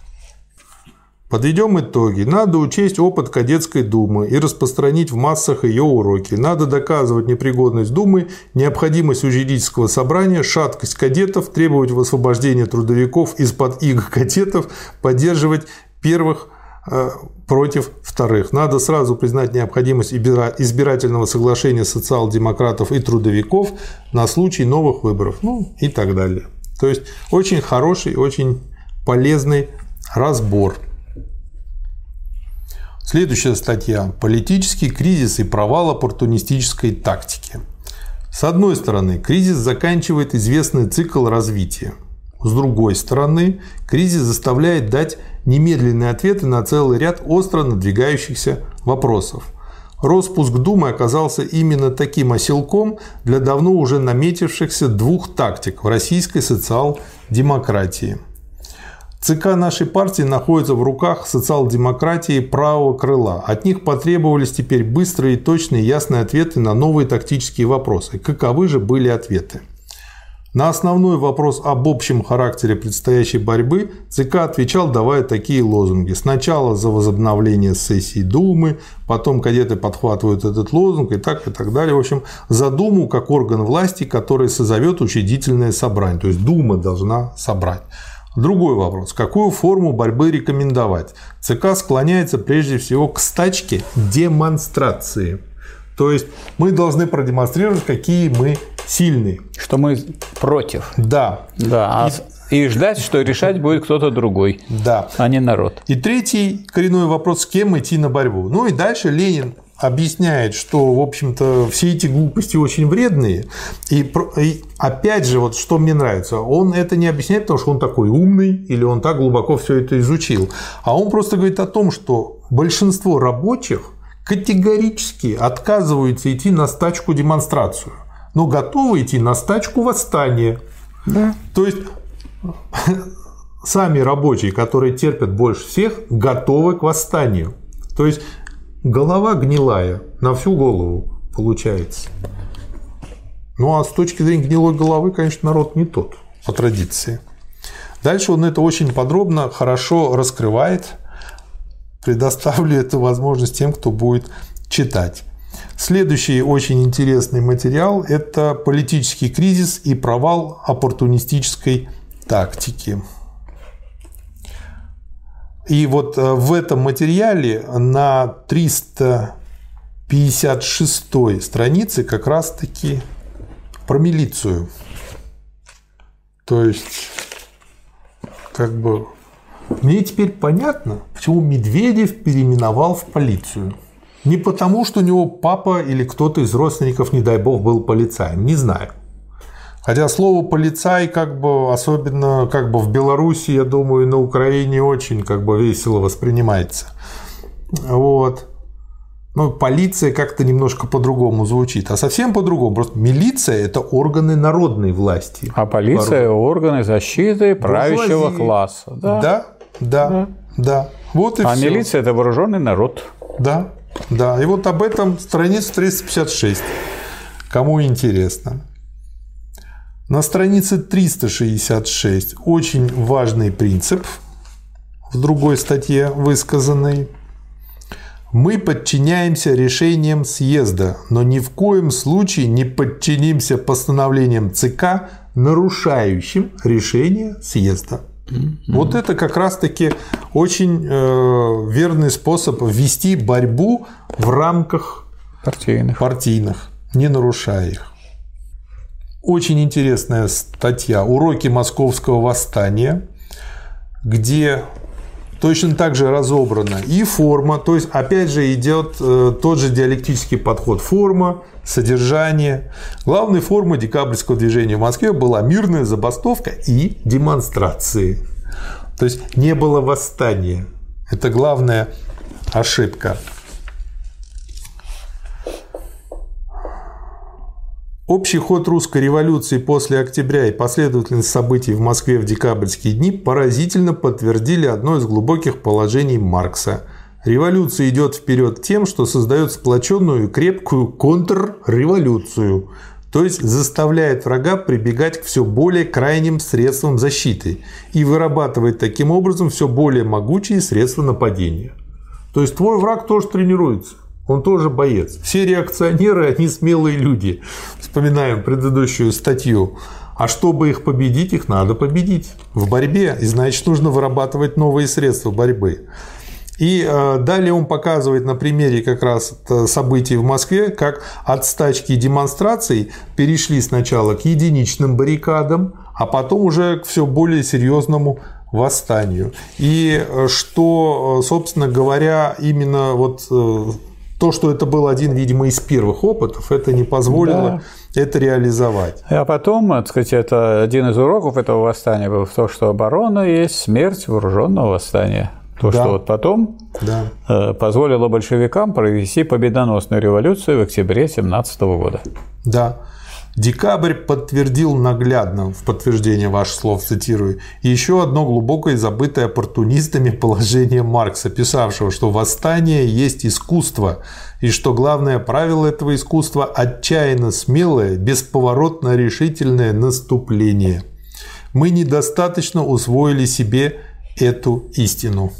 Подведем итоги. Надо учесть опыт кадетской думы и распространить в массах ее уроки. Надо доказывать непригодность думы, необходимость учредительского собрания, шаткость кадетов, требовать освобождения трудовиков из-под иго кадетов, поддерживать первых э, против вторых. Надо сразу признать необходимость избирательного соглашения социал-демократов и трудовиков на случай новых выборов. Ну и так далее. То есть очень хороший, очень полезный разбор. Следующая статья – политический кризис и провал оппортунистической тактики. С одной стороны, кризис заканчивает известный цикл развития. С другой стороны, кризис заставляет дать немедленные ответы на целый ряд остро надвигающихся вопросов. Распуск Думы оказался именно таким оселком для давно уже наметившихся двух тактик в российской социал-демократии. ЦК нашей партии находится в руках социал-демократии правого крыла. От них потребовались теперь быстрые, точные, ясные ответы на новые тактические вопросы. Каковы же были ответы? На основной вопрос об общем характере предстоящей борьбы ЦК отвечал, давая такие лозунги. Сначала за возобновление сессии Думы, потом кадеты подхватывают этот лозунг и так, и так далее. В общем, за Думу как орган власти, который созовет учредительное собрание. То есть Дума должна собрать. Другой вопрос. Какую форму борьбы рекомендовать? ЦК склоняется прежде всего к стачке демонстрации. То есть мы должны продемонстрировать, какие мы сильные. Что мы против. Да. Да. И, и ждать, что решать будет кто-то другой, да. а не народ. И третий коренной вопрос, с кем идти на борьбу. Ну и дальше Ленин объясняет, что, в общем-то, все эти глупости очень вредные. И, и опять же, вот что мне нравится, он это не объясняет, потому что он такой умный или он так глубоко все это изучил. А он просто говорит о том, что большинство рабочих категорически отказываются идти на стачку-демонстрацию, но готовы идти на стачку-восстание. Да. То есть сами рабочие, которые терпят больше всех, готовы к восстанию. То есть голова гнилая на всю голову получается. Ну а с точки зрения гнилой головы, конечно, народ не тот по традиции. Дальше он это очень подробно, хорошо раскрывает. Предоставлю эту возможность тем, кто будет читать. Следующий очень интересный материал – это политический кризис и провал оппортунистической тактики. И вот в этом материале на триста пятьдесят шестой странице как раз-таки про милицию. То есть, как бы, мне теперь понятно, почему Медведев переименовал в полицию. Не потому, что у него папа или кто-то из родственников, не дай бог, был полицаем. Не знаю. Хотя слово «полицай», как бы, особенно как бы в Беларуси, я думаю, на Украине очень как бы весело воспринимается. Вот. Ну, полиция как-то немножко по-другому звучит. А совсем по-другому. Просто милиция – это органы народной власти. А полиция – органы защиты правящего буржуазии. Класса. Да, да, да. да. да. Вот и а все. милиция – это вооруженный народ. Да, да. И вот об этом страница триста пятьдесят шесть. Кому интересно. На странице триста шестьдесят шесть очень важный принцип в другой статье высказанный. Мы подчиняемся решениям съезда, но ни в коем случае не подчинимся постановлениям ЦК, нарушающим решение съезда. Mm-hmm. Вот это как раз-таки очень э, верный способ вести борьбу в рамках партийных. партийных, не нарушая их. Очень интересная статья «Уроки московского восстания», где точно так же разобрана и форма, то есть опять же идет тот же диалектический подход: форма, содержание. Главной формой декабрьского движения в Москве была мирная забастовка и демонстрации. То есть не было восстания. Это главная ошибка. Общий ход русской революции после октября и последовательность событий в Москве в декабрьские дни поразительно подтвердили одно из глубоких положений Маркса. Революция идет вперед тем, что создает сплоченную и крепкую контрреволюцию, то есть заставляет врага прибегать к все более крайним средствам защиты и вырабатывает таким образом все более могучие средства нападения. То есть твой враг тоже тренируется. Он тоже боец. Все реакционеры, они смелые люди. Вспоминаем предыдущую статью. А чтобы их победить, их надо победить в борьбе. И значит, нужно вырабатывать новые средства борьбы. И далее он показывает на примере как раз событий в Москве, как от стачки и демонстраций перешли сначала к единичным баррикадам, а потом уже к все более серьезному восстанию. И что, собственно говоря, именно вот то, что это был один, видимо, из первых опытов, это не позволило да. это реализовать. А потом, так сказать, это один из уроков этого восстания был в том, что оборона есть смерть вооруженного восстания. То, да. что вот потом да. позволило большевикам провести победоносную революцию в октябре тысяча девятьсот семнадцатого года. Да. Декабрь подтвердил наглядно, в подтверждение ваших слов, цитирую, еще одно глубокое забытое оппортунистами положение Маркса, писавшего, что восстание есть искусство, и что главное правило этого искусства – отчаянно смелое, бесповоротно решительное наступление. Мы недостаточно усвоили себе эту истину.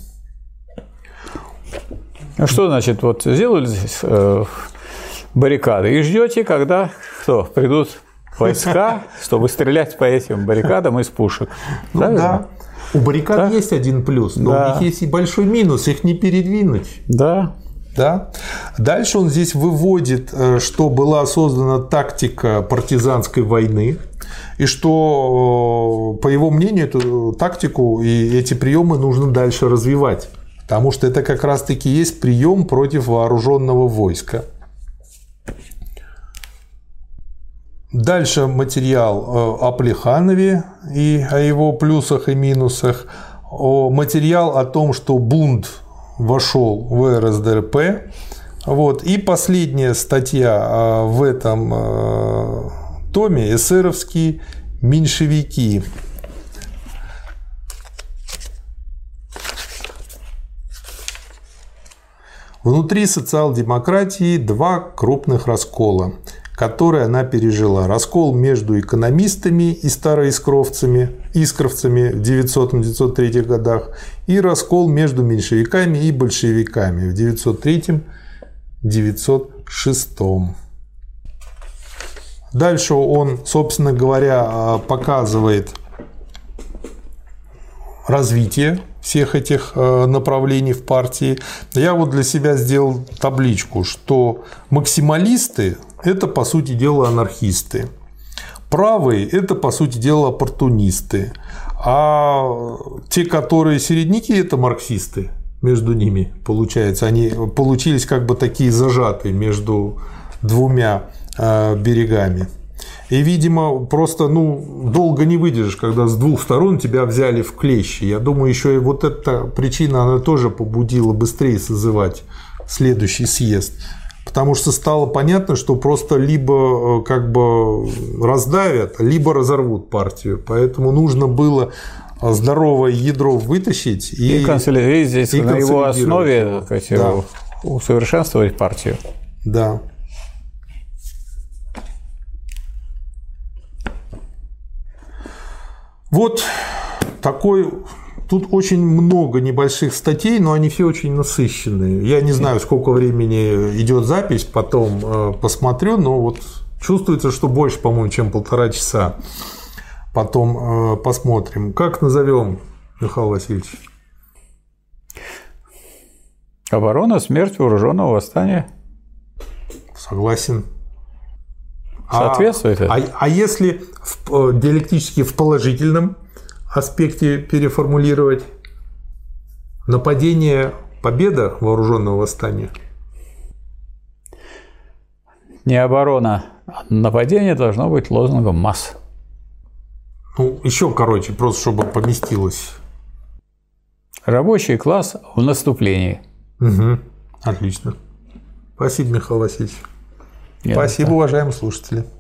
Ну что значит, вот сделали здесь э, баррикады и ждете, когда кто придут войска, чтобы стрелять по этим баррикадам из пушек. Ну Правильно? да. У баррикад да? есть один плюс, но да. у них есть и большой минус, их не передвинуть. Да. Да. Дальше он здесь выводит, что была создана тактика партизанской войны, и что, по его мнению, эту тактику и эти приемы нужно дальше развивать, потому что это как раз-таки есть прием против вооруженного войска. Дальше материал о Плеханове и о его плюсах и минусах, материал о том, что бунт вошел в эр эс дэ эр пэ. Вот. И последняя статья в этом томе – эсеровские меньшевики. Внутри социал-демократии два крупных раскола, которые она пережила. Раскол между экономистами и староискровцами, искровцами в девятисотом — девятьсот третьем годах и раскол между меньшевиками и большевиками в девятьсот третьем — девятьсот шестом. Дальше он, собственно говоря, показывает развитие всех этих направлений в партии. Я вот для себя сделал табличку, что максималисты – это, по сути дела, анархисты. Правые – это, по сути дела, оппортунисты. А те, которые середняки – это марксисты. Между ними, получается. Они получились как бы такие зажатые между двумя берегами. И, видимо, просто ну, долго не выдержишь, когда с двух сторон тебя взяли в клещи. Я думаю, еще и вот эта причина, она тоже побудила быстрее созывать следующий съезд. Потому что стало понятно, что просто либо как бы раздавят, либо разорвут партию. Поэтому нужно было здоровое ядро вытащить и, и консолидировать здесь и на его основе сказать, да. усовершенствовать партию. Да. Вот такой, тут очень много небольших статей, но они все очень насыщенные. Я не знаю, сколько времени идет запись, потом посмотрю, но вот чувствуется, что больше, по-моему, чем полтора часа. Потом посмотрим. Как назовем, Михаил Васильевич? Оборона, смерть вооруженного восстания. Согласен. Соответствует а, это? А, а если в, диалектически в положительном аспекте переформулировать? Нападение, победа вооруженного восстания? Не оборона, а нападение должно быть лозунгом масс. Ну, еще короче, просто чтобы поместилось. Рабочий класс в наступлении. Угу. Отлично. Спасибо, Михаил Васильевич. Нет, Спасибо, уважаемые слушатели.